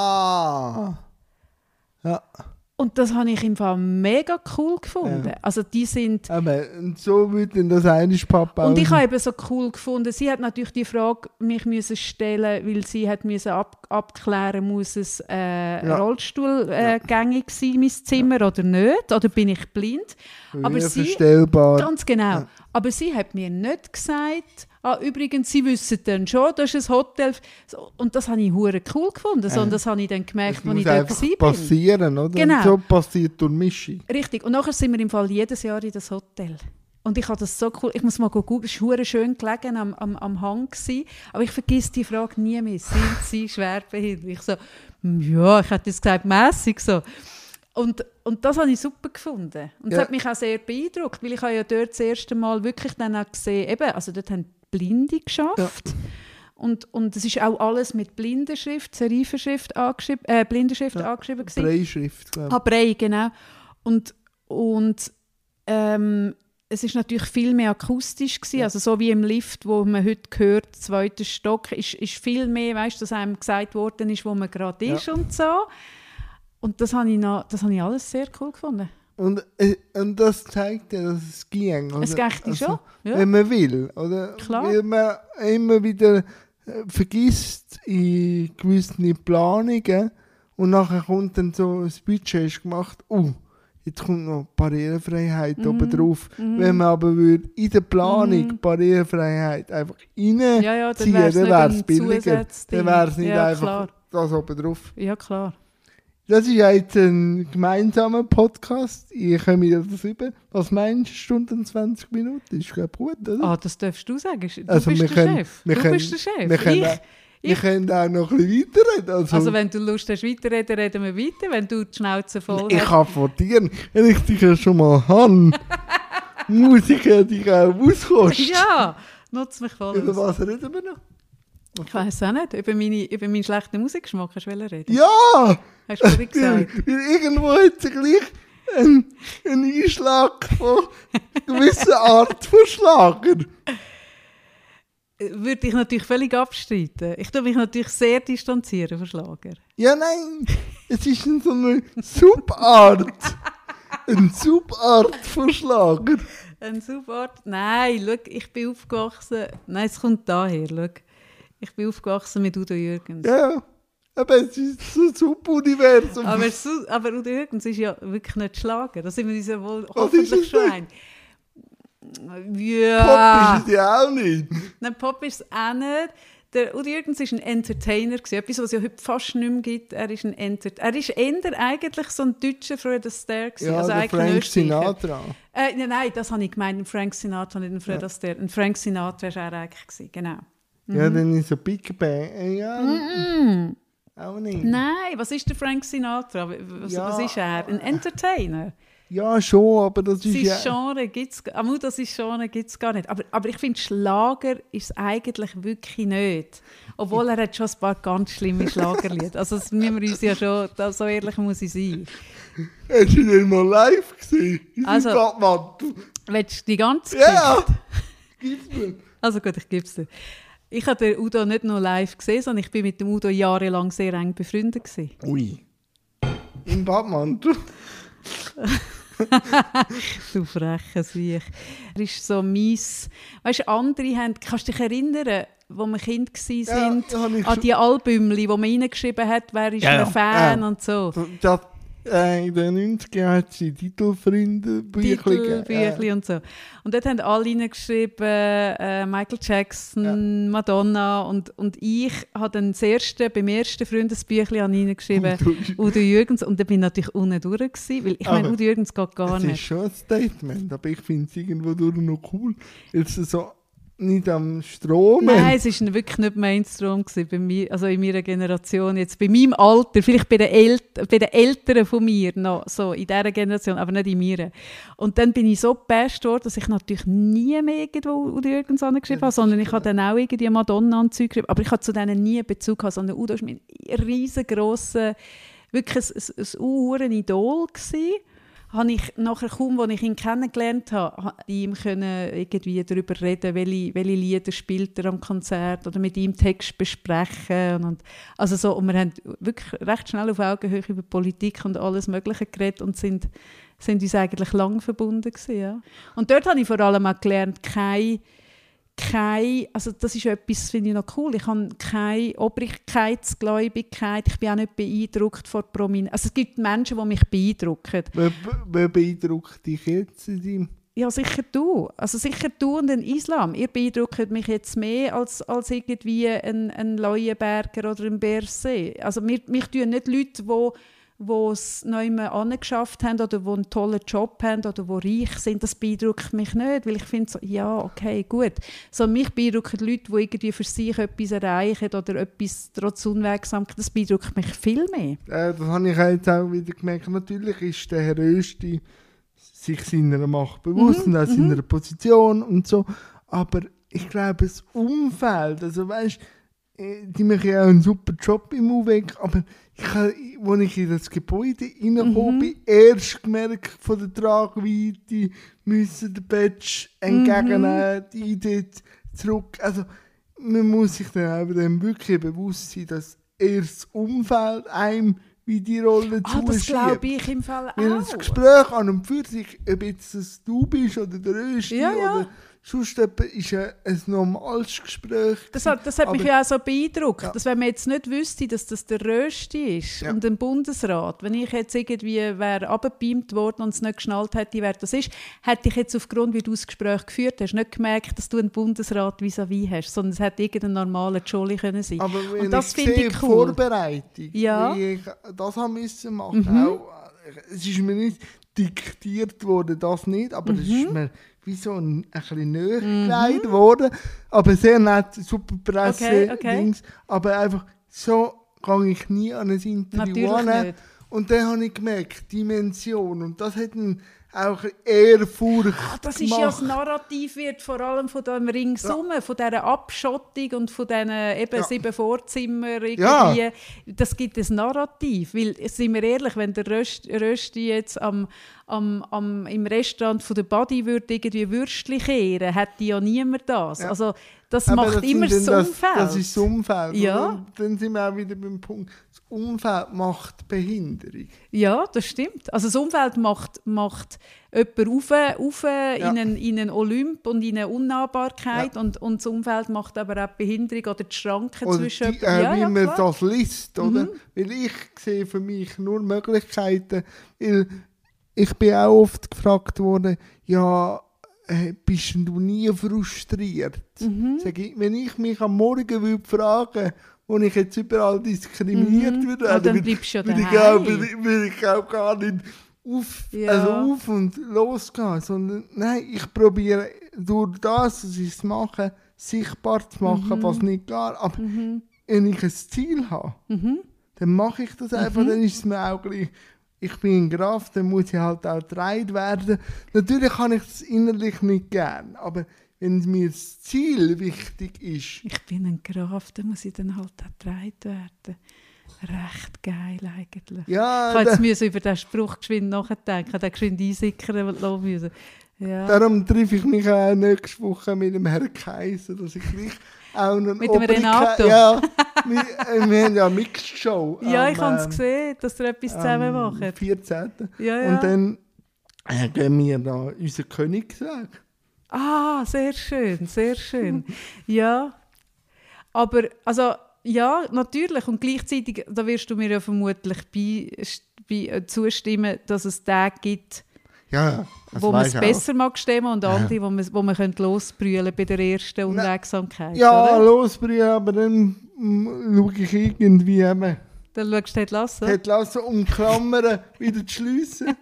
A: Ah. Ja.
B: Und das habe ich im Fall mega cool gefunden.
A: Ja.
B: Also die sind...
A: Aber und so würde denn das eine Papa
B: Und ich
A: auch-
B: habe eben so cool gefunden, sie hat natürlich die Frage mich müssen stellen, weil sie hat müssen ab, abklären, muss es äh,
A: Ja.
B: Rollstuhl äh, gängig sein, mein Zimmer, oder nicht? Oder bin ich blind? Aber
A: Ja,
B: sie,
A: verstellbar.
B: ganz genau.
A: Ja.
B: Aber sie hat mir nicht gesagt, ah, übrigens, sie wissen dann schon, das ist ein Hotel. So, und das habe ich hure cool gefunden, sondern das habe ich dann gemerkt,
A: Das
B: als
A: muss
B: ich dort
A: einfach
B: war.
A: passieren, oder?
B: Genau.
A: Und so passiert durch Mischung.
B: Richtig. Und nachher sind wir im Fall jedes Jahr in das Hotel. Und ich habe das so cool, ich muss mal googeln, es war schön gelegen am, am, am Hang gewesen, aber ich vergesse die Frage nie mehr. Sind Sie schwerbehindert? Ich so, ja, ich hätte jetzt gesagt, mässig so. Und, und das habe ich super gefunden. Und das
A: Ja.
B: hat mich auch sehr beeindruckt, weil ich habe ja dort das erste Mal wirklich dann auch gesehen, eben, also dort haben Blinde geschafft. Und, und es ist auch alles mit Blindenschrift, Serifenschrift angeschrieben, äh, Blindenschrift
A: Ja.
B: angeschrieben gewesen.
A: Breischrift, glaube
B: Ah, Brei, genau. Und, und ähm, es ist natürlich viel mehr akustisch gewesen, also so wie im Lift, wo man heute hört, zweiter Stock, ist, ist viel mehr, weißt, dass einem gesagt worden ist, wo man gerade
A: Ja.
B: ist und so. Und das habe ich, noch, das habe ich alles sehr cool gefunden.
A: Und, äh, und das zeigt ja, dass es ging. Oder?
B: Es geht also, schon, ja.
A: Wenn man will. Oder?
B: Klar.
A: Weil man immer wieder äh, vergisst in gewissen Planungen und nachher kommt dann so ein Budget ist gemacht, uh, jetzt kommt noch Barrierefreiheit
B: Mhm.
A: oben drauf.
B: Mhm.
A: Wenn man aber würde in der Planung
B: Mhm.
A: Barrierefreiheit einfach reinziehen,
B: Ja, ja, dann
A: dann
B: wäre es nicht
A: wäre
B: ein
A: es billiger.
B: Zusatzding.
A: Dann wäre es nicht
B: Ja,
A: einfach
B: klar.
A: das oben drauf.
B: Ja, klar.
A: Das ist ja jetzt ein gemeinsamer Podcast. Ich komme wieder das über. Was meinst du, Stunde und zwanzig Minuten? Ist glaube gut, oder?
B: Ah, das darfst du sagen. Du
A: Also
B: bist
A: wir
B: der
A: können-
B: Chef.
A: wir
B: Du
A: können-
B: bist der Chef.
A: wir können
B: ich,
A: auch- Wir
B: ich-
A: können auch noch ein bisschen weiterreden. Also,
B: also wenn du Lust hast, weiterreden, reden wir weiter. Wenn du die Schnauze voll
A: ich
B: hast.
A: kann von dir, wenn ich dich ja schon mal habe, muss ich ja dich auch auskosten.
B: Ja, nutz mich voll
A: Über
B: aus.
A: was reden wir noch?
B: Ich weiss auch nicht. Über, meine, über meinen schlechten Musikgeschmack hast du reden?
A: Ja!
B: Hast du vorhin gesagt?
A: Weil irgendwo hat sich gleich ein, ein Einschlag von gewisser Art von Schlager.
B: Würde ich natürlich völlig abstreiten. Ich tue mich natürlich sehr distanzieren von Schlager.
A: Ja, nein, es ist so eine Subart. Eine Subart von Schlager.
B: Ein super. Nein, schau, ich bin aufgewachsen. Nein, es kommt daher. Schau. Ich bin aufgewachsen mit Udo Jürgens.
A: Ja, aber es ist so ein Subuniversum.
B: Aber, so, aber Udo Jürgens ist ja wirklich nicht Schlager. Da sind wir uns ja wohl
A: Was ist
B: hoffentlich
A: es
B: schon
A: denn?
B: ein. Ja.
A: Pop ist es ja auch nicht.
B: Nein, Pop ist es auch nicht. Der Udo Jürgens war ein Entertainer, gewesen, etwas, was es ja heute fast nicht mehr gibt. Er ist ein Enter- Er ist eher eigentlich so ein deutscher Fred Astaire. gewesen,
A: Ja,
B: also
A: der
B: eigentlich ein
A: Frank
B: Österreicher.
A: Sinatra.
B: Äh, nein, nein, das habe ich gemeint. Ein Frank Sinatra, nicht ein Fred
A: Ja.
B: Astaire. Ein Frank Sinatra war er eigentlich, gewesen, genau.
A: Ja, dann ist so Big Bang. Äh, Ja,
B: Mm.
A: auch nicht.
B: Nein, was ist der Frank Sinatra? Was,
A: Ja.
B: was ist er? Ein Entertainer?
A: Ja, schon, aber das ist
B: Sein
A: ja...
B: Genre gibt es gar das ist Genre gibt's gar nicht. Aber, aber ich finde, Schlager ist es eigentlich wirklich nicht. Obwohl er hat schon ein paar ganz schlimme Schlagerlieder. Also das müssen wir uns ja schon, da, so ehrlich muss ich sein.
A: Hast du den mal live gesehen? In
B: Also-
A: seinem Badmantel?
B: Willst du die ganze
A: Ja!
B: Geschichte?
A: Gib's mir.
B: Also gut, ich gebe es dir. Ich habe den Udo nicht nur live gesehen, sondern ich bin mit dem Udo jahrelang sehr eng befreundet gewesen.
A: Ui. Im Badmantel?
B: Du freche Siech. Er ist so mies. Weißt du, andere haben, kannst du dich erinnern, wo wir Kind waren,
A: Ja, hab ich
B: an
A: schon-
B: die Albümli, die man reingeschrieben hat, wer ist
A: Ja,
B: ein Fan
A: ja.
B: und so.
A: Das, äh, in den neunziger hat sie Titelfreunde Büchli
B: Titelbüchli und so. Und dort haben alle reingeschrieben, äh, Michael Jackson, Madonna und, und ich habe dann das erste, beim ersten Freundesbüchli reingeschrieben, Udo Jürgens, und dann bin ich natürlich unten durch gewesen, weil ich meine,
A: Aber
B: Udo Jürgens geht gar
A: Das ist
B: nicht.
A: schon ein Statement, aber ich finde es irgendwo durch noch cool, weil es so nicht am Strom
B: Nein, es war wirklich nicht Mainstream gewesen, bei mir, also in meiner Generation, jetzt bei meinem Alter, vielleicht bei den, El bei den Eltern von mir noch, so in dieser Generation, aber nicht in mir. Und dann bin ich so gepasst worden, dass ich natürlich nie mehr irgendwo Udo Jürgens angeschrieben habe, sondern ich habe dann auch irgendwie Madonna-Anzüge geschrieben, aber ich hatte zu denen nie Bezug gehabt, sondern Udo war mein riesengroßer, wirklich ein, ein, ein uhren Idol gewesen. Habe ich nachher kaum, als ich ihn kennengelernt habe, ha- ihm können irgendwie darüber reden, welche, welche Lieder spielt er am Konzert oder mit ihm Text besprechen. Und, also so, und wir haben wirklich recht schnell auf Augenhöhe über Politik und alles Mögliche geredet und sind, sind uns eigentlich lang verbunden gewesen, ja. Und dort habe ich vor allem auch gelernt, keine Kein, also das ist etwas, finde ich noch cool. Ich habe keine Obrigkeitsgläubigkeit. Ich bin auch nicht beeindruckt von Prominenz. Also es gibt Menschen, die mich beeindrucken.
A: Wer, wer beeindruckt dich jetzt in deinem...
B: Ja, sicher du. Also sicher du und den Islam. Ihr beeindruckt mich jetzt mehr als, als irgendwie ein, ein Leuenberger oder ein Berset. Also mich, mich tun nicht Leute, die die es neu angeschafft haben oder die einen tollen Job haben oder die reich sind, das beeindruckt mich nicht, weil ich finde so, ja, okay, gut. So, mich beeindrucken Leute, die irgendwie für sich etwas erreichen oder etwas trotz Unwegsamkeit, das beeindruckt mich viel mehr.
A: Äh, das habe ich jetzt auch wieder gemerkt. Natürlich ist der Herr Östi sich seiner Macht bewusst
B: Mhm,
A: und auch
B: mhm.
A: seiner Position und so. Aber ich glaube, das Umfeld, also weißt äh, die machen ja auch einen super Job im U W E C, aber ich habe, als ich in das Gebäude reingekommen
B: Mhm.
A: bin, erst gemerkt von der Tragweite, müssen den Badge entgegennehmen, die Idee zurück. Also man muss sich dann auch dem wirklich bewusst sein, dass erst das Umfeld einem wie die Rolle
B: Ah, das glaube ich im Fall auch.
A: Weil das Gespräch an und für sich, ob jetzt das du bist oder der Rösti
B: Ja, ja.
A: oder sonst jemand, ist ein, ein normales Gespräch.
B: Das hat, das hat mich
A: Aber-
B: ja auch so beeindruckt,
A: Ja.
B: dass wenn man jetzt nicht wüsste, dass das der Rösti ist
A: Ja.
B: und ein Bundesrat, wenn ich jetzt irgendwie wäre abgebeamt worden und es nicht geschnallt hätte, wer das ist, hätte ich jetzt aufgrund, wie du das Gespräch geführt hast, nicht gemerkt, dass du einen Bundesrat vis-à-vis hast, sondern es hätte irgendein normaler Jolly können sein.
A: Aber wenn
B: Und das
A: ich
B: finde
A: sehe,
B: ich
A: die
B: cool.
A: Vorbereitung,
B: Ja.
A: wie ich das haben müssen machen,
B: Mhm.
A: auch, es ist mir nicht diktiert worden, das nicht, aber es
B: Mhm.
A: ist mir wie so ein, ein bisschen näher gelegt worden, aber sehr nett, super Presse,
B: Okay, okay.
A: Dings, aber einfach so gehe ich nie an ein Interview
B: Natürlich
A: an.
B: nicht.
A: Und dann habe ich gemerkt, Dimension, und das hat ihn auch Ehrfurcht
B: Ah, das ist ja das
A: gemacht.
B: Narrativ wird vor allem von dem Ringsum, von dieser Abschottung und von diesen eben
A: Ja.
B: sieben Vorzimmer irgendwie.
A: Ja.
B: Das gibt ein Narrativ, weil, sind wir ehrlich, wenn der Röst, Rösti jetzt am, am, am, im Restaurant von der Body würde irgendwie Würstchen kehren, hätte ja niemand das.
A: Ja.
B: Also das
A: Aber
B: macht
A: das
B: immer
A: sind
B: das
A: dann
B: Umfeld.
A: Das, das ist das Umfeld.
B: Ja.
A: Und dann sind wir auch wieder beim Punkt, das Umfeld macht Behinderung.
B: Ja, das stimmt. Also das Umfeld macht, macht jemanden rauf, rauf
A: Ja.
B: in, einen, in einen Olymp und in eine Unnahbarkeit, und, und das Umfeld macht aber auch die Behinderung oder die Schranken
A: Oder
B: zwischen
A: die,
B: jemandem-
A: äh,
B: ja,
A: wie
B: ja,
A: man
B: klar.
A: das liest, oder?
B: Mhm.
A: Weil ich sehe für mich nur Möglichkeiten, weil ich bin auch oft gefragt worden, ja, äh, bist denn du nie frustriert?
B: Mhm.
A: Sag ich, wenn ich mich am Morgen würde fragen, wo ich jetzt überall diskriminiert
B: Mhm.
A: würde,
B: Ah, dann
A: würde-
B: bleibst du ja
A: würde ich
B: daheim.
A: auch, würde, ich- würde ich auch gar nicht auf,
B: Ja.
A: also auf und losgehen, sondern nein, ich probiere durch das, was ich mache, sichtbar zu machen,
B: Mhm.
A: was nicht geht. Aber
B: Mhm.
A: wenn ich ein Ziel habe,
B: Mhm.
A: dann mache ich das einfach,
B: Mhm.
A: dann ist es mir auch gleich, ich bin in Kraft, dann muss ich halt auch getragen werden. Natürlich kann ich es innerlich nicht gern, aber wenn mir das Ziel wichtig ist,
B: Ich bin ein Graf, da muss ich dann halt auch getragen werden. Recht geil eigentlich.
A: ja,
B: Ich habe jetzt
A: da,
B: müssen über diesen Spruch geschwind nachdenken, ich habe den geschwind einsickern lassen müssen. Ja.
A: darum treffe ich mich auch nächste Woche mit dem Herrn Kaiser, dass ich gleich auch noch
B: Mit dem Renato?
A: Ja, wir, äh, wir haben ja eine Mixed-Show.
B: Ja,
A: am,
B: ich habe es
A: ähm,
B: gesehen, dass ihr etwas zusammen
A: am
B: macht.
A: vierzehnten
B: Ja, ja.
A: Und dann äh, gehen wir da unseren Königsweg.
B: Ah, sehr schön, sehr schön. Ja, aber also ja, natürlich, und gleichzeitig, da wirst du mir ja vermutlich bei, bei, äh, zustimmen, dass es Tage gibt,
A: Ja, das
B: wo man
A: weiss
B: es
A: ich
B: besser mag stemmen und
A: Ja.
B: andere, wo man, wo man könnte losbrüllen bei der ersten Unwegsamkeit.
A: Ja,
B: oder?
A: losbringen, aber dann mm, schaue ich irgendwie eben,
B: Dann schaust du dort lassen.
A: hat lassen, um Klammern wieder zu schliessen.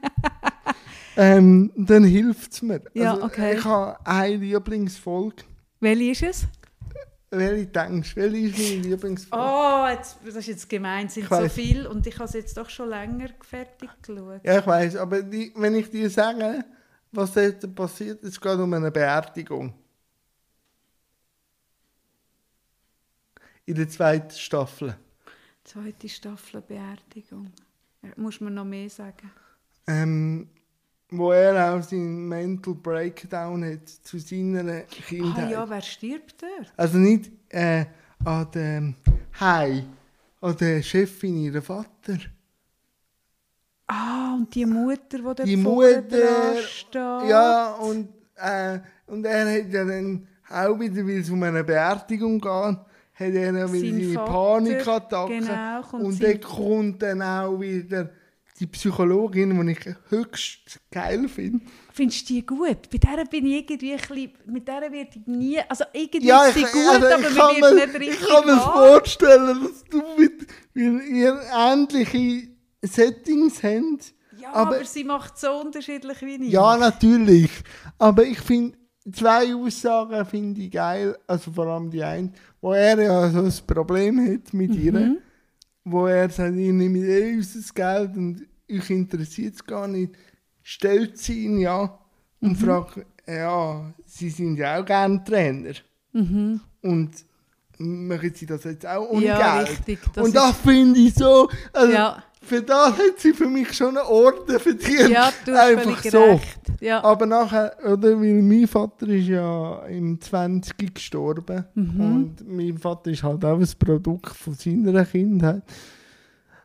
A: ähm, dann hilft es mir.
B: Ja,
A: also,
B: okay.
A: Ich habe eine Lieblingsfolge.
B: Welche ist es?
A: Welche denkst du? Welche ist meine Lieblingsfolge?
B: Oh, jetzt, das ist jetzt gemein, es sind
A: Ich
B: so
A: weiss.
B: viel und ich habe es jetzt doch schon länger fertig geschaut.
A: Ja, ich weiss, aber die, wenn ich dir sage, was dort passiert, es geht um eine Beerdigung. In der zweiten Staffel.
B: Zweite Staffel Beerdigung. Ja, muss man noch mehr sagen?
A: Ähm, wo er auch seinen Mental Breakdown hat zu seiner Kindheit.
B: Ah ja, wer stirbt dort?
A: Also nicht äh, an dem Hai, an der Chefin, ihrem Vater.
B: Ah, und die Mutter, die dort
A: Die
B: vorne
A: Mutter,
B: dran steht.
A: Ja, und, äh, und er hat ja dann auch wieder, weil es um eine Beerdigung geht, hat er ja wieder
B: Sein
A: seine
B: Vater,
A: Panikattacke.
B: genau, kommt
A: und
B: sein-
A: dann kommt dann auch wieder die Psychologin, die ich höchst geil finde.
B: Findest du die gut? Bei der bin ich irgendwie ein bisschen, mit der werde ich nie, also irgendwie
A: Ja,
B: ist sie
A: ich,
B: gut,
A: also,
B: aber
A: ich
B: man
A: kann
B: wird
A: mir,
B: nicht richtig
A: ich kann mir
B: warm.
A: vorstellen, dass du mit, weil ihr ähnliche Settings habt.
B: Ja,
A: aber-
B: aber, sie macht so unterschiedlich wie ich.
A: Ja, natürlich. Aber ich finde, zwei Aussagen finde ich geil. Also vor allem die eine, wo er ja so ein Problem hat mit
B: Mhm.
A: ihr. Wo er sagt, ich nehme eh unser Geld und euch interessiert es gar nicht. Stellt sie ihn ja und
B: Mhm.
A: fragt, ja, sie sind ja auch gerne Trainer.
B: Mhm.
A: Und machen sie das jetzt auch ohne
B: Ja,
A: Geld?
B: richtig. Das
A: und das finde ich so, also
B: Ja.
A: für das hat sie für mich schon einen Orden verdient.
B: Ja, du hast
A: Einfach
B: völlig
A: so.
B: recht. Ja.
A: Aber nachher, oder, weil mein Vater ist ja im zwanzig gestorben
B: Mhm.
A: und mein Vater ist halt auch ein Produkt von seiner Kindheit.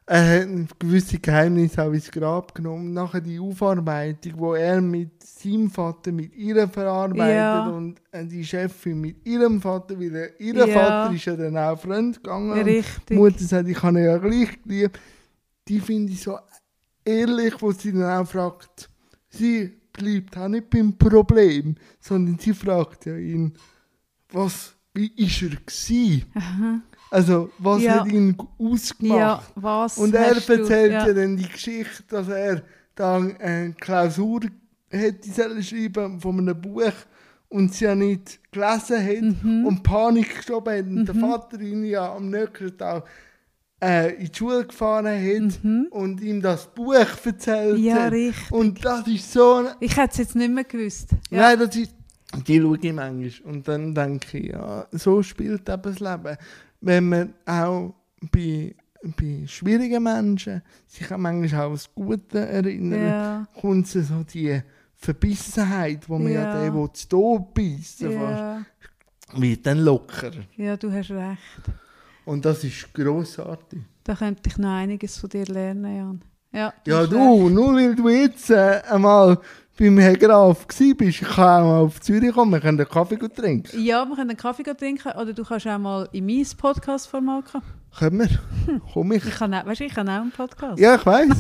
A: Er hat gewisse Geheimnisse auch ins Grab genommen. Nachher die Aufarbeitung, wo er mit seinem Vater, mit ihr verarbeitet
B: Ja.
A: und die Chefin mit ihrem Vater, weil er, ihr
B: Ja.
A: Vater ist ja dann auch fremd gegangen.
B: Richtig.
A: Die Mutter sagt, ich habe ihn ja gleich geliebt. Die finde ich so ehrlich, wo sie dann auch fragt, sie bleibt auch nicht beim Problem, sondern sie fragt ja ihn, was, wie ist er gewesen?
B: Aha.
A: Also, was
B: Ja.
A: hat ihn ausgemacht?
B: Ja, was
A: Und er
B: hast du-
A: erzählt
B: ja.
A: ja dann die Geschichte, dass er dann eine Klausur hätte sollen schreiben von einem Buch und sie ja nicht gelesen hat
B: Mhm.
A: und Panik geschoben hat und der Vater ihn ja am nächsten Tag äh, in die Schule gefahren hat und ihm das Buch erzählt
B: Mhm. Ja,
A: hat.
B: richtig.
A: Und das ist so... Ein,
B: Ich hätte es jetzt nicht mehr gewusst. Ja.
A: Nein, das ist... Die schaue ich manchmal und dann denke ich, ja, so spielt eben das Leben. Wenn man auch bei, bei schwierigen Menschen sich auch manchmal auch an das Gute erinnern,
B: Ja.
A: kommt so die Verbissenheit, wo man ja,
B: Ja.
A: den will, zu Tod beißen
B: Ja.
A: fast, wird dann lockerer.
B: Ja, du hast recht.
A: Und das ist grossartig.
B: Da könnte ich noch einiges von dir lernen, Jan. Ja,
A: Ja,
B: hast
A: du,
B: recht.
A: nur weil du jetzt äh, einmal beim Herrn Graf warst, ich kann auch mal auf Zürich kommen, wir können einen Kaffee gut trinken.
B: Ja, wir können einen Kaffee trinken oder du kannst auch mal in mein Podcast-Format kommen.
A: Können wir? Komm ich.
B: Ich kann auch, weißt du, ich habe auch einen Podcast.
A: Ja, ich weiss.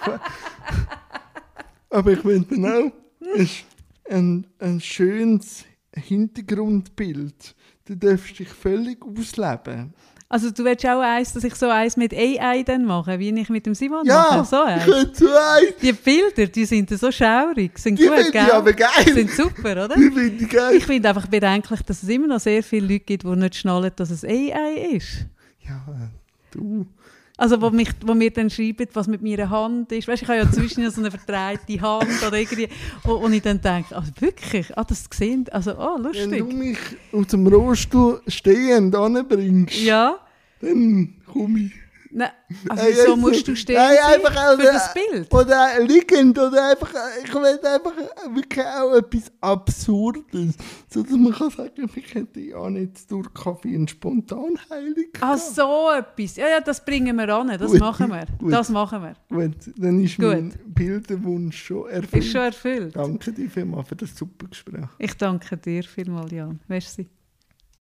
A: Aber ich will dann auch ein, ein, ein schönes Hintergrundbild. Du darfst dich völlig ausleben.
B: Also du willst auch eins, dass ich so eins mit A I dann mache, wie ich mit dem Simon
A: Ja,
B: mache? So
A: ich
B: eins.
A: könnte so eins.
B: Die Bilder, die sind so schaurig, sind
A: Die
B: gut,
A: finde
B: gell?
A: ich aber geil.
B: Sind super, oder?
A: Die finde ich geil.
B: Ich finde einfach bedenklich, dass es immer noch sehr viele Leute gibt, die nicht schnallen, dass es A I ist.
A: Ja, du.
B: Also wo, mich, wo mir dann schreiben, was mit meiner Hand ist. Weißt, ich habe ja zwischen so eine verdrehte Hand oder irgendwie, wo, wo ich dann denke, also wirklich, ah, das gesehen, also oh,
A: Wenn du
B: lustig.
A: mich aus dem Rollstuhl stehend anbringst,
B: Ja,
A: dann komme ich.
B: nein, also
A: Äh,
B: wieso
A: jetzt-
B: musst du stehen
A: Nein,
B: sein
A: einfach auch
B: für
A: der-
B: das Bild?
A: Oder liegend, oder einfach, ich will einfach wirklich auch etwas Absurdes. So dass man kann sagen, ich hätte ja nicht durch Kaffee eine Spontanheilung
B: Ah,
A: gehabt.
B: so etwas. Ja, ja, das bringen wir an, das
A: Gut,
B: machen wir.
A: gut.
B: Das machen wir.
A: Gut, dann ist
B: Gut.
A: mein Bilderwunsch schon erfüllt.
B: Ist schon erfüllt.
A: Danke dir vielmals für das super Gespräch.
B: Ich danke dir vielmals, Jan. Merci.